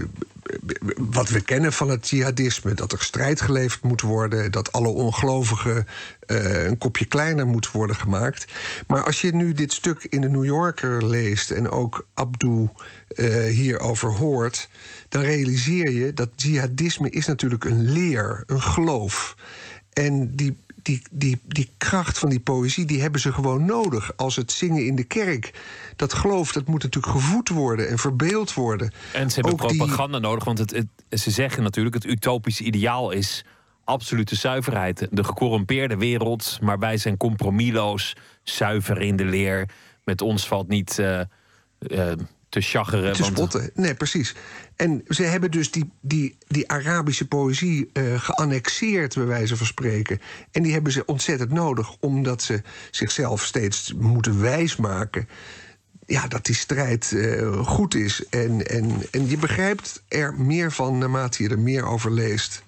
wat we kennen van het jihadisme. Dat er strijd geleverd moet worden, dat alle ongelovigen uh, een kopje kleiner moet worden gemaakt. Maar als je nu dit stuk in de New Yorker leest en ook Abdou uh, hierover hoort, dan realiseer je dat jihadisme is natuurlijk een leer, een geloof. En die Die, die, die kracht van die poëzie, die hebben ze gewoon nodig. Als het zingen in de kerk. Dat geloof, dat moet natuurlijk gevoed worden en verbeeld worden. En ze hebben Ook propaganda die... nodig, want het, het, ze zeggen natuurlijk, het utopische ideaal is absolute zuiverheid. De gecorrumpeerde wereld, maar wij zijn compromisloos, zuiver in de leer. Met ons valt niet uh, uh, te chageren. Te want... spotten, nee, precies. En ze hebben dus die, die, die Arabische poëzie uh, geannexeerd, bij wijze van spreken. En die hebben ze ontzettend nodig, omdat ze zichzelf steeds moeten wijsmaken. Ja, dat die strijd uh, goed is. En, en, en je begrijpt er meer van naarmate je er meer over leest.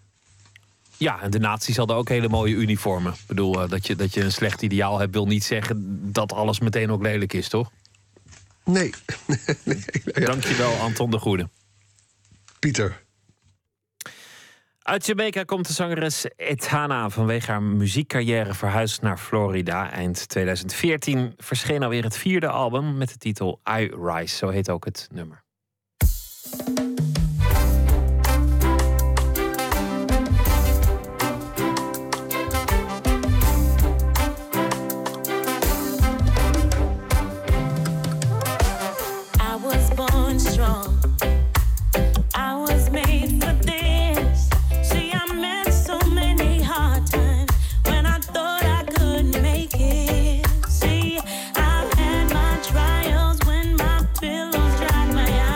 Ja, en de nazi's hadden ook hele mooie uniformen. Ik bedoel, uh, dat, je, dat je een slecht ideaal hebt, wil niet zeggen dat alles meteen ook lelijk is, toch? Nee. nee ja. Dankjewel, Anton de Goede. Pieter. Uit Jamaica komt de zangeres Etana vanwege haar muziekcarrière verhuisd naar Florida. Eind tweeduizend veertien verscheen alweer het vierde album met de titel I Rise. Zo heet ook het nummer. I was born strong. I was made for this. See, I met so many hard times when I thought I couldn't make it. See, I've had my trials when my pillows dried my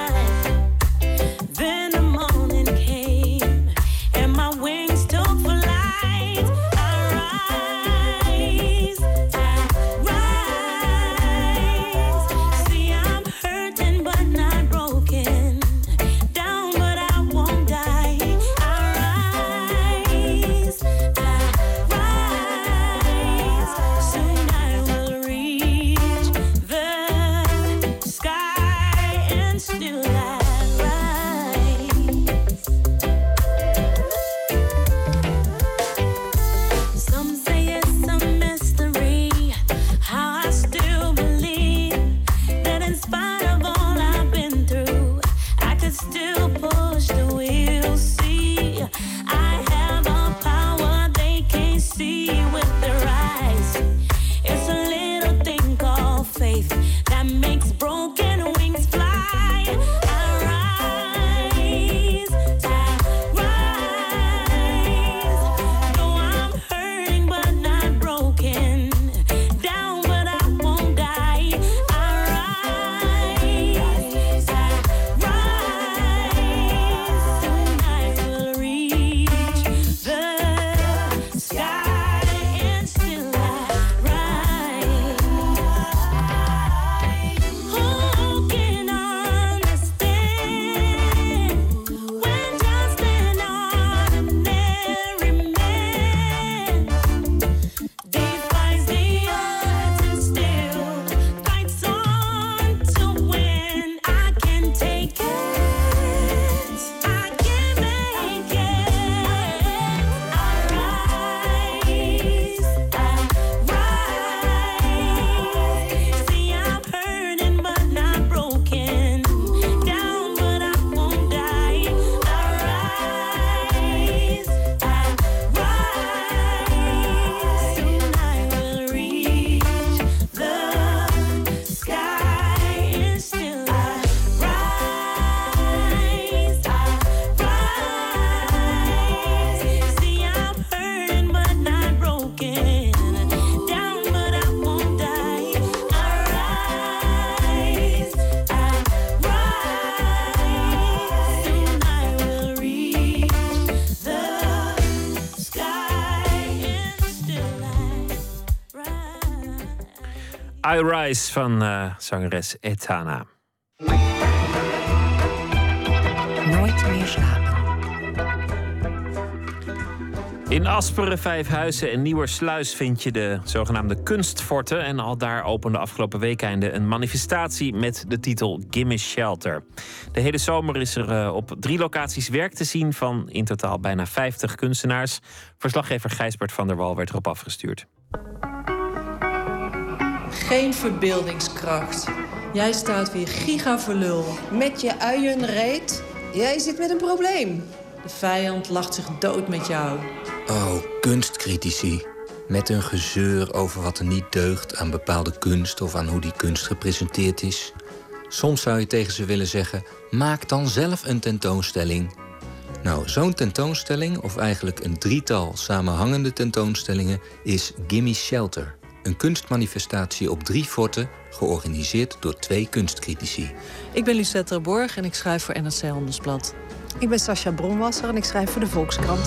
push, the wheel see. I have a power they can't see with their eyes. It's a little thing called faith that makes broken wings fly. I rise, I rise. Though I'm hurting but not broken, down but I won't die. I rise, I rise. Soon I will reach the sky and still I rise. Who can understand when just an ordinary man defies the odds and still fights on to win? I can take it, I can make it. I rise, I rise. See, I'm hurting but not broken, down but I won't die. I rise, I rise. Soon I will reach the sky and still I rise, I rise. See, I'm hurting but not broken, down but I won't die. I rise, I rise. Soon I will reach the sky and still I I Rise van uh, zangeres Etana. Nooit meer slapen. In Asperen, Vijfhuizen en Nieuwersluis vind je de zogenaamde kunstforten. En al daar opende afgelopen weekende een manifestatie met de titel Gimme Shelter. De hele zomer is er uh, op drie locaties werk te zien van in totaal bijna vijftig kunstenaars. Verslaggever Gijsbert van der Wal werd erop afgestuurd. Geen verbeeldingskracht. Jij staat weer giga voor lul. Met je uienreet. Jij zit met een probleem. De vijand lacht zich dood met jou. Oh, kunstcritici. Met een gezeur over wat er niet deugt aan bepaalde kunst of aan hoe die kunst gepresenteerd is. Soms zou je tegen ze willen zeggen, maak dan zelf een tentoonstelling. Nou, zo'n tentoonstelling, of eigenlijk een drietal samenhangende tentoonstellingen, is Gimme Shelter. Een kunstmanifestatie op drie forten, georganiseerd door twee kunstcritici. Ik ben Lucette Borg en ik schrijf voor N R C Handelsblad. Ik ben Sascha Bronwasser en ik schrijf voor de Volkskrant.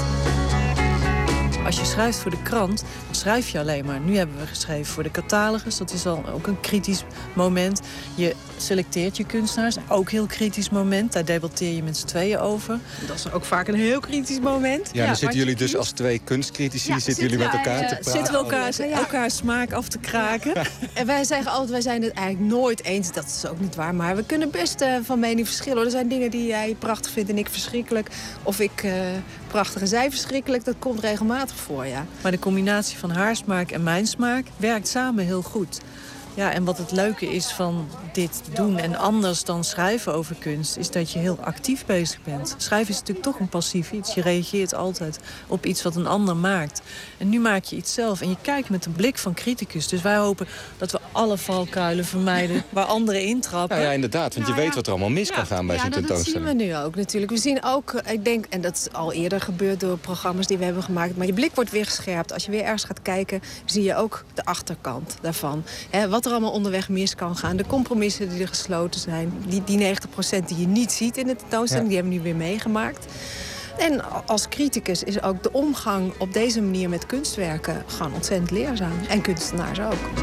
Als je schrijft voor de krant, dan schrijf je alleen maar. Nu hebben we geschreven voor de catalogus. Dat is al ook een kritisch moment. Je selecteert je kunstenaars. Ook een heel kritisch moment. Daar debatteer je met z'n tweeën over. Dat is ook vaak een heel kritisch moment. Ja, dan zitten jullie dus als twee kunstcritici... Ja, zitten jullie met elkaar ja, te praten? Zitten we elkaar, Ja, ja. elkaar smaak af te kraken. En wij zeggen altijd, wij zijn het eigenlijk nooit eens. Dat is ook niet waar, maar we kunnen best uh, van mening verschillen. Er zijn dingen die jij prachtig vindt en ik verschrikkelijk. Of ik uh, prachtig en zij verschrikkelijk. Dat komt regelmatig voor, ja. Maar de combinatie van haar smaak en mijn smaak werkt samen heel goed. Ja, en wat het leuke is van dit doen en anders dan schrijven over kunst... is dat je heel actief bezig bent. Schrijven is natuurlijk toch een passief iets. Je reageert altijd op iets wat een ander maakt. En nu maak je iets zelf en je kijkt met een blik van criticus. Dus wij hopen dat we alle valkuilen vermijden waar anderen intrappen. Ja, ja, inderdaad, want je weet wat er allemaal mis kan gaan bij Ja, zo'n dat, dat tentoonstelling. zien we nu ook natuurlijk. We zien ook, ik denk, en dat is al eerder gebeurd door programma's die we hebben gemaakt... maar je blik wordt weer gescherpt. Als je weer ergens gaat kijken, zie je ook de achterkant daarvan. He, wat er allemaal onderweg mis kan gaan. De compromissen die er gesloten zijn. Die, die negentig procent die je niet ziet in de tentoonstelling, ja. Die hebben we nu weer meegemaakt. En als criticus is ook de omgang op deze manier met kunstwerken gewoon ontzettend leerzaam. En kunstenaars ook.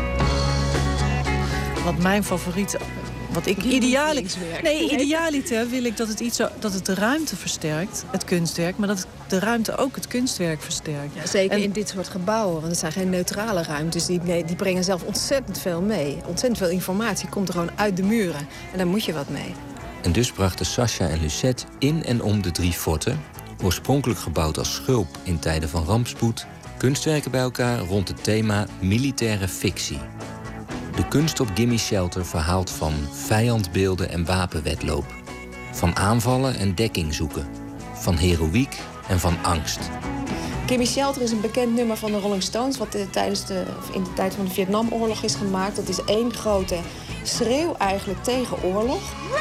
Wat mijn favoriete... Wat ik ideali... Nee, idealiter wil ik dat het, iets zo, dat het de ruimte versterkt, het kunstwerk... maar dat het de ruimte ook het kunstwerk versterkt. Ja, zeker en... in dit soort gebouwen, want het zijn geen neutrale ruimtes. Die, die brengen zelf ontzettend veel mee. Ontzettend veel informatie komt er gewoon uit de muren. En daar moet je wat mee. En dus brachten Sascha en Lucette in en om de drie forten... oorspronkelijk gebouwd als schulp in tijden van rampspoed... kunstwerken bij elkaar rond het thema militaire fictie. De kunst op Gimme Shelter verhaalt van vijandbeelden en wapenwedloop. Van aanvallen en dekking zoeken. Van heroïek en van angst. Gimme Shelter is een bekend nummer van de Rolling Stones... wat de, tijdens de, in de tijd van de Vietnamoorlog is gemaakt. Dat is één grote schreeuw eigenlijk tegen oorlog.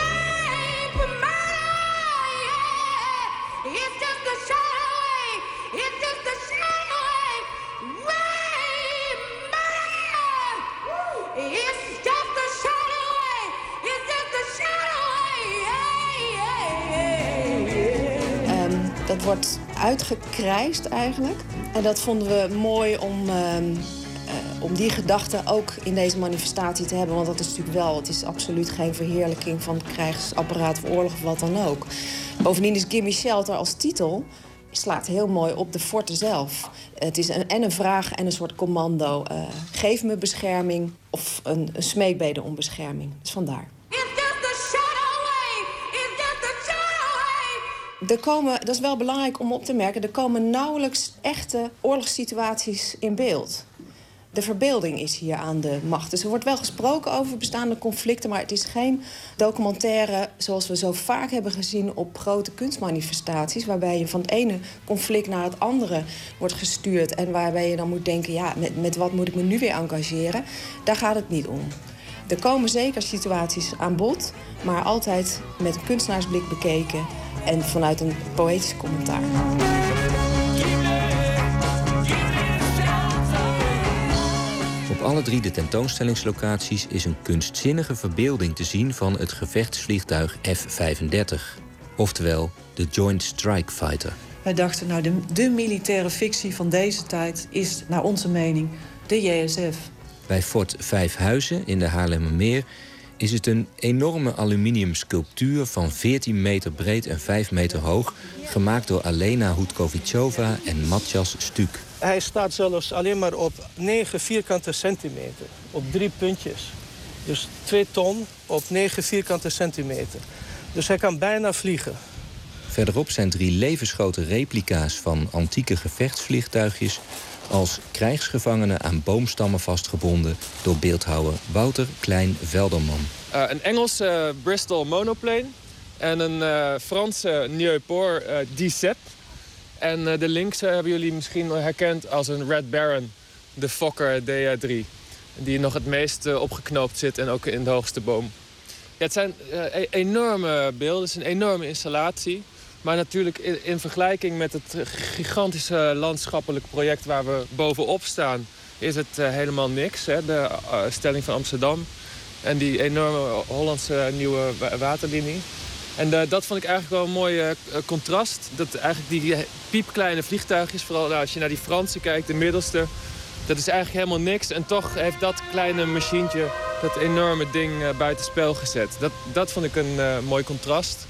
Dat wordt uitgekrijsd eigenlijk. En dat vonden we mooi om, uh, uh, om die gedachte ook in deze manifestatie te hebben. Want dat is natuurlijk wel, het is absoluut geen verheerlijking van het krijgsapparaat of oorlog of wat dan ook. Bovendien is Gimme Shelter als titel slaat heel mooi op de forten zelf. Het is een, en een vraag en een soort commando. Uh, geef me bescherming of een, een smeekbede om bescherming. Dus vandaar. Er komen, dat is wel belangrijk om op te merken... er komen nauwelijks echte oorlogssituaties in beeld. De verbeelding is hier aan de macht. Dus er wordt wel gesproken over bestaande conflicten... maar het is geen documentaire zoals we zo vaak hebben gezien... op grote kunstmanifestaties... waarbij je van het ene conflict naar het andere wordt gestuurd... en waarbij je dan moet denken, ja, met, met wat moet ik me nu weer engageren? Daar gaat het niet om. Er komen zeker situaties aan bod... maar altijd met een kunstenaarsblik bekeken... en vanuit een poëtisch commentaar. Op alle drie de tentoonstellingslocaties is een kunstzinnige verbeelding te zien van het gevechtsvliegtuig F vijfendertig. Oftewel de Joint Strike Fighter. Wij dachten, nou, de, de militaire fictie van deze tijd is, naar onze mening, de J S F. Bij Fort Vijfhuizen in de Haarlemmermeer is het een enorme aluminium sculptuur van veertien meter breed en vijf meter hoog... gemaakt door Alena Hutkovitsova en Matjas Stuk. Hij staat zelfs alleen maar op negen vierkante centimeter, op drie puntjes. Dus twee ton op negen vierkante centimeter. Dus hij kan bijna vliegen. Verderop zijn drie levensgrote replica's van antieke gevechtsvliegtuigjes... als krijgsgevangenen aan boomstammen vastgebonden... door beeldhouwer Wouter Klein-Velderman. Uh, een Engelse uh, Bristol monoplane en een uh, Franse Nieuport uh, D sept. En uh, de linkse hebben jullie misschien herkend als een Red Baron, de Fokker D drie. Die nog het meest uh, opgeknoopt zit en ook in de hoogste boom. Ja, het zijn uh, e- enorme beelden, het is een enorme installatie... Maar natuurlijk in, in vergelijking met het gigantische landschappelijk project waar we bovenop staan... is het uh, helemaal niks, hè? De uh, stelling van Amsterdam. En die enorme Hollandse nieuwe waterlinie. En uh, dat vond ik eigenlijk wel een mooi uh, contrast. Dat eigenlijk die piepkleine vliegtuigjes, vooral nou, als je naar die Franse kijkt, de middelste... dat is eigenlijk helemaal niks. En toch heeft dat kleine machientje dat enorme ding uh, buitenspel gezet. Dat, dat vond ik een uh, mooi contrast.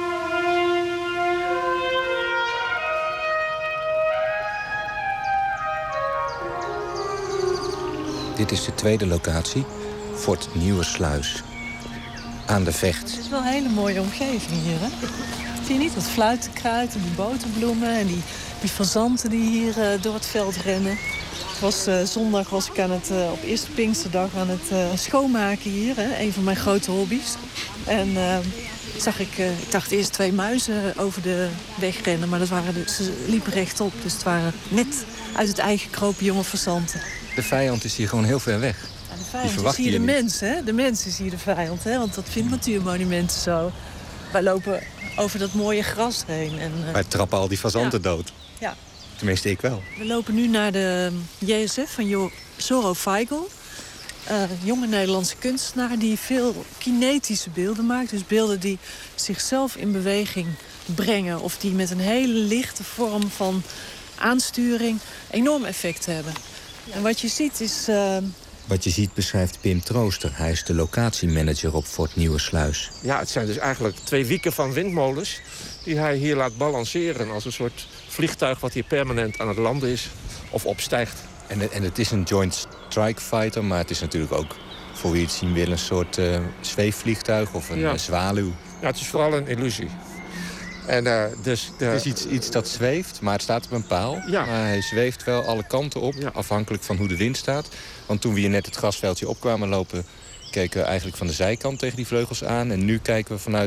Dit is de tweede locatie, Fort Nieuwersluis. Aan de Vecht. Het is wel een hele mooie omgeving hier, hè? Zie je niet dat fluitenkruid en die boterbloemen... en die, die fazanten die hier uh, door het veld rennen. Het was, uh, zondag was ik aan het, uh, op eerste Pinksterdag aan het uh, schoonmaken hier. Hè? Een van mijn grote hobby's. En uh, zag ik, uh, ik dacht eerst twee muizen over de weg rennen... maar dat waren de, ze liepen rechtop, dus het waren net uit het eigen gekropen jonge fazanten. De vijand is hier gewoon heel ver weg. Ja, de vijand is hier de mens, hè? De mens is hier de vijand, hè? Want dat vindt natuurmonumenten zo. Wij lopen over dat mooie gras heen. En, uh... Wij trappen al die fazanten ja. dood. Ja. Tenminste, ik wel. We lopen nu naar de J S F van jo- Zoro Feigl. Uh, een jonge Nederlandse kunstenaar die veel kinetische beelden maakt. Dus beelden die zichzelf in beweging brengen. Of die met een hele lichte vorm van aansturing enorm effect hebben. En wat je ziet is... Uh... Wat je ziet beschrijft Pim Trooster. Hij is de locatiemanager op Fort Nieuwersluis. Ja, het zijn dus eigenlijk twee wieken van windmolens... die hij hier laat balanceren als een soort vliegtuig... wat hier permanent aan het landen is of opstijgt. En, en het is een Joint Strike Fighter, maar het is natuurlijk ook... voor wie het zien wil een soort uh, zweefvliegtuig of een ja. zwaluw. Ja, het is vooral een illusie. En, uh, dus de... Het is iets, iets dat zweeft, maar het staat op een paal. Ja. Maar hij zweeft wel alle kanten op, ja. afhankelijk van hoe de wind staat. Want toen we hier net het grasveldje opkwamen lopen... keken we eigenlijk van de zijkant tegen die vleugels aan. En nu kijken we vanuit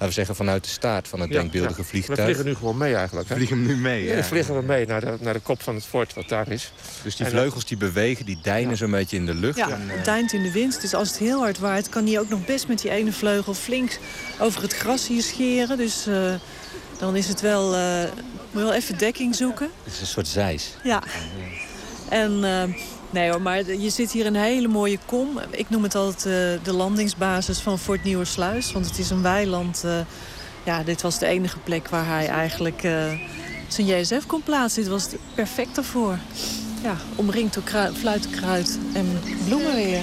laten we zeggen, vanuit de staart van het Ja, denkbeeldige ja. vliegtuig. We vliegen nu gewoon mee eigenlijk. Hè? We vliegen hem nu mee, Ja, ja. dan vliegen we mee naar de, naar de kop van het fort wat daar is. Dus die En, vleugels die bewegen, die deinen zo'n beetje in de lucht. Ja, en, uh, het deint in de wind. Dus als het heel hard waait, kan hij ook nog best met die ene vleugel flink over het gras hier scheren. Dus uh, dan is het wel, uh, moet je wel even dekking zoeken. Het is een soort zeis. Ja. En uh, nee hoor, maar je zit hier in een hele mooie kom. Ik noem het altijd uh, de landingsbasis van Fort Nieuwersluis. Want het is een weiland. Uh, ja, dit was de enige plek waar hij eigenlijk uh, zijn J S F kon plaatsen. Dit was het perfect daarvoor. Ja, omringd door krui- fluitenkruid en bloemen weer.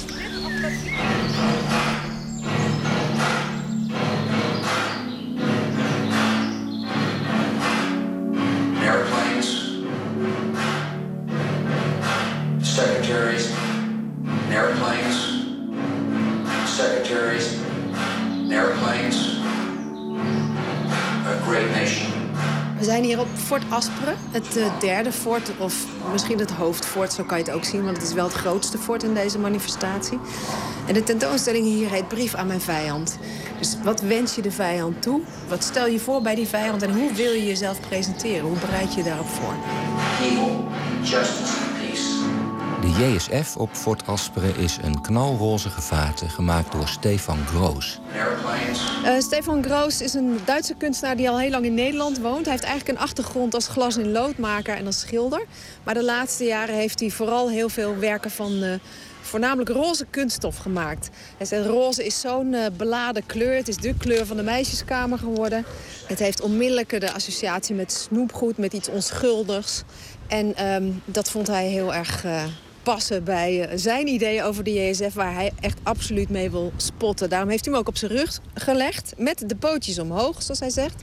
Airplanes, secretaries, airplanes, secretaries, airplanes, a great nation. We zijn hier op Fort Asperen, het uh, derde fort, of misschien het hoofdfort, zo kan je het ook zien, want het is wel het grootste fort in deze manifestatie. En de tentoonstelling hier heet Brief aan mijn vijand. Dus wat wens je de vijand toe? Wat stel je voor bij die vijand en hoe wil je jezelf presenteren? Hoe bereid je je daarop voor? Evil, justice and peace. De J S F op Fort Asperen is een knalroze gevaarte gemaakt door Stefan Groos. Uh, Stefan Groos is een Duitse kunstenaar die al heel lang in Nederland woont. Hij heeft eigenlijk een achtergrond als glas- en loodmaker en als schilder. Maar de laatste jaren heeft hij vooral heel veel werken van uh, voornamelijk roze kunststof gemaakt. Hij zegt, roze is zo'n uh, beladen kleur. Het is de kleur van de meisjeskamer geworden. Het heeft onmiddellijk de associatie met snoepgoed, met iets onschuldigs. En um, dat vond hij heel erg uh, passen bij uh, zijn ideeën over de J S F... waar hij echt absoluut mee wil spotten. Daarom heeft hij hem ook op zijn rug gelegd, met de pootjes omhoog, zoals hij zegt.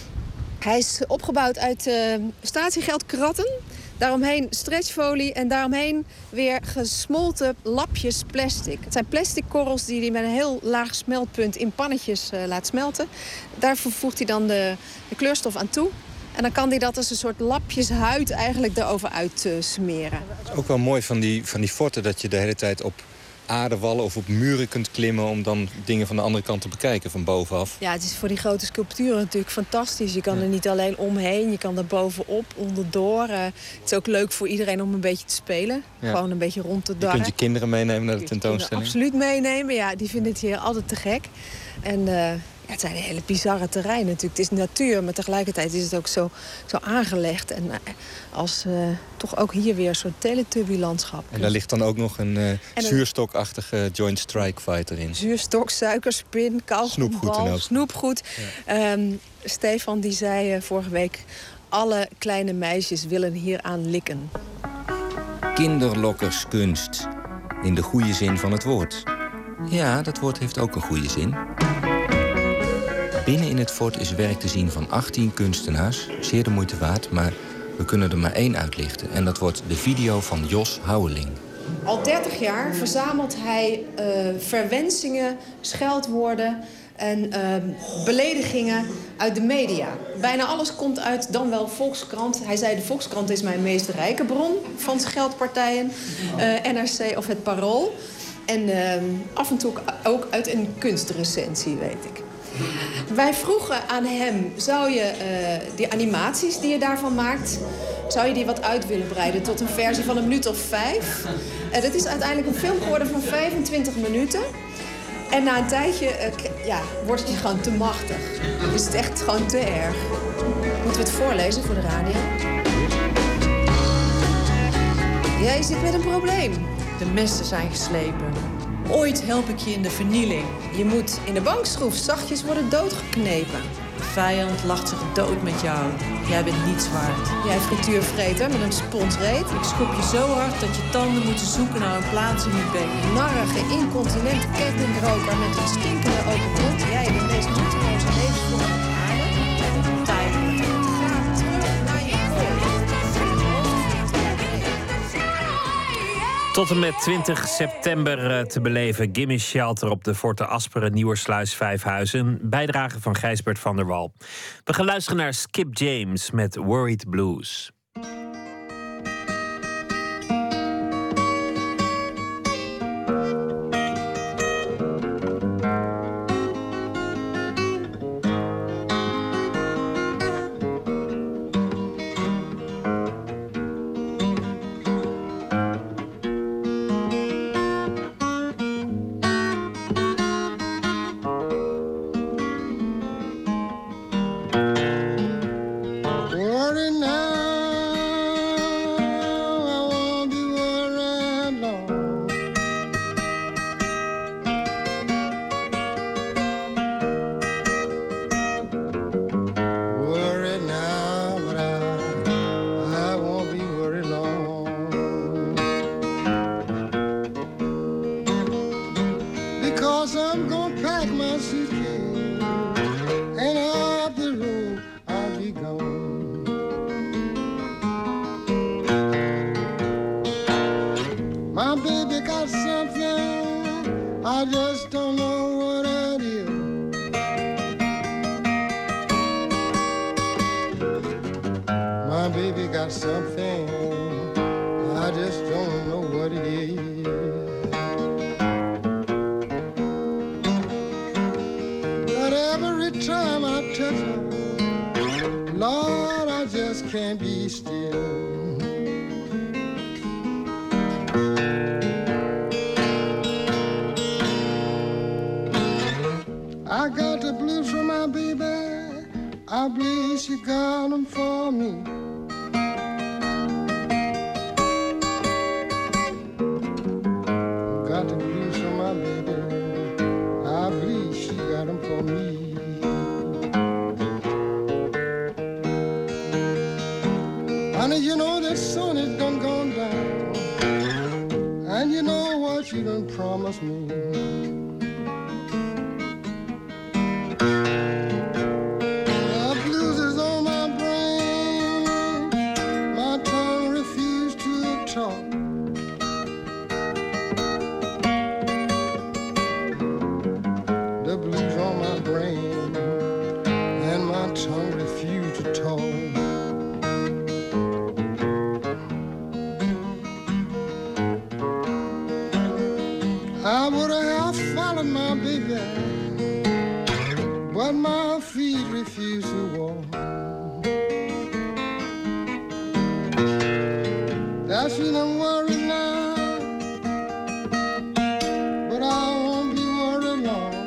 Hij is opgebouwd uit uh, statiegeldkratten, daaromheen stretchfolie en daaromheen weer gesmolten lapjes plastic. Het zijn plastic korrels die hij met een heel laag smeltpunt in pannetjes uh, laat smelten. Daar voegt hij dan de, de kleurstof aan toe. En dan kan hij dat als een soort lapjes huid eigenlijk erover uit uh, smeren. Het is ook wel mooi van die, van die forten dat je de hele tijd op aardewallen of op muren kunt klimmen om dan dingen van de andere kant te bekijken, van bovenaf. Ja, het is voor die grote sculpturen natuurlijk fantastisch. Je kan er niet alleen omheen, je kan er bovenop, onderdoor. Uh, het is ook leuk voor iedereen om een beetje te spelen. Ja. Gewoon een beetje rond te Je darren. kunt je kinderen meenemen naar de Je kunt tentoonstelling. absoluut meenemen, ja. Die vinden het hier altijd te gek. En uh, ja, het zijn hele bizarre terreinen natuurlijk. Het is natuur, maar tegelijkertijd is het ook zo, zo aangelegd. En uh, als uh, toch ook hier weer een soort Teletubby-landschap. En daar ligt dan ook nog een uh, een- zuurstokachtige Joint Strike Fighter in. Zuurstok, suikerspin, Snoepgoed en kauwgombal, ook. snoepgoed. Um, Stefan die zei uh, vorige week... alle kleine meisjes willen hier aan likken. Kinderlokkerskunst. In de goede zin van het woord. Ja, dat woord heeft ook een goede zin. Binnen in het fort is werk te zien van achttien kunstenaars. Zeer de moeite waard, maar we kunnen er maar één uitlichten. En dat wordt de video van Jos Houweling. Al dertig jaar verzamelt hij uh, verwensingen, scheldwoorden en uh, beledigingen uit de media. Bijna alles komt uit dan wel Volkskrant. Hij zei, de Volkskrant is mijn meest rijke bron van scheldpartijen. Uh, N R C of het Parool. En uh, af en toe ook uit een kunstrecensie, weet ik. Wij vroegen aan hem, zou je uh, die animaties die je daarvan maakt... zou je die wat uit willen breiden tot een versie van een minuut of vijf? Uh, dat is uiteindelijk een film geworden van vijfentwintig minuten. En na een tijdje uh, ja, wordt het gewoon te machtig. Is het echt gewoon te erg. Moeten we het voorlezen voor de radio? Jij zit met een probleem. De messen zijn geslepen. Ooit help ik je in de vernieling. Je moet in de bankschroef zachtjes worden doodgeknepen. De vijand lacht zich dood met jou. Jij bent niets waard. Jij frituurvreter met een sponsreet. Ik schop je zo hard dat je tanden moeten zoeken naar een plaats in je bek. Narrige, incontinente kettingroker met een stinkende open mond. Jij de meest nutteloze levensvorm op aarde. Tijdelijk. Ga terug naar je Tot en met twintig september te beleven. Gimme Shelter op de Forte Asperen, Nieuwersluis, Vijfhuizen. Een bijdrage van Gijsbert van der Wal. We gaan luisteren naar Skip James met Worried Blues. be gone. My baby got something, I just don't know what it is. My baby got something, I just don't know what it is. But every time I touch her, Lord, I just can't be still. I got the blues for my baby, I believe she got them for me. Got the blues for my baby, I believe she got them for me. Honey, you know that sun is done gone down, and you know what you done promised me. I would have followed my baby, but my feet refuse to walk. That's when I'm worried now, but I won't be worried long.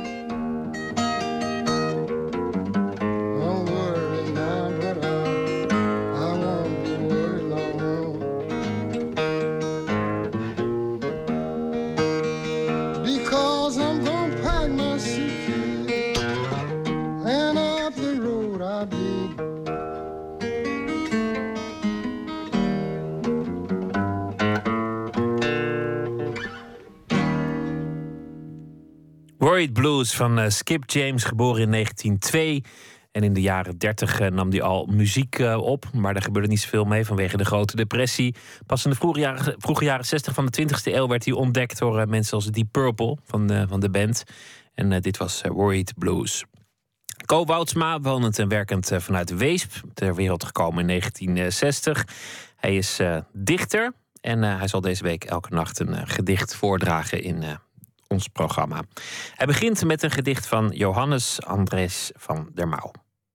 I'm worried now, but I, I won't be worried long. Because I'm gonna pack my suitcase and up the road I'll be. Worried Blues van uh, Skip James, geboren in negentien twee. En in de jaren dertig uh, nam hij al muziek uh, op. Maar daar gebeurde niet zoveel mee vanwege de grote depressie. Pas in de vroege jaren, vroege jaren zestig van de twintigste eeuw werd hij ontdekt door uh, mensen als Deep Purple van, uh, van de band. En uh, dit was uh, Worried Blues. Co Woudsma, wonend en werkend uh, vanuit Weesp, ter wereld gekomen in negentien zestig. Hij is uh, dichter en uh, hij zal deze week elke nacht een uh, gedicht voordragen in uh, ons programma. Hij begint met een gedicht van Johannes Andres van der Mouw.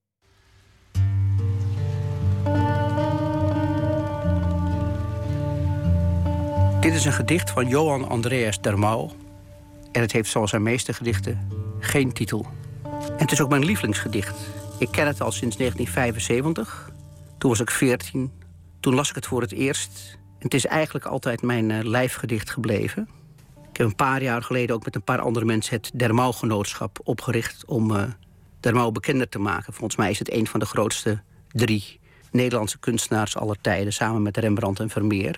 Dit is een gedicht van Johan Andreas der Mouw. En het heeft zoals zijn meeste gedichten geen titel. En het is ook mijn lievelingsgedicht. Ik ken het al sinds negentien vijfenzeventig. Toen was ik veertien. Toen las ik het voor het eerst. En het is eigenlijk altijd mijn uh, lijfgedicht gebleven. Ik heb een paar jaar geleden ook met een paar andere mensen het Der Mouw-genootschap opgericht om uh, Der Mouw bekender te maken. Volgens mij is het een van de grootste drie Nederlandse kunstenaars aller tijden, samen met Rembrandt en Vermeer.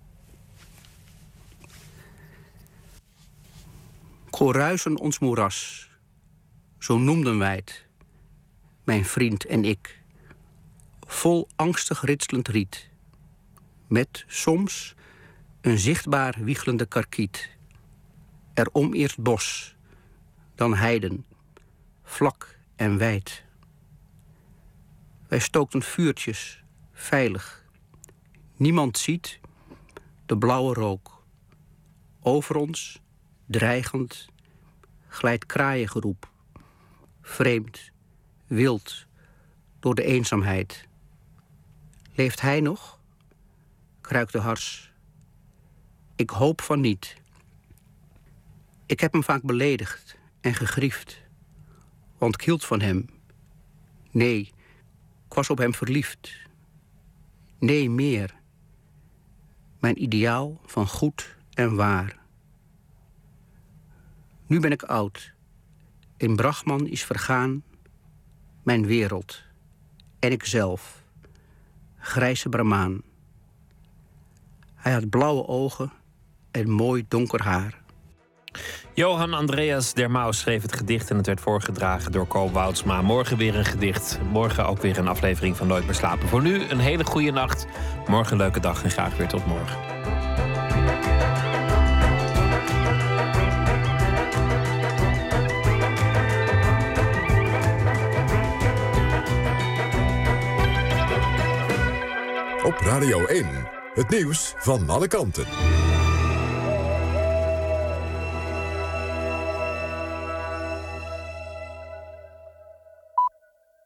Koruisen ons moeras, zo noemden wij het, mijn vriend en ik, vol angstig ritselend riet, met soms een zichtbaar wiegelende karkiet. Erom eerst bos, dan heiden, vlak en wijd. Wij stookten vuurtjes, veilig. Niemand ziet de blauwe rook. Over ons, dreigend, glijdt kraaiengeroep. Vreemd, wild, door de eenzaamheid. Leeft hij nog? Kruikte hars. Ik hoop van niet. Ik heb hem vaak beledigd en gegriefd. Want ik hield van hem. Nee, ik was op hem verliefd. Nee, meer. Mijn ideaal van goed en waar. Nu ben ik oud. In Brachman is vergaan mijn wereld. En ikzelf. Grijze Brahmaan. Hij had blauwe ogen en mooi donker haar. Johan Andreas Dermau schreef het gedicht en het werd voorgedragen door Ko Woudsma. Morgen weer een gedicht. Morgen ook weer een aflevering van Nooit meer slapen. Voor nu een hele goede nacht. Morgen een leuke dag en graag weer tot morgen. Op Radio één, het nieuws van alle kanten.